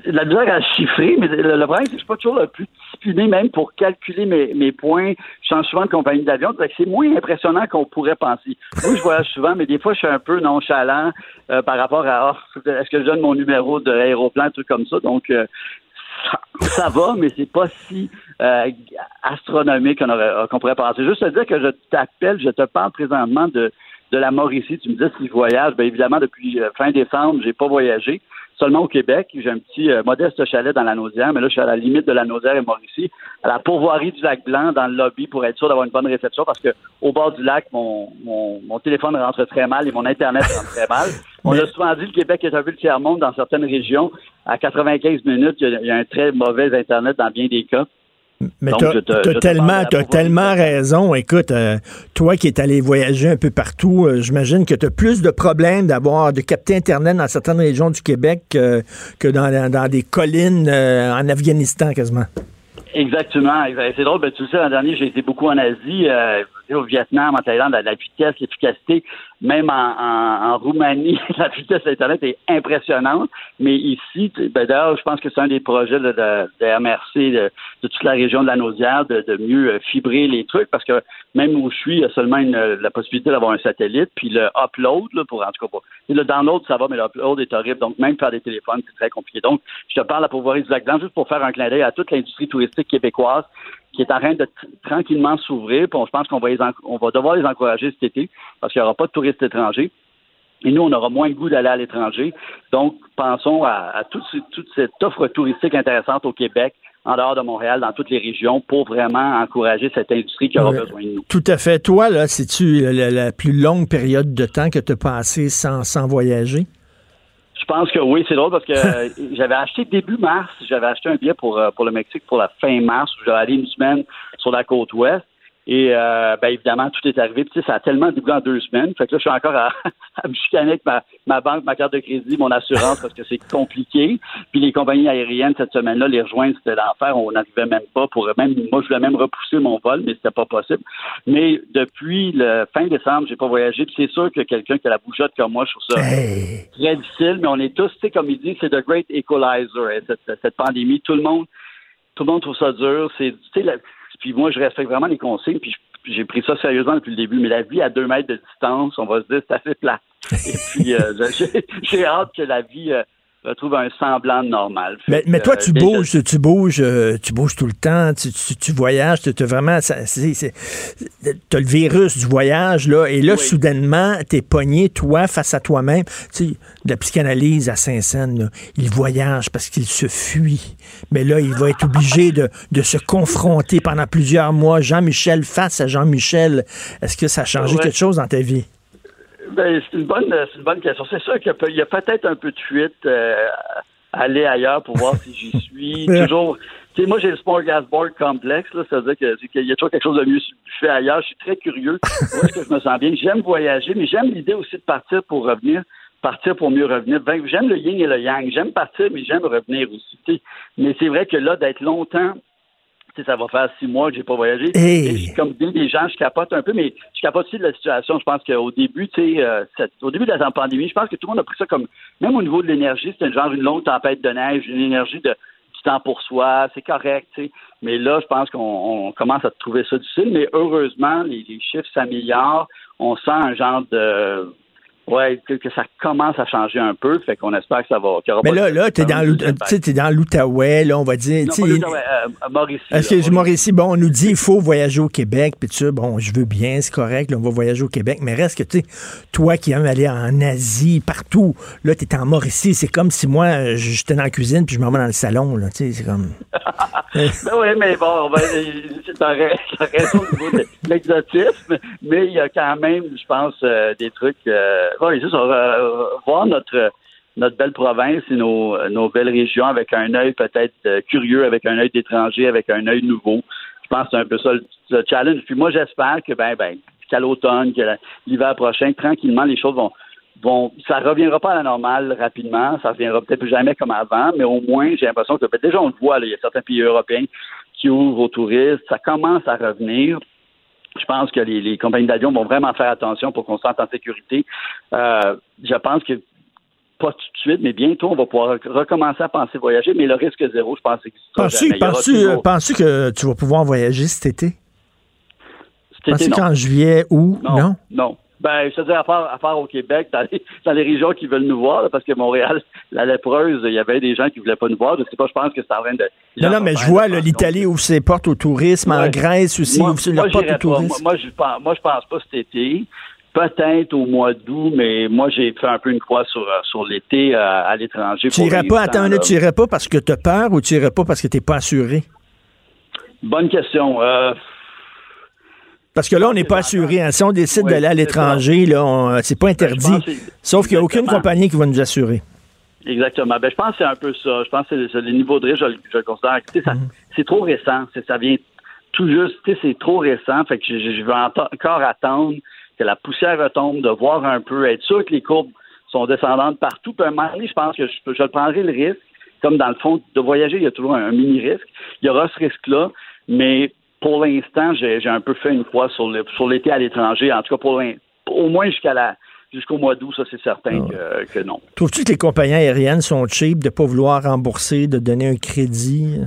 la misère à chiffrer, mais le, le problème, c'est que je suis pas toujours le plus discipliné, même pour calculer mes, mes points. Je change souvent de compagnie d'avion, donc c'est moins impressionnant qu'on pourrait penser. Oui, je voyage souvent, mais des fois, je suis un peu nonchalant euh, par rapport à oh, est-ce que je donne mon numéro d'aéroplan, un truc comme ça. Donc, euh, ça, ça va, mais c'est pas si euh, astronomique qu'on, aurait, qu'on pourrait penser. Juste te dire que je t'appelle, je te parle présentement de, de la Mauricie. Tu me dis si je voyage. Bien évidemment, depuis euh, fin décembre, j'ai pas voyagé. Seulement au Québec, j'ai un petit euh, modeste chalet dans la Naudière, mais là, je suis à la limite de la Naudière et Mauricie, à la pourvoirie du Lac-Blanc, dans le lobby, pour être sûr d'avoir une bonne réception, parce que au bord du lac, mon, mon, mon téléphone rentre très mal et mon Internet rentre très mal. On a souvent dit que le Québec est un peu le tiers-monde dans certaines régions. À quatre-vingt-quinze minutes, il y, a, il y a un très mauvais Internet dans bien des cas. Mais tu as tellement, t'as tellement raison. Écoute, euh, toi qui es allé voyager un peu partout, euh, j'imagine que tu as plus de problèmes d'avoir de capter Internet dans certaines régions du Québec euh, que dans, dans des collines euh, en Afghanistan quasiment. Exactement. C'est drôle, ben, tu le sais, l'an dernier, j'ai été beaucoup en Asie, euh, au Vietnam, en Thaïlande, la, la vitesse, l'efficacité, même en, en, en Roumanie, la vitesse d'Internet est impressionnante. Mais ici, ben, d'ailleurs, je pense que c'est un des projets de, de, de M R C, de, de toute la région de la Naudière, de, de mieux fibrer les trucs, parce que même où je suis, il y a seulement une, la possibilité d'avoir un satellite, puis le upload, là, pour en tout cas pas. Le download, ça va, mais le upload est horrible. Donc, même faire des téléphones, c'est très compliqué. Donc, je te parle à pourvoirie du Lac-Blanc, juste pour faire un clin d'œil à toute l'industrie touristique québécoise qui est en train de t- tranquillement s'ouvrir. Puis on, je pense qu'on va, les en- on va devoir les encourager cet été parce qu'il n'y aura pas de touristes étrangers. Et nous, on aura moins le goût d'aller à l'étranger. Donc, pensons à, à toute, toute cette offre touristique intéressante au Québec, en dehors de Montréal, dans toutes les régions, pour vraiment encourager cette industrie qui aura ouais, besoin de nous. Tout à fait. Toi, là, c'est-tu la, la plus longue période de temps que tu as passé sans, sans voyager? Je pense que oui, c'est drôle parce que euh, j'avais acheté début mars, j'avais acheté un billet pour, euh, pour le Mexique pour la fin mars, où j'allais aller une semaine sur la côte ouest. Et euh, ben évidemment, tout est arrivé. Puis, tu sais, ça a tellement déboulé en deux semaines. Fait que là, je suis encore à, à me chicaner avec ma, ma banque, ma carte de crédit, mon assurance, parce que c'est compliqué. Puis les compagnies aériennes, cette semaine-là, les rejoindre, c'était l'enfer. On n'arrivait même pas pour même. Moi, je voulais même repousser mon vol, mais c'était pas possible. Mais depuis le fin décembre, j'ai pas voyagé. Puis c'est sûr que quelqu'un qui a la bougeotte comme moi, je trouve ça hey. très difficile. Mais on est tous, tu sais, comme il dit, c'est the great equalizer. Hein, cette, cette pandémie, tout le monde, tout le monde trouve ça dur. C'est, tu sais, la, puis moi, je respecte vraiment les consignes, puis je, j'ai pris ça sérieusement depuis le début, mais la vie à deux mètres de distance, on va se dire, c'est assez plat. Et puis, euh, j'ai, j'ai hâte que la vie euh, retrouve un semblant de normal. Mais, mais toi, euh, tu bouges, je... tu bouges, euh, tu bouges tout le temps, tu, tu, tu voyages, tu as vraiment, ça, c'est, c'est, t'as le virus du voyage, là, et là, oui. soudainement, t'es pogné, toi, face à toi-même. Tu sais, de la psychanalyse à Saint-Saëns, là, il voyage parce qu'il se fuit. Mais là, il va être obligé de, de se confronter pendant plusieurs mois. Jean-Michel face à Jean-Michel. Est-ce que ça a changé ouais. quelque chose dans ta vie? Ben, c'est une bonne, c'est une bonne question. C'est sûr qu'il y a peut-être un peu de fuite euh, à aller ailleurs pour voir si j'y suis. Toujours. Tu sais, moi, j'ai le smorgasbord complexe, là. Ça veut dire que, qu'il y a toujours quelque chose de mieux fait ailleurs. Je suis très curieux. Où est-ce que je me sens bien? J'aime voyager, mais j'aime l'idée aussi de partir pour revenir. Partir pour mieux revenir. J'aime le yin et le yang. J'aime partir, mais j'aime revenir aussi. T'sais. Mais c'est vrai que là, d'être longtemps, ça va faire six mois que j'ai pas voyagé. Hey. Et comme disent les gens, je capote un peu, mais je capote aussi de la situation. Je pense qu'au début, tu sais, euh, au début de la pandémie, je pense que tout le monde a pris ça comme, même au niveau de l'énergie, c'était genre une longue tempête de neige, une énergie de du temps pour soi, c'est correct, tu sais. Mais là, je pense qu'on on commence à trouver ça difficile, mais heureusement, les, les chiffres s'améliorent. On sent un genre de Ouais, que, que ça commence à changer un peu, fait qu'on espère que ça va. Qu'il y aura mais pas là, là, t'es dans, t'es dans l'Outaouais, là, on va dire. Non, pas l'Outaouais, euh, Mauricie. Excuse, Mauricie, bon, on nous dit il faut voyager au Québec, puis tu sais, bon, je veux bien, c'est correct, là, on va voyager au Québec, mais reste que, tu sais, toi qui aimes aller en Asie, partout, là, t'es en Mauricie, c'est comme si moi, j'étais dans la cuisine, puis je m'en vais dans le salon, là, tu sais, c'est comme. ben oui, mais bon, ben, t'as raison au niveau de l'exotisme, mais il y a quand même, je pense, euh, des trucs. Euh, Oui, c'est ça. Euh, voir notre notre belle province et nos, nos belles régions avec un œil peut-être euh, curieux, avec un œil d'étranger, avec un œil nouveau. Je pense que c'est un peu ça le, le challenge. Puis moi, j'espère que ben ben qu'à l'automne, que la, l'hiver prochain, tranquillement, les choses vont vont. Ça reviendra pas à la normale rapidement. Ça reviendra peut-être plus jamais comme avant, mais au moins, j'ai l'impression que ben, déjà on le voit. Là, il y a certains pays européens qui ouvrent aux touristes. Ça commence à revenir. Je pense que les, les compagnies d'avion vont vraiment faire attention pour qu'on se sente en sécurité. Euh, je pense que pas tout de suite, mais bientôt, on va pouvoir recommencer à penser voyager, mais le risque zéro, je pense, existera penses-tu, jamais. Penses-tu, toujours... penses-tu que tu vas pouvoir voyager cet été? Cet été, penses-tu qu'en juillet, août? Non. Non? Non. Ben, je te dis, à part, à part au Québec, dans les, dans les régions qui veulent nous voir, là, parce que Montréal, la lépreuse, il y avait des gens qui voulaient pas nous voir. Je sais pas, je pense que c'est en train de... Non, non, mais je vois là, l'Italie ouvre ses portes au tourisme, ouais. En Grèce aussi, moi, ouvre leurs portes au tourisme. Moi, moi, je pense, moi, je pense pas cet été. Peut-être au mois d'août, mais moi, j'ai fait un peu une croix sur, sur l'été euh, à l'étranger. Tu irais pas, attends, là, tu irais pas parce que tu as peur ou tu irais pas parce que tu n'es pas assuré? Bonne question. Euh... Parce que là, on n'est pas assuré. Hein. Si on décide oui, d'aller à l'étranger, là, on, c'est pas interdit. Ben, sauf qu'il n'y a aucune compagnie qui va nous assurer. Exactement. Ben, je pense que c'est un peu ça. Je pense que c'est le niveau de risque, je, je le considère. Tu sais, ça, mm-hmm. C'est trop récent. C'est, ça vient tout juste. Tu sais, c'est trop récent. Fait que je, je vais encore attendre que la poussière retombe, de voir un peu, être sûr que les courbes sont descendantes partout. Puis à un moment donné, je pense que je, je prendrai le risque. Comme dans le fond, de voyager, il y a toujours un, un mini-risque. Il y aura ce risque-là, mais pour l'instant, j'ai, j'ai un peu fait une croix sur, le, sur l'été à l'étranger. En tout cas, pour au moins jusqu'à la, jusqu'au mois d'août, ça, c'est certain oh. que, que non. Trouves-tu que les compagnies aériennes sont cheap de ne pas vouloir rembourser, de donner un crédit?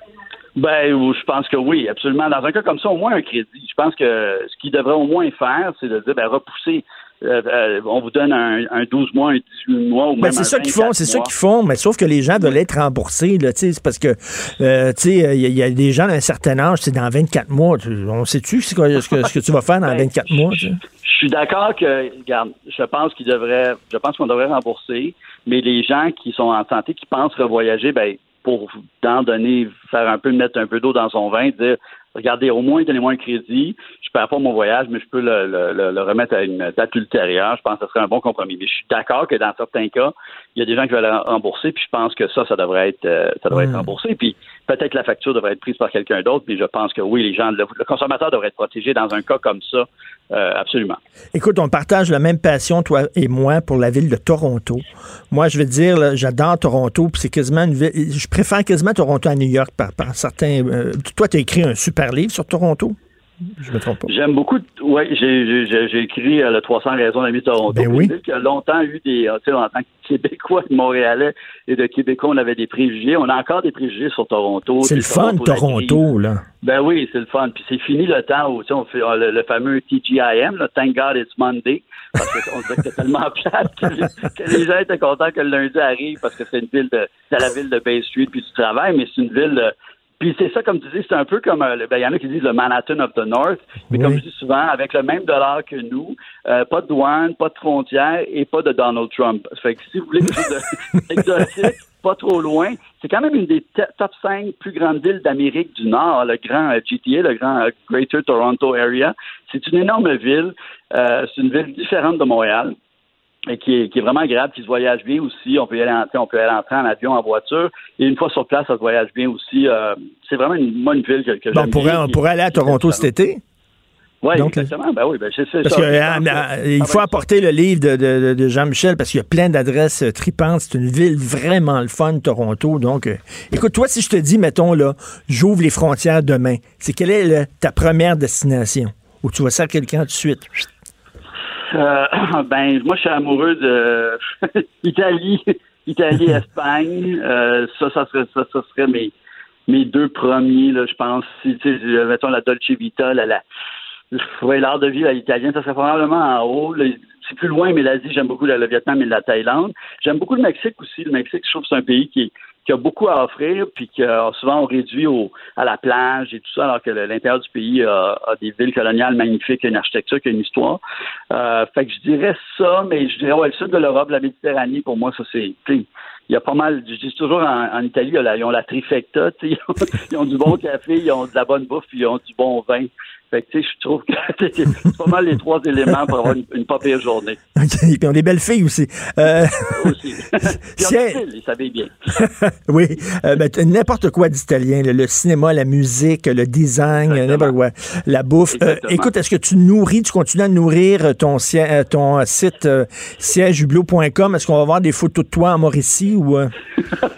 Ben, je pense que oui, absolument. Dans un cas comme ça, au moins un crédit. Je pense que ce qu'ils devraient au moins faire, c'est de dire, ben, repousser. Euh, euh, on vous donne un, un douze mois, un dix-huit mois ou même ben c'est un ça qu'ils font, c'est mois. ça qu'ils font, mais sauf que les gens veulent être remboursés, là, tu sais, c'est parce que, euh, tu sais, il y, y a des gens d'un certain âge, c'est dans vingt-quatre mois, tu, on sait-tu ce que, ce, que, ce que tu vas faire dans ben, vingt-quatre mois, tu sais? Je suis d'accord que, regarde, je pense qu'ils devraient, je pense qu'on devrait rembourser, mais les gens qui sont en santé, qui pensent revoyager, ben, pour d'en donner, faire un peu, mettre un peu d'eau dans son vin, dire, regardez, au moins, donnez-moi un crédit. Je ne perds pas mon voyage, mais je peux le, le, le remettre à une date ultérieure. Je pense que ce serait un bon compromis. Mais je suis d'accord que dans certains cas, il y a des gens qui veulent rembourser, puis je pense que ça, ça devrait être, euh, ça devrait mmh. être remboursé. Puis peut-être que la facture devrait être prise par quelqu'un d'autre, mais je pense que oui, les gens, le, le consommateur devrait être protégé dans un cas comme ça. Euh, absolument. Écoute, on partage la même passion, toi et moi, pour la ville de Toronto. Moi, je veux dire, là, j'adore Toronto, puis c'est quasiment une ville. Je préfère quasiment Toronto à New York par, par certains. Euh, toi, tu as écrit un super livre sur Toronto. Je me trompe pas. J'aime beaucoup. Oui, j'ai, j'ai, j'ai écrit euh, le trois cents raisons d'aimer Toronto. Ben oui. Qui a longtemps eu des. Tu sais, en tant que Québécois, de Montréalais et de Québécois, on avait des préjugés. On a encore des préjugés sur Toronto. C'est le fun, Toronto, Toronto là. Ben oui, c'est le fun. Puis c'est fini le temps où tu sais, on fait le, le fameux T G I M, là, Thank God It's Monday. Parce qu'on disait que c'était tellement plate que, que les gens étaient contents que le lundi arrive parce que c'est une ville de. C'est la ville de Bay Street puis du travail, mais c'est une ville de. Puis c'est ça, comme tu dis, c'est un peu comme, euh, ben, il y en a qui disent le Manhattan of the North, mais oui. Comme je dis souvent, avec le même dollar que nous, euh, pas de douane, pas de frontières et pas de Donald Trump. Fait que si vous voulez quelque chose d'exotique, pas trop loin, c'est quand même une des t- top cinq plus grandes villes d'Amérique du Nord, le grand euh, G T A, le grand euh, Greater Toronto Area. C'est une énorme ville, euh, c'est une ville différente de Montréal. Et qui est, qui est vraiment agréable, qui se voyage bien aussi. On peut y aller en, on peut aller en train, en avion, en voiture. Et une fois sur place, ça se voyage bien aussi. Euh, c'est vraiment une bonne ville que, que bon, j'aime on pourrait, bien. On pourrait aller à Toronto cet été? Oui, exactement. Ben oui, ben c'est, c'est parce ça. Que, euh, il faut apporter le livre de, de, de Jean-Michel parce qu'il y a plein d'adresses tripantes. C'est une ville vraiment le fun, Toronto. Donc, euh, écoute, toi, si je te dis, mettons, là, j'ouvre les frontières demain, c'est quelle est là, ta première destination où tu vas faire quelqu'un tout de suite? Euh, ben, moi, je suis amoureux de Italie, Italie, Espagne. Euh, ça, ça serait, ça, ça serait mes, mes deux premiers, là, je pense. Si, tu sais, mettons la Dolce Vita, la, la, ouais, l'art de vie à l'italienne, ça serait probablement en haut. Là, c'est plus loin, mais l'Asie, j'aime beaucoup le, le Vietnam et la Thaïlande. J'aime beaucoup le Mexique aussi. Le Mexique, je trouve que c'est un pays qui, qui a beaucoup à offrir, puis que euh, souvent on réduit au, à la plage et tout ça, alors que le, l'intérieur du pays a, a des villes coloniales magnifiques, une architecture, qui a une histoire. Euh, fait que je dirais ça, mais je dirais ouais, le sud de l'Europe, la Méditerranée, pour moi, ça c'est... Il y a pas mal, je dis toujours en, en Italie, ils ont, la, ils ont la trifecta, ils ont, ils ont du bon café, ils ont de la bonne bouffe, puis ils ont du bon vin. Fait que, tu sais, je trouve que c'est pas mal les trois éléments pour avoir une, une pas pire journée. OK. Puis on est belles filles aussi. Euh... aussi. Puis on est style, ils savaient bien. Oui. Euh, ben, n'importe quoi d'italien. Le, le cinéma, la musique, le design, n'importe quoi. La bouffe. Euh, écoute, est-ce que tu nourris, tu continues à nourrir ton, ton site euh, siège hublot point com? Est-ce qu'on va voir des photos de toi en Mauricie ou... Euh...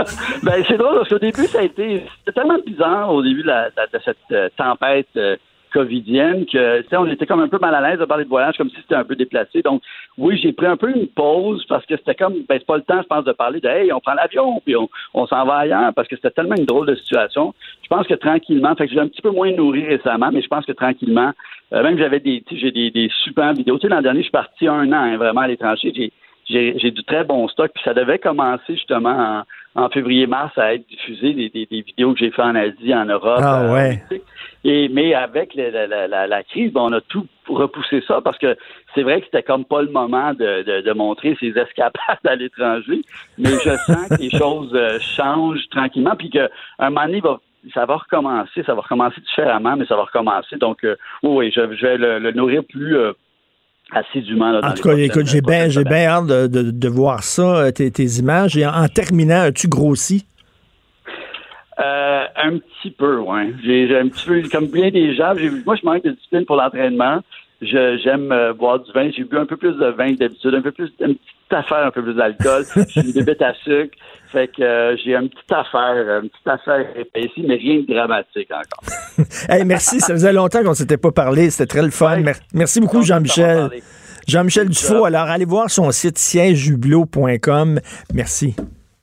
ben, c'est drôle parce qu'au début, ça a été... C'était tellement bizarre au début de, la, de, de cette euh, tempête... Euh, covidienne que, tu sais, on était comme un peu mal à l'aise de parler de voyage, comme si c'était un peu déplacé. Donc, oui, j'ai pris un peu une pause parce que c'était comme, ben, c'est pas le temps, je pense, de parler de, hey, on prend l'avion, puis on, on s'en va ailleurs, parce que c'était tellement une drôle de situation. Je pense que tranquillement, fait que j'ai un petit peu moins nourri récemment, mais je pense que tranquillement, euh, même j'avais des, tu sais, j'ai des, des super vidéos. Tu sais, l'an dernier, je suis parti un an, hein, vraiment à l'étranger. J'ai, j'ai, j'ai du très bon stock, puis ça devait commencer justement en, en février-mars à être diffusé, des, des, des vidéos que j'ai fait en Asie, en Europe. Ah euh, ouais. Et, mais avec la, la, la, la crise, ben, on a tout repoussé ça parce que c'est vrai que c'était comme pas le moment de, de, de montrer ses escapades à l'étranger. Mais je sens que les choses euh, changent tranquillement, puis qu'à un moment donné, va, ça va recommencer, ça va recommencer différemment, mais ça va recommencer. Donc, euh, oui, je, je vais le, le nourrir plus euh, assidûment. Là, en tout cas, écoute, j'ai bien j'ai bien hâte de, de, de voir ça, tes, tes images. Et en, en terminant, as-tu grossi? Euh, un petit peu, oui. J'ai, j'ai un petit peu, comme bien des gens, j'ai, moi, je manque de discipline pour l'entraînement. Je, j'aime euh, boire du vin. J'ai bu un peu plus de vin que d'habitude, un peu plus, une petite affaire, un peu plus d'alcool. Je suis une bébête à sucre. Fait que euh, j'ai une petite affaire, une petite affaire épaissie, mais rien de dramatique encore. Hey, merci. Ça faisait longtemps qu'on ne s'était pas parlé. C'était très le fun. Ouais. Merci beaucoup, Donc, Jean-Michel. Jean-Michel Dufault. Alors, allez voir son site siège hublot point com. Merci.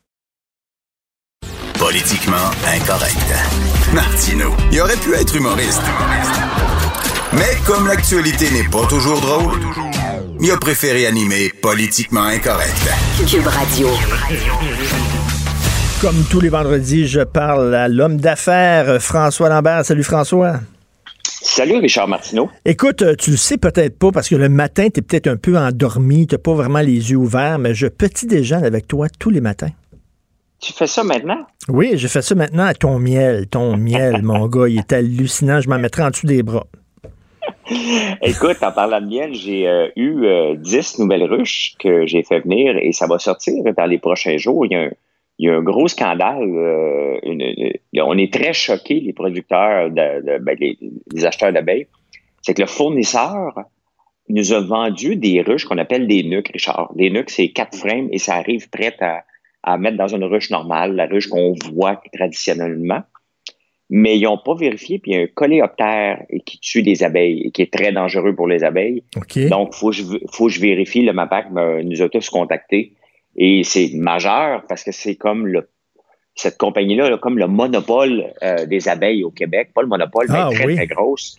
Politiquement incorrect. Martineau, il aurait pu être humoriste. Mais comme l'actualité n'est pas toujours drôle, il a préféré animer Politiquement incorrect. Cube Radio. Comme tous les vendredis, je parle à l'homme d'affaires, François Lambert. Salut François. Salut Richard Martineau. Écoute, tu le sais peut-être pas parce que le matin, tu es peut-être un peu endormi, tu n'as pas vraiment les yeux ouverts, mais je petit déjeune avec toi tous les matins. Tu fais ça maintenant? Oui, je fais ça maintenant à ton miel. Ton miel, mon gars, il est hallucinant. Je m'en mettrai en dessous des bras. Écoute, en parlant de miel, j'ai euh, eu euh, dix nouvelles ruches que j'ai fait venir et ça va sortir dans les prochains jours. Il y a un, il y a un gros scandale. Euh, une, une, on est très choqués, les producteurs, de, de, ben, les, les acheteurs d'abeilles. C'est que le fournisseur nous a vendu des ruches qu'on appelle des nuques, Richard. Les nuques, c'est quatre frames et ça arrive prête à à mettre dans une ruche normale, la ruche qu'on voit traditionnellement. Mais ils n'ont pas vérifié, puis il y a un coléoptère qui tue les abeilles et qui est très dangereux pour les abeilles. Okay. Donc, il faut, faut que je vérifie. Le MAPAC nous a tous contactés. Et c'est majeur parce que c'est comme le, cette compagnie-là, là, comme le monopole euh, des abeilles au Québec. Pas le monopole, ah, mais très, oui. très grosse.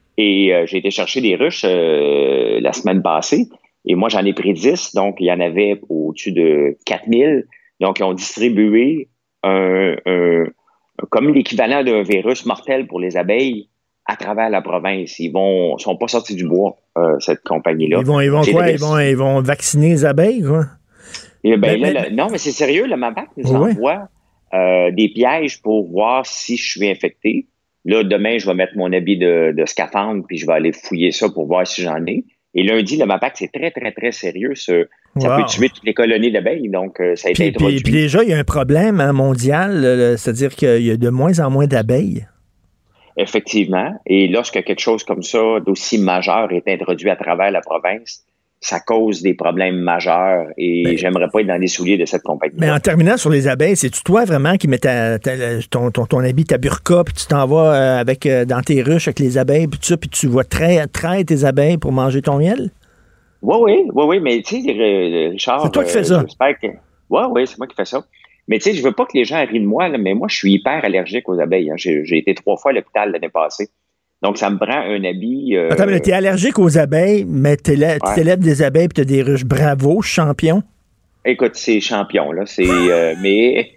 Et euh, j'ai été chercher des ruches euh, la semaine passée. Et moi, j'en ai pris dix. Donc, il y en avait au-dessus de quatre mille. Donc, ils ont distribué un, un, comme l'équivalent d'un virus mortel pour les abeilles à travers la province. Ils vont, sont pas sortis du bois, euh, cette compagnie-là. Ils vont, ils vont quoi? Ils vont, ils vont vacciner les abeilles, quoi? Et ben, mais, là, mais... Le, non, mais c'est sérieux, le MAPAC nous oui. envoie euh, des pièges pour voir si je suis infecté. Là, demain, je vais mettre mon habit de, de scaphandre puis je vais aller fouiller ça pour voir si j'en ai. Et lundi, le MAPAC, c'est très, très, très sérieux. Ce, ça wow. peut tuer toutes les colonies d'abeilles. Donc, euh, ça a été puis, introduit. Puis, puis déjà, il y a un problème hein, mondial, là, c'est-à-dire qu'il y a de moins en moins d'abeilles. Effectivement. Et lorsque quelque chose comme ça, d'aussi majeur, est introduit à travers la province, ça cause des problèmes majeurs. Et ben, j'aimerais pas être dans les souliers de cette compagnie. Mais en terminant sur les abeilles, c'est-tu toi vraiment qui mets ta, ta, ton, ton, ton habit, ta burqa, puis tu t'en vas euh, avec, euh, dans tes ruches avec les abeilles, puis tout ça, puis tu vas traire, traire tes abeilles pour manger ton miel? Oui, oui, oui, oui, mais tu sais, Richard... C'est toi qui fais ça? Euh, j'espère que... Oui, oui, c'est moi qui fais ça. Mais tu sais, je veux pas que les gens rient de moi, là, mais moi, je suis hyper allergique aux abeilles. Hein. J'ai, j'ai été trois fois à l'hôpital l'année passée. Donc, ça me prend un habit... Euh... Attends, mais t'es allergique aux abeilles, mais t'élèves, ouais. tu t'élèves des abeilles et t'as des ruches. Bravo, champion. Écoute, c'est champion, là. C'est... Euh, mais...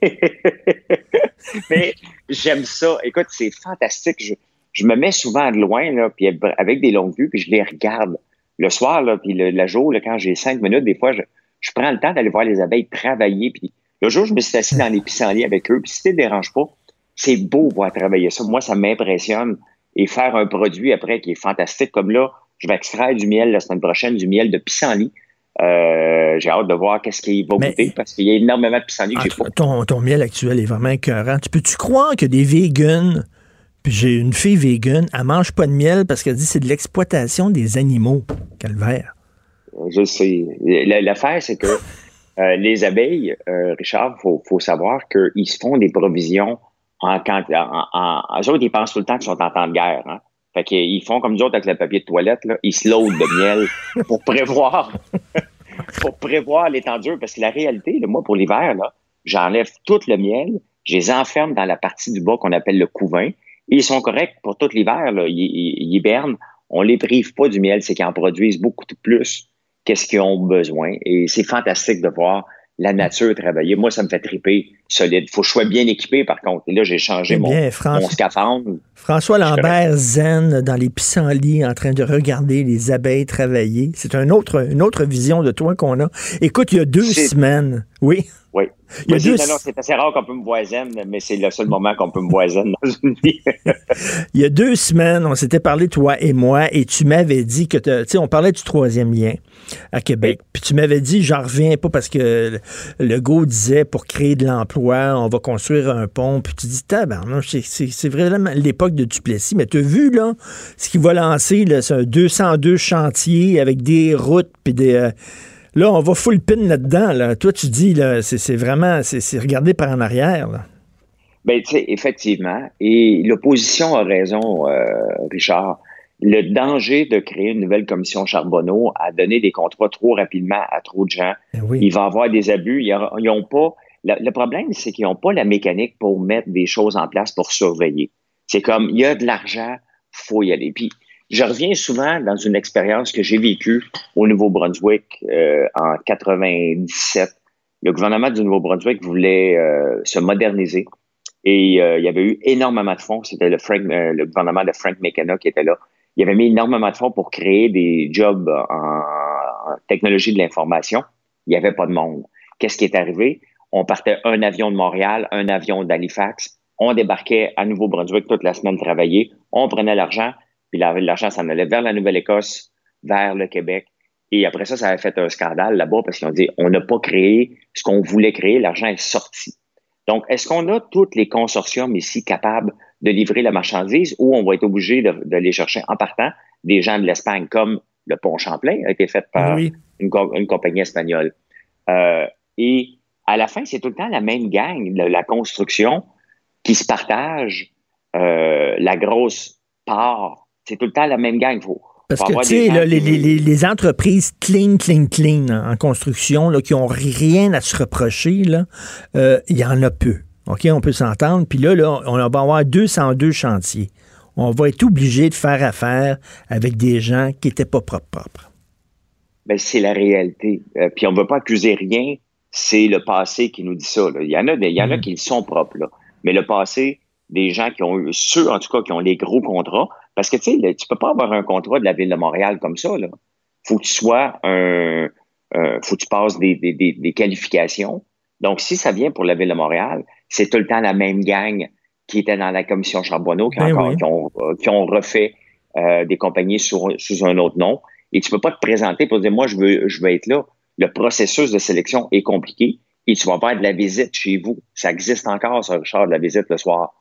mais j'aime ça. Écoute, c'est fantastique. Je, je me mets souvent de loin, là, puis avec des longues vues, puis je les regarde. Le soir, là, puis le, le jour, là, quand j'ai cinq minutes, des fois, je, je prends le temps d'aller voir les abeilles travailler. Puis le jour, je me suis assis dans les pissenlits avec eux. Puis si ça ne te dérange pas, c'est beau voir travailler ça. Moi, ça m'impressionne. Et faire un produit après qui est fantastique. Comme là, je vais extraire du miel la semaine prochaine, du miel de pissenlit. Euh, j'ai hâte de voir qu'est-ce qu'il va goûter Mais, parce qu'il y a énormément de pissenlit que j'ai pas. Ton, ton miel actuel est vraiment écœurant. Tu peux-tu croire que des vegans, puis j'ai une fille vegan, elle mange pas de miel parce qu'elle dit que c'est de l'exploitation des animaux. Calvaire. Je sais. L'affaire, c'est que euh, les abeilles, euh, Richard, il faut, faut savoir qu'ils se font des provisions en, en, en, en eux autres, ils pensent tout le temps qu'ils sont en temps de guerre. Hein? Fait qu'ils font comme nous autres avec le papier de toilette, là. Ils se loadent de miel pour prévoir, pour prévoir les temps durs. Parce que la réalité, là, moi, pour l'hiver, là, j'enlève tout le miel, je les enferme dans la partie du bas qu'on appelle le couvain. Et ils sont corrects pour tout l'hiver, là. Ils, ils, ils hibernent. On les prive pas du miel, c'est qu'ils en produisent beaucoup plus qu'est-ce qu'ils ont besoin. Et c'est fantastique de voir la nature travailler. Moi, ça me fait triper solide. Faut que je sois bien équipé, par contre. Et là, j'ai changé mon, bien, François, mon scaphandre. François Lambert zen dans les pissenlits en train de regarder les abeilles travailler. C'est un autre, une autre vision de toi qu'on a. Écoute, il y a deux c'est... semaines, oui. Oui. Il y a deux... non, non, c'est assez rare qu'on peut me voir zen, mais c'est le seul moment qu'on peut me voir zen dans une vie. Il y a deux semaines, on s'était parlé, toi et moi, et tu m'avais dit que, tu sais, on parlait du troisième lien à Québec. Oui. Puis tu m'avais dit, j'en reviens pas parce que Legault disait, pour créer de l'emploi, on va construire un pont. Puis tu dis, tabarnouche, c'est, c'est, c'est vraiment l'époque de Duplessis. Mais tu as vu, là, ce qu'il va lancer, là, c'est un deux cent deux chantiers avec des routes, puis des... Euh, Là, on va full pin là-dedans. Là. Toi, tu dis, là, c'est, c'est vraiment, c'est, c'est regardé par en arrière. Là. Bien, tu sais, effectivement. Et l'opposition a raison, euh, Richard. Le danger de créer une nouvelle commission Charbonneau a donné des contrats trop rapidement à trop de gens. Oui. Il va y avoir des abus. Ils n'ont pas. Le, le problème, c'est qu'ils n'ont pas la mécanique pour mettre des choses en place pour surveiller. C'est comme, il y a de l'argent, faut y aller. Puis, je reviens souvent dans une expérience que j'ai vécue au Nouveau-Brunswick euh, en quatre-vingt-dix-sept. Le gouvernement du Nouveau-Brunswick voulait euh, se moderniser et euh, il y avait eu énormément de fonds. C'était le, Frank, euh, le gouvernement de Frank McKenna qui était là. Il avait mis énormément de fonds pour créer des jobs en, en technologie de l'information. Il n'y avait pas de monde. Qu'est-ce qui est arrivé? On partait un avion de Montréal, un avion d'Halifax. On débarquait à Nouveau-Brunswick toute la semaine travailler. On prenait l'argent. Puis l'argent s'en allait vers la Nouvelle-Écosse, vers le Québec. Et après ça, ça avait fait un scandale là-bas parce qu'ils ont dit, on n'a pas créé ce qu'on voulait créer, l'argent est sorti. Donc, est-ce qu'on a tous les consortiums ici capables de livrer la marchandise ou on va être obligé de, de les chercher en partant des gens de l'Espagne, comme le pont Champlain a été fait par oui. une, une compagnie espagnole. Euh, et à la fin, c'est tout le temps la même gang de la construction qui se partage euh, la grosse part. C'est tout le temps la même gang. Faut, Parce faut que, tu sais, là, les, les, les entreprises clean, clean, clean en construction, là, qui n'ont rien à se reprocher, il euh, y en a peu. OK, on peut s'entendre. Puis là, là, on va avoir deux cent deux chantiers. On va être obligé de faire affaire avec des gens qui n'étaient pas propres, propres. Ben, c'est la réalité. Euh, puis on ne veut pas accuser rien. C'est le passé qui nous dit ça. Là. Il y en a, il y en a mmh. qui le sont propres. Là. Mais le passé, des gens qui ont eu, ceux en tout cas qui ont les gros contrats, parce que, tu sais, tu peux pas avoir un contrat de la Ville de Montréal comme ça, là. Faut que tu sois un... Euh, faut que tu passes des, des, des, des qualifications. Donc, si ça vient pour la Ville de Montréal, c'est tout le temps la même gang qui était dans la commission Charbonneau, qui, ben encore, oui. qui, ont, qui ont refait euh, des compagnies sous, sous un autre nom. Et tu peux pas te présenter pour dire, moi, je veux, je veux être là. Le processus de sélection est compliqué et tu vas faire de la visite chez vous. Ça existe encore, ça, Richard, de la visite le soir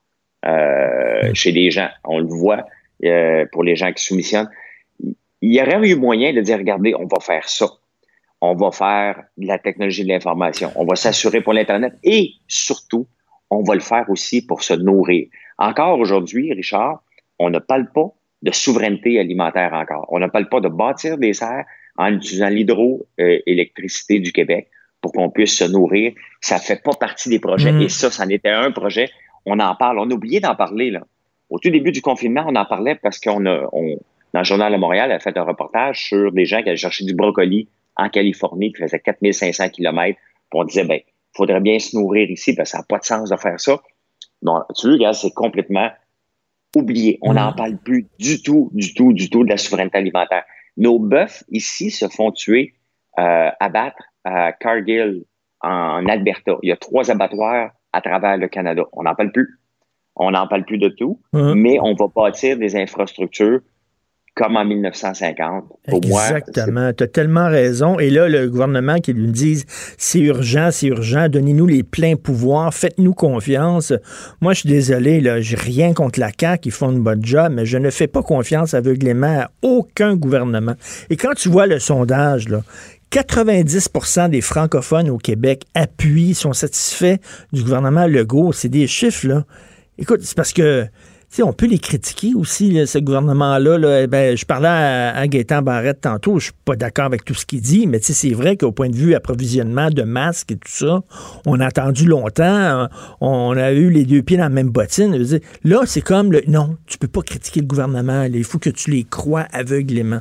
euh, oui. chez des gens. On le voit. Euh, pour les gens qui soumissionnent, il y aurait eu moyen de dire, regardez, on va faire ça. On va faire de la technologie de l'information. On va s'assurer pour l'Internet et surtout, on va le faire aussi pour se nourrir. Encore aujourd'hui, Richard, on ne parle pas de souveraineté alimentaire encore. On ne parle pas de bâtir des serres en utilisant l'hydroélectricité du Québec pour qu'on puisse se nourrir. Ça ne fait pas partie des projets. Mmh. Et ça, c'en était un projet. On en parle. On a oublié d'en parler, là. Au tout début du confinement, on en parlait parce qu'on a, on, dans le Journal de Montréal, a fait un reportage sur des gens qui allaient chercher du brocoli en Californie, qui faisaient quatre mille cinq cents kilomètres. Puis on disait, ben, il faudrait bien se nourrir ici parce que ça n'a pas de sens de faire ça. Non, tu vois, regarde, c'est complètement oublié. On n'en mmh. parle plus du tout, du tout, du tout de la souveraineté alimentaire. Nos bœufs ici se font tuer, euh, abattre à Cargill, en Alberta. Il y a trois abattoirs à travers le Canada. On n'en parle plus. On n'en parle plus de tout, mmh. mais on va bâtir des infrastructures comme en mille neuf cent cinquante. Pour Exactement. Tu as tellement raison. Et là, le gouvernement qui lui dise c'est urgent, c'est urgent, donnez-nous les pleins pouvoirs, faites-nous confiance. Moi, je suis désolé, là, j'ai rien contre la C A Q, ils font une bonne job, mais je ne fais pas confiance aveuglément à aucun gouvernement. Et quand tu vois le sondage, là, quatre-vingt-dix pour cent des francophones au Québec appuient, sont satisfaits du gouvernement Legault. C'est des chiffres, là. Écoute, c'est parce que sais, on peut les critiquer aussi, là, ce gouvernement-là. Là. Ben, je parlais à, à Gaétan Barrette tantôt, je suis pas d'accord avec tout ce qu'il dit, mais c'est vrai qu'au point de vue approvisionnement de masques et tout ça, on a attendu longtemps, on a eu les deux pieds dans la même bottine. Je veux dire, là, c'est comme, le, non, tu peux pas critiquer le gouvernement, là, il faut que tu les crois aveuglément.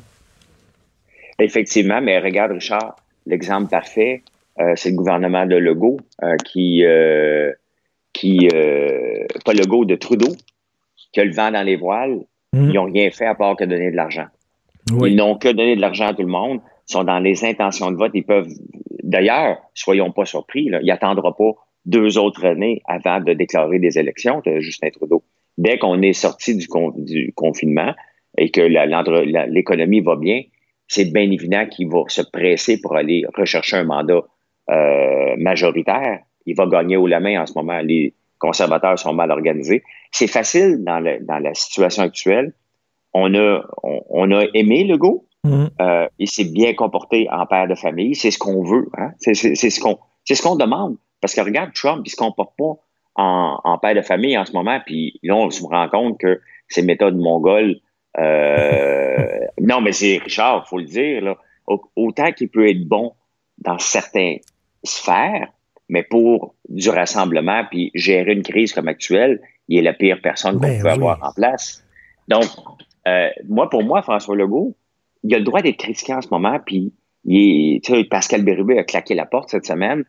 Effectivement, mais regarde, Richard, l'exemple parfait, euh, c'est le gouvernement de Legault euh, qui, euh, qui euh, pas Legault, de Trudeau, qui a le vent dans les voiles. Mmh. Ils n'ont rien fait à part que donner de l'argent. Oui. Ils n'ont que donné de l'argent à tout le monde. Ils sont dans les intentions de vote. Ils peuvent, d'ailleurs, soyons pas surpris, là, il n'attendra pas deux autres années avant de déclarer des élections, de Justin Trudeau. Dès qu'on est sorti du, con, du confinement et que la, la, l'économie va bien, c'est bien évident qu'il va se presser pour aller rechercher un mandat euh, majoritaire. Il va gagner haut la main en ce moment. Les conservateurs sont mal organisés. C'est facile dans, le, dans la situation actuelle. On a, on, on a aimé Legault. Mmh. Euh, il s'est bien comporté en père de famille. C'est ce qu'on veut. Hein? C'est, c'est, c'est, ce qu'on, c'est ce qu'on demande. Parce que regarde, Trump, il se comporte pas en, en père de famille en ce moment. Puis là, on se rend compte que ces méthodes mongoles, euh, non, mais c'est Richard, faut le dire, là, autant qu'il peut être bon dans certaines sphères, mais pour du rassemblement puis gérer une crise comme actuelle, il est la pire personne qu'on ben peut oui. avoir en place. Donc, euh, moi, pour moi, François Legault, il a le droit d'être critiqué en ce moment, puis il est, tu sais, Pascal Bérubé a claqué la porte cette semaine,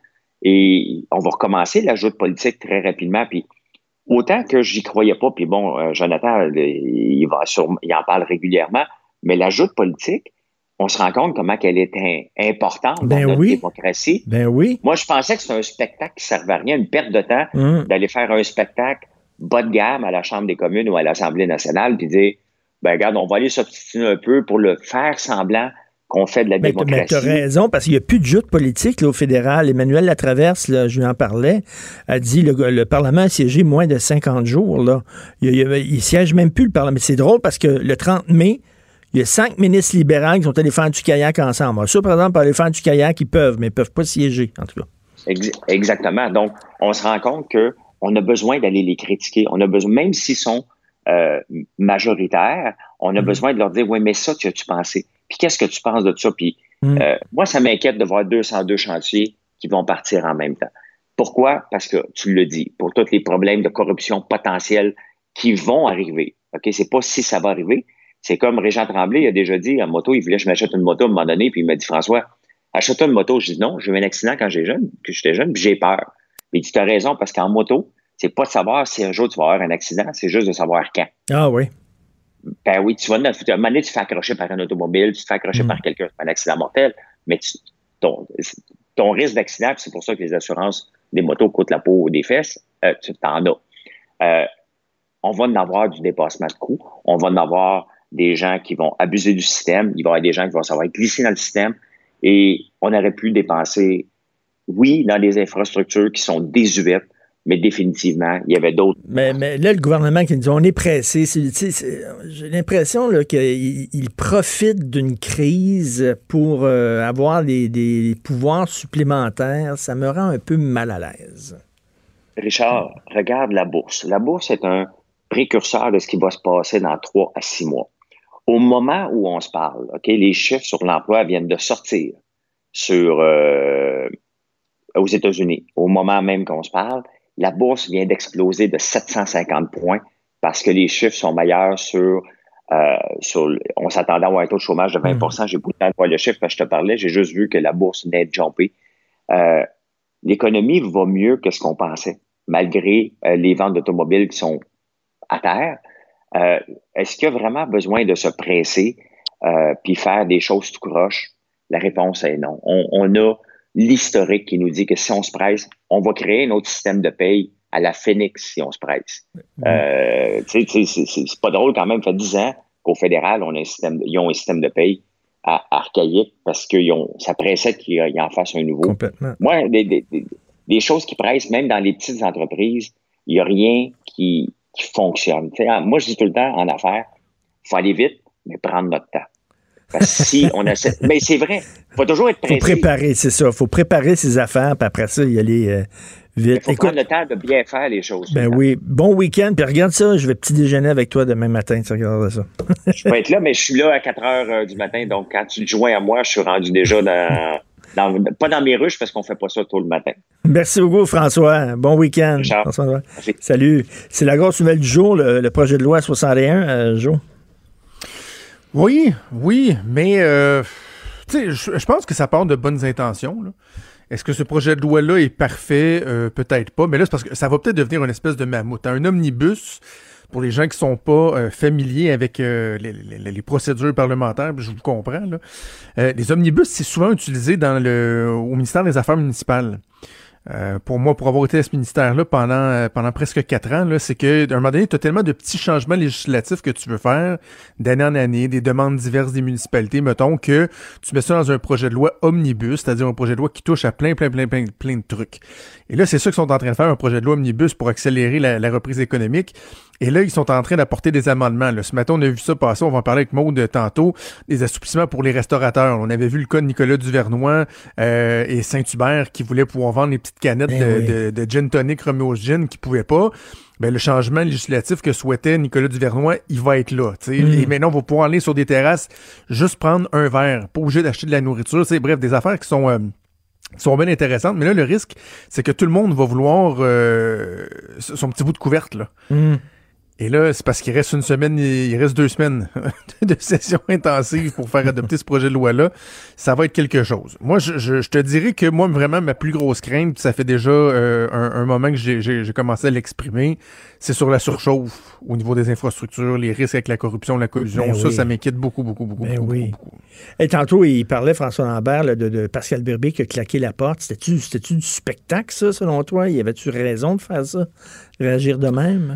et on va recommencer la joute politique très rapidement, puis autant que j'y croyais pas, puis bon, euh, Jonathan, il, va sur, il en parle régulièrement, mais la joute politique, on se rend compte comment qu'elle est in, importante ben dans notre oui. démocratie. Ben oui. Moi, je pensais que c'était un spectacle qui servait à rien, une perte de temps, mmh. d'aller faire un spectacle bas de gamme à la Chambre des communes ou à l'Assemblée nationale, puis dire, ben regarde, on va aller s'obstiner un peu pour le faire semblant qu'on fait de la mais, démocratie. Mais tu as raison, parce qu'il n'y a plus de joute politique là, au fédéral. Emmanuel Latraverse, là, je lui en parlais, a dit le, le Parlement a siégé moins de cinquante jours. Là. Il ne siège même plus, le Parlement. C'est drôle parce que le trente mai, il y a cinq ministres libéraux qui sont allés faire du kayak ensemble. Alors, ceux, par exemple, pour aller faire du kayak, ils peuvent, mais ils ne peuvent pas siéger, en tout cas. Ex- exactement. Donc, on se rend compte qu'on a besoin d'aller les critiquer. On a besoin, même s'ils sont euh, majoritaires, on a mmh. besoin de leur dire, oui, mais ça, tu as-tu pensé? Puis qu'est-ce que tu penses de ça? Puis mmh. euh, moi, ça m'inquiète de voir deux cent deux chantiers qui vont partir en même temps. Pourquoi? Parce que, tu le dis, pour tous les problèmes de corruption potentiels qui vont arriver. OK? C'est pas si ça va arriver. C'est comme Régent Tremblay a déjà dit en moto, il voulait que je m'achète une moto à un moment donné, puis il m'a dit, François, achète-toi une moto. Je dis non, j'ai eu un accident quand j'étais jeune, que j'étais jeune, puis j'ai peur. Mais il dit, tu as raison, parce qu'en moto, c'est pas de savoir si un jour tu vas avoir un accident, c'est juste de savoir quand. Ah oui. Ben oui, tu vas, à un moment donné, tu te fais accrocher par un automobile, tu te fais accrocher mmh. par quelqu'un, c'est pas un accident mortel, mais tu, ton, ton risque d'accident, c'est pour ça que les assurances des motos coûtent la peau des fesses, euh, tu t'en as. Euh, on va en avoir du dépassement de coûts, on va en avoir des gens qui vont abuser du système, il va y avoir des gens qui vont savoir glisser dans le système, et on aurait pu dépenser, oui, dans des infrastructures qui sont désuètes, mais définitivement, il y avait d'autres. Mais, mais là, le gouvernement qui nous dit on est pressé, c'est, c'est, c'est, j'ai l'impression là, qu'il il profite d'une crise pour euh, avoir des, des pouvoirs supplémentaires. Ça me rend un peu mal à l'aise. Richard, regarde la bourse. La bourse est un précurseur de ce qui va se passer dans trois à six mois. Au moment où on se parle, ok, les chiffres sur l'emploi viennent de sortir sur euh, aux États-Unis. Au moment même qu'on se parle, la bourse vient d'exploser de sept cent cinquante points parce que les chiffres sont meilleurs sur... Euh, sur on s'attendait à avoir un taux de chômage de vingt pour cent. J'ai pas eu le temps de voir le chiffre quand je te parlais. J'ai juste vu que la bourse venait de jumper. Euh, l'économie va mieux que ce qu'on pensait, malgré euh, les ventes d'automobiles qui sont à terre. Euh, est-ce qu'il y a vraiment besoin de se presser euh, puis faire des choses tout croche? La réponse est non. On, on a l'historique qui nous dit que si on se presse, on va créer un autre système de paye à la Phoenix si on se presse. Mmh. Euh, c'est, c'est, c'est, c'est pas drôle quand même. Ça fait dix ans qu'au fédéral, on a un système de, ils ont un système de paye à, archaïque parce que ça pressait qu'ils en fassent un nouveau. Complètement. Moi, des, des, des, des choses qui pressent, même dans les petites entreprises, il n'y a rien qui, qui fonctionne. T'sais, moi, je dis tout le temps en affaires, il faut aller vite, mais prendre notre temps. Parce que si on essaie... Mais c'est vrai, il faut toujours être pressé. Il faut préparer, c'est ça. Il faut préparer ses affaires, puis après ça, y aller euh, vite. Il faut Écoute, prendre le temps de bien faire les choses. Ben oui. Bon week-end. Puis regarde ça, je vais petit déjeuner avec toi demain matin. Tu regardes ça. Je vais être là, mais je suis là à quatre heures du matin. Donc, quand tu te joins à moi, je suis rendu déjà dans... Dans, pas dans mes ruches parce qu'on fait pas ça tôt le matin. Merci beaucoup, François. Bon week-end. François. Salut. C'est la grosse nouvelle du jour, le, le projet de loi soixante et un, euh, Joe. Oui, oui, mais euh, tu sais, je, je pense que ça part de bonnes intentions, là. Est-ce que ce projet de loi-là est parfait? Euh, peut-être pas, mais là, c'est parce que ça va peut-être devenir une espèce de mammouth. Un omnibus, pour les gens qui sont pas euh, familiers avec euh, les, les, les procédures parlementaires, je vous comprends, là. Euh, les omnibus, c'est souvent utilisé dans le au ministère des Affaires municipales. Euh, pour moi, pour avoir été à ce ministère-là pendant euh, pendant presque quatre ans, là, c'est que d'un moment donné, tu as tellement de petits changements législatifs que tu veux faire d'année en année, des demandes diverses des municipalités, mettons, que tu mets ça dans un projet de loi omnibus, c'est-à-dire un projet de loi qui touche à plein, plein, plein, plein, plein de trucs. Et là, c'est ça qu'ils sont en train de faire, un projet de loi omnibus pour accélérer la, la reprise économique. Et là, ils sont en train d'apporter des amendements. Là. Ce matin, on a vu ça passer, on va en parler avec Maude tantôt, des assouplissements pour les restaurateurs. On avait vu le cas de Nicolas Duvernois euh, et Saint-Hubert qui voulaient pouvoir vendre les petites canettes ben de, oui. de, de gin tonic Romeo Gin qui pouvaient pas. Ben, le changement législatif que souhaitait Nicolas Duvernois, il va être là. Mm. Et maintenant, on va pouvoir aller sur des terrasses, juste prendre un verre, pas obligé d'acheter de la nourriture. T'sais, bref, des affaires qui sont... Euh, qui sont bien intéressantes, mais là, le risque, c'est que tout le monde va vouloir euh, son petit bout de couverte, là. Mm. Et là, c'est parce qu'il reste une semaine, il reste deux semaines de session intensive pour faire adopter ce projet de loi-là. Ça va être quelque chose. Moi, je, je, je te dirais que moi, vraiment, ma plus grosse crainte, ça fait déjà euh, un, un moment que j'ai, j'ai, j'ai commencé à l'exprimer, c'est sur la surchauffe au niveau des infrastructures, les risques avec la corruption, la collusion. Ben ça, oui. ça m'inquiète beaucoup, beaucoup, beaucoup, ben beaucoup, oui. beaucoup, beaucoup. Et tantôt, il parlait, François Lambert, là, de, de Pascal Birubé qui a claqué la porte. C'était-tu, c'était-tu du spectacle, ça, selon toi? Y avait-tu raison de faire ça? Réagir de même?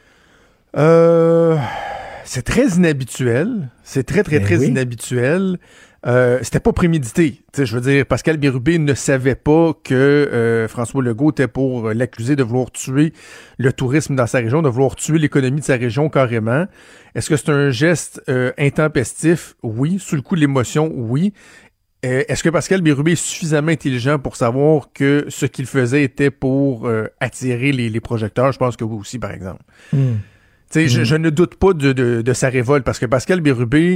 Euh, c'est très inhabituel. C'est très, très, ben très oui. inhabituel. Euh, c'était pas prémédité. T'sais, je veux dire, Pascal Birubé ne savait pas que euh, François Legault était pour l'accuser de vouloir tuer le tourisme dans sa région, de vouloir tuer l'économie de sa région carrément. Est-ce que c'est un geste euh, intempestif? Oui. Sous le coup de l'émotion? Oui. Euh, est-ce que Pascal Birubé est suffisamment intelligent pour savoir que ce qu'il faisait était pour euh, attirer les, les projecteurs? Je pense que oui aussi, par exemple. Mm. Mmh. Je, je ne doute pas de, de, de sa révolte parce que Pascal Birubé,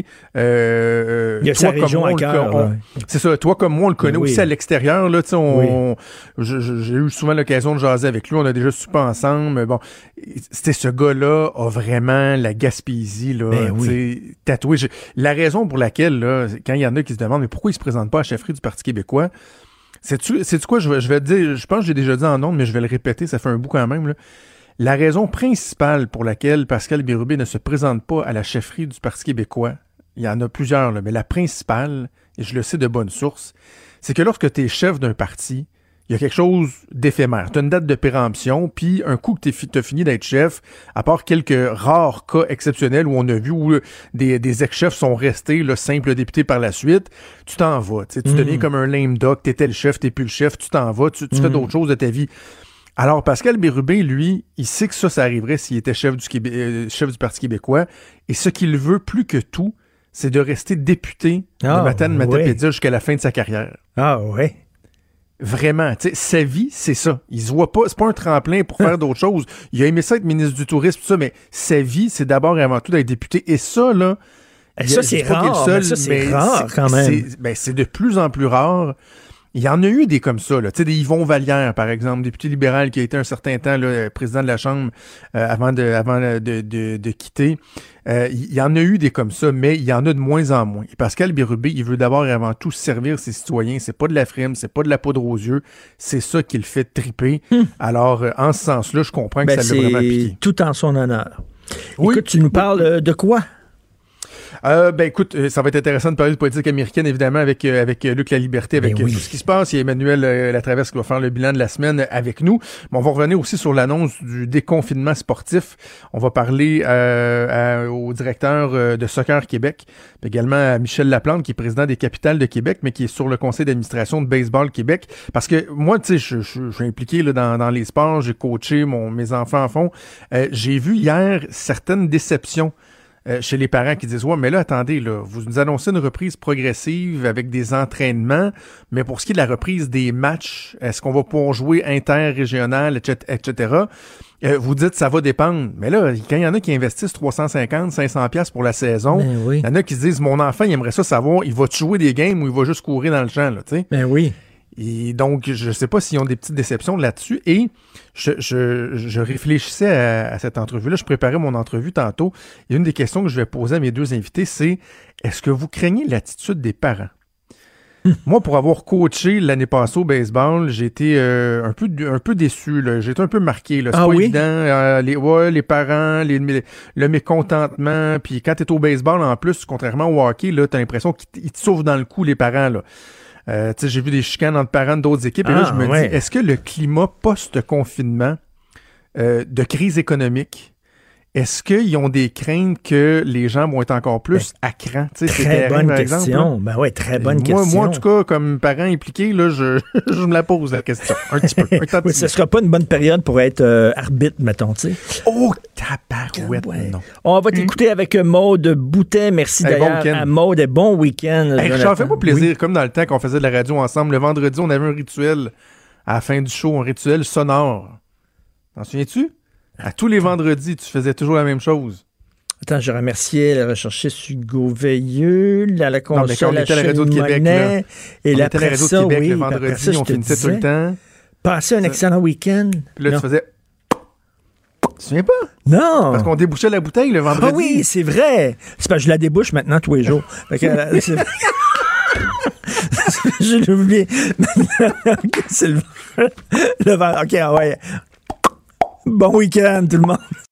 euh, il y a toi sa région comme moi, à cœur, on, c'est ça. Toi comme moi, on le connaît oui. aussi à l'extérieur. Là, on, oui. je, je, j'ai eu souvent l'occasion de jaser avec lui. On a déjà soupé ensemble. Bon, c'était ce gars-là a vraiment la Gaspésie là, ben oui. tatouée. Je, la raison pour laquelle, là, quand il y en a qui se demandent mais pourquoi il se présente pas à la chefferie du Parti québécois, c'est-tu, c'est-tu quoi je vais, je vais te dire. Je pense que j'ai déjà dit en ondes, mais je vais le répéter. Ça fait un bout quand même là. La raison principale pour laquelle Pascal Birubé ne se présente pas à la chefferie du Parti québécois, il y en a plusieurs, là, mais la principale, et je le sais de bonne source, c'est que lorsque tu es chef d'un parti, il y a quelque chose d'éphémère. Tu as une date de péremption, puis un coup que tu as fini d'être chef, à part quelques rares cas exceptionnels où on a vu où des, des ex-chefs sont restés là, simples députés par la suite, tu t'en vas. Tu mmh. deviens comme un lame duck, tu étais le chef, tu n'es plus le chef, tu t'en vas, tu, tu mmh. fais d'autres choses de ta vie. Alors, Pascal Birubé, lui, il sait que ça, ça arriverait s'il était chef du, Québé- euh, chef du Parti québécois. Et ce qu'il veut plus que tout, c'est de rester député ah, de Matane-Matapédia oui. jusqu'à la fin de sa carrière. Ah ouais. Vraiment, tu sais, sa vie, c'est ça. Il se voit pas, c'est pas un tremplin pour faire d'autres choses. Il a aimé ça être ministre du Tourisme, tout ça, mais sa vie, c'est d'abord et avant tout d'être député. Et ça, là... Et ça, c'est rare, seul, ça, c'est mais rare c'est, quand même. C'est, ben, c'est de plus en plus rare. Il y en a eu des comme ça, là. Tu sais, des Yvon Vallière, par exemple, député libéral qui a été un certain temps là, président de la Chambre euh, avant de avant de, de, de quitter. Euh, il y en a eu des comme ça, mais il y en a de moins en moins. Et Pascal Birubé, il veut d'abord et avant tout servir ses citoyens. C'est pas de la frime, c'est pas de la poudre aux yeux. C'est ça qui le fait triper. Hum. Alors, euh, en ce sens-là, je comprends que ben, ça l'a vraiment piqué. Tout en son honneur. Oui. Écoute, tu nous parles euh, de quoi? Euh, ben écoute, ça va être intéressant de parler de politique américaine, évidemment, avec euh, avec Luc Laliberté, avec oui. tout ce qui se passe. Il y a Emmanuel euh, Latraverse qui va faire le bilan de la semaine avec nous. Mais on va revenir aussi sur l'annonce du déconfinement sportif. On va parler euh, à, au directeur euh, de Soccer Québec, puis également à Michel Laplante, qui est président des Capitales de Québec, mais qui est sur le conseil d'administration de Baseball Québec. Parce que moi, tu sais, je, je, je suis impliqué là, dans, dans les sports, j'ai coaché, mon, mes enfants en font. Euh, j'ai vu hier certaines déceptions euh, chez les parents qui disent « Ouais, mais là, attendez, là, vous nous annoncez une reprise progressive avec des entraînements, mais pour ce qui est de la reprise des matchs, est-ce qu'on va pouvoir jouer interrégional, et cetera, et cetera » Euh, vous dites ça va dépendre. Mais là, quand il y en a qui investissent trois cent cinquante, cinq cents piastres pour la saison, il oui. y en a qui se disent mon enfant, il aimerait ça savoir, il va jouer des games ou il va juste courir dans le champ, là, tu sais. Ben oui. Et donc, je sais pas s'ils ont des petites déceptions là-dessus. Et je, je, je réfléchissais à, à cette entrevue-là. Je préparais mon entrevue tantôt. Et une des questions que je vais poser à mes deux invités, c'est est-ce que vous craignez l'attitude des parents? Moi, pour avoir coaché l'année passée au baseball, j'ai été euh, un peu un peu déçu. Là. J'ai été un peu marqué. Là. C'est ah pas oui? évident. Euh, les, ouais, les parents, les, le mécontentement. Puis quand tu es au baseball, en plus, contrairement au hockey, tu as l'impression qu'ils te sauvent dans le cou, les parents. Là. Euh, j'ai vu des chicanes entre parents d'autres équipes. Et ah, là, je me ouais. dis, est-ce que le climat post-confinement euh, de crise économique, est-ce qu'ils ont des craintes que les gens vont être encore plus ben, à cran? Très terrain, bonne par question. Exemple, ben ouais, très bonne moi, question. Moi, en tout cas, comme parent impliqué, là, je, je me la pose, la question. Un petit peu. Un oui, ce ne sera pas une bonne période pour être euh, arbitre, mettons, tu sais. Oh, tabarouette, ouais. non. On va t'écouter mmh. avec Maude Boutet. Merci hey, d'ailleurs bon à Maude et bon week-end. Hey, Richard, fais-moi plaisir, oui. Comme dans le temps qu'on faisait de la radio ensemble. Le vendredi, on avait un rituel à la fin du show, un rituel sonore. T'en souviens-tu? À tous les vendredis, tu faisais toujours la même chose. Attends, je remerciais le recherchiste Hugo Veilleux, à la console, la radio de Québec, là. Et on là, était à la radio ça, de Québec oui, le vendredi, ça, on finissait tout le temps. Passer un excellent week-end. Puis là, non. tu faisais... Tu te souviens pas? Non! Parce qu'on débouchait la bouteille le vendredi. Ah oui, c'est vrai! C'est parce que je la débouche maintenant tous les jours. Fait que, euh, c'est... je l'ai oublié. C'est le... le... OK, ah ouais. Bon week-end, tout le monde.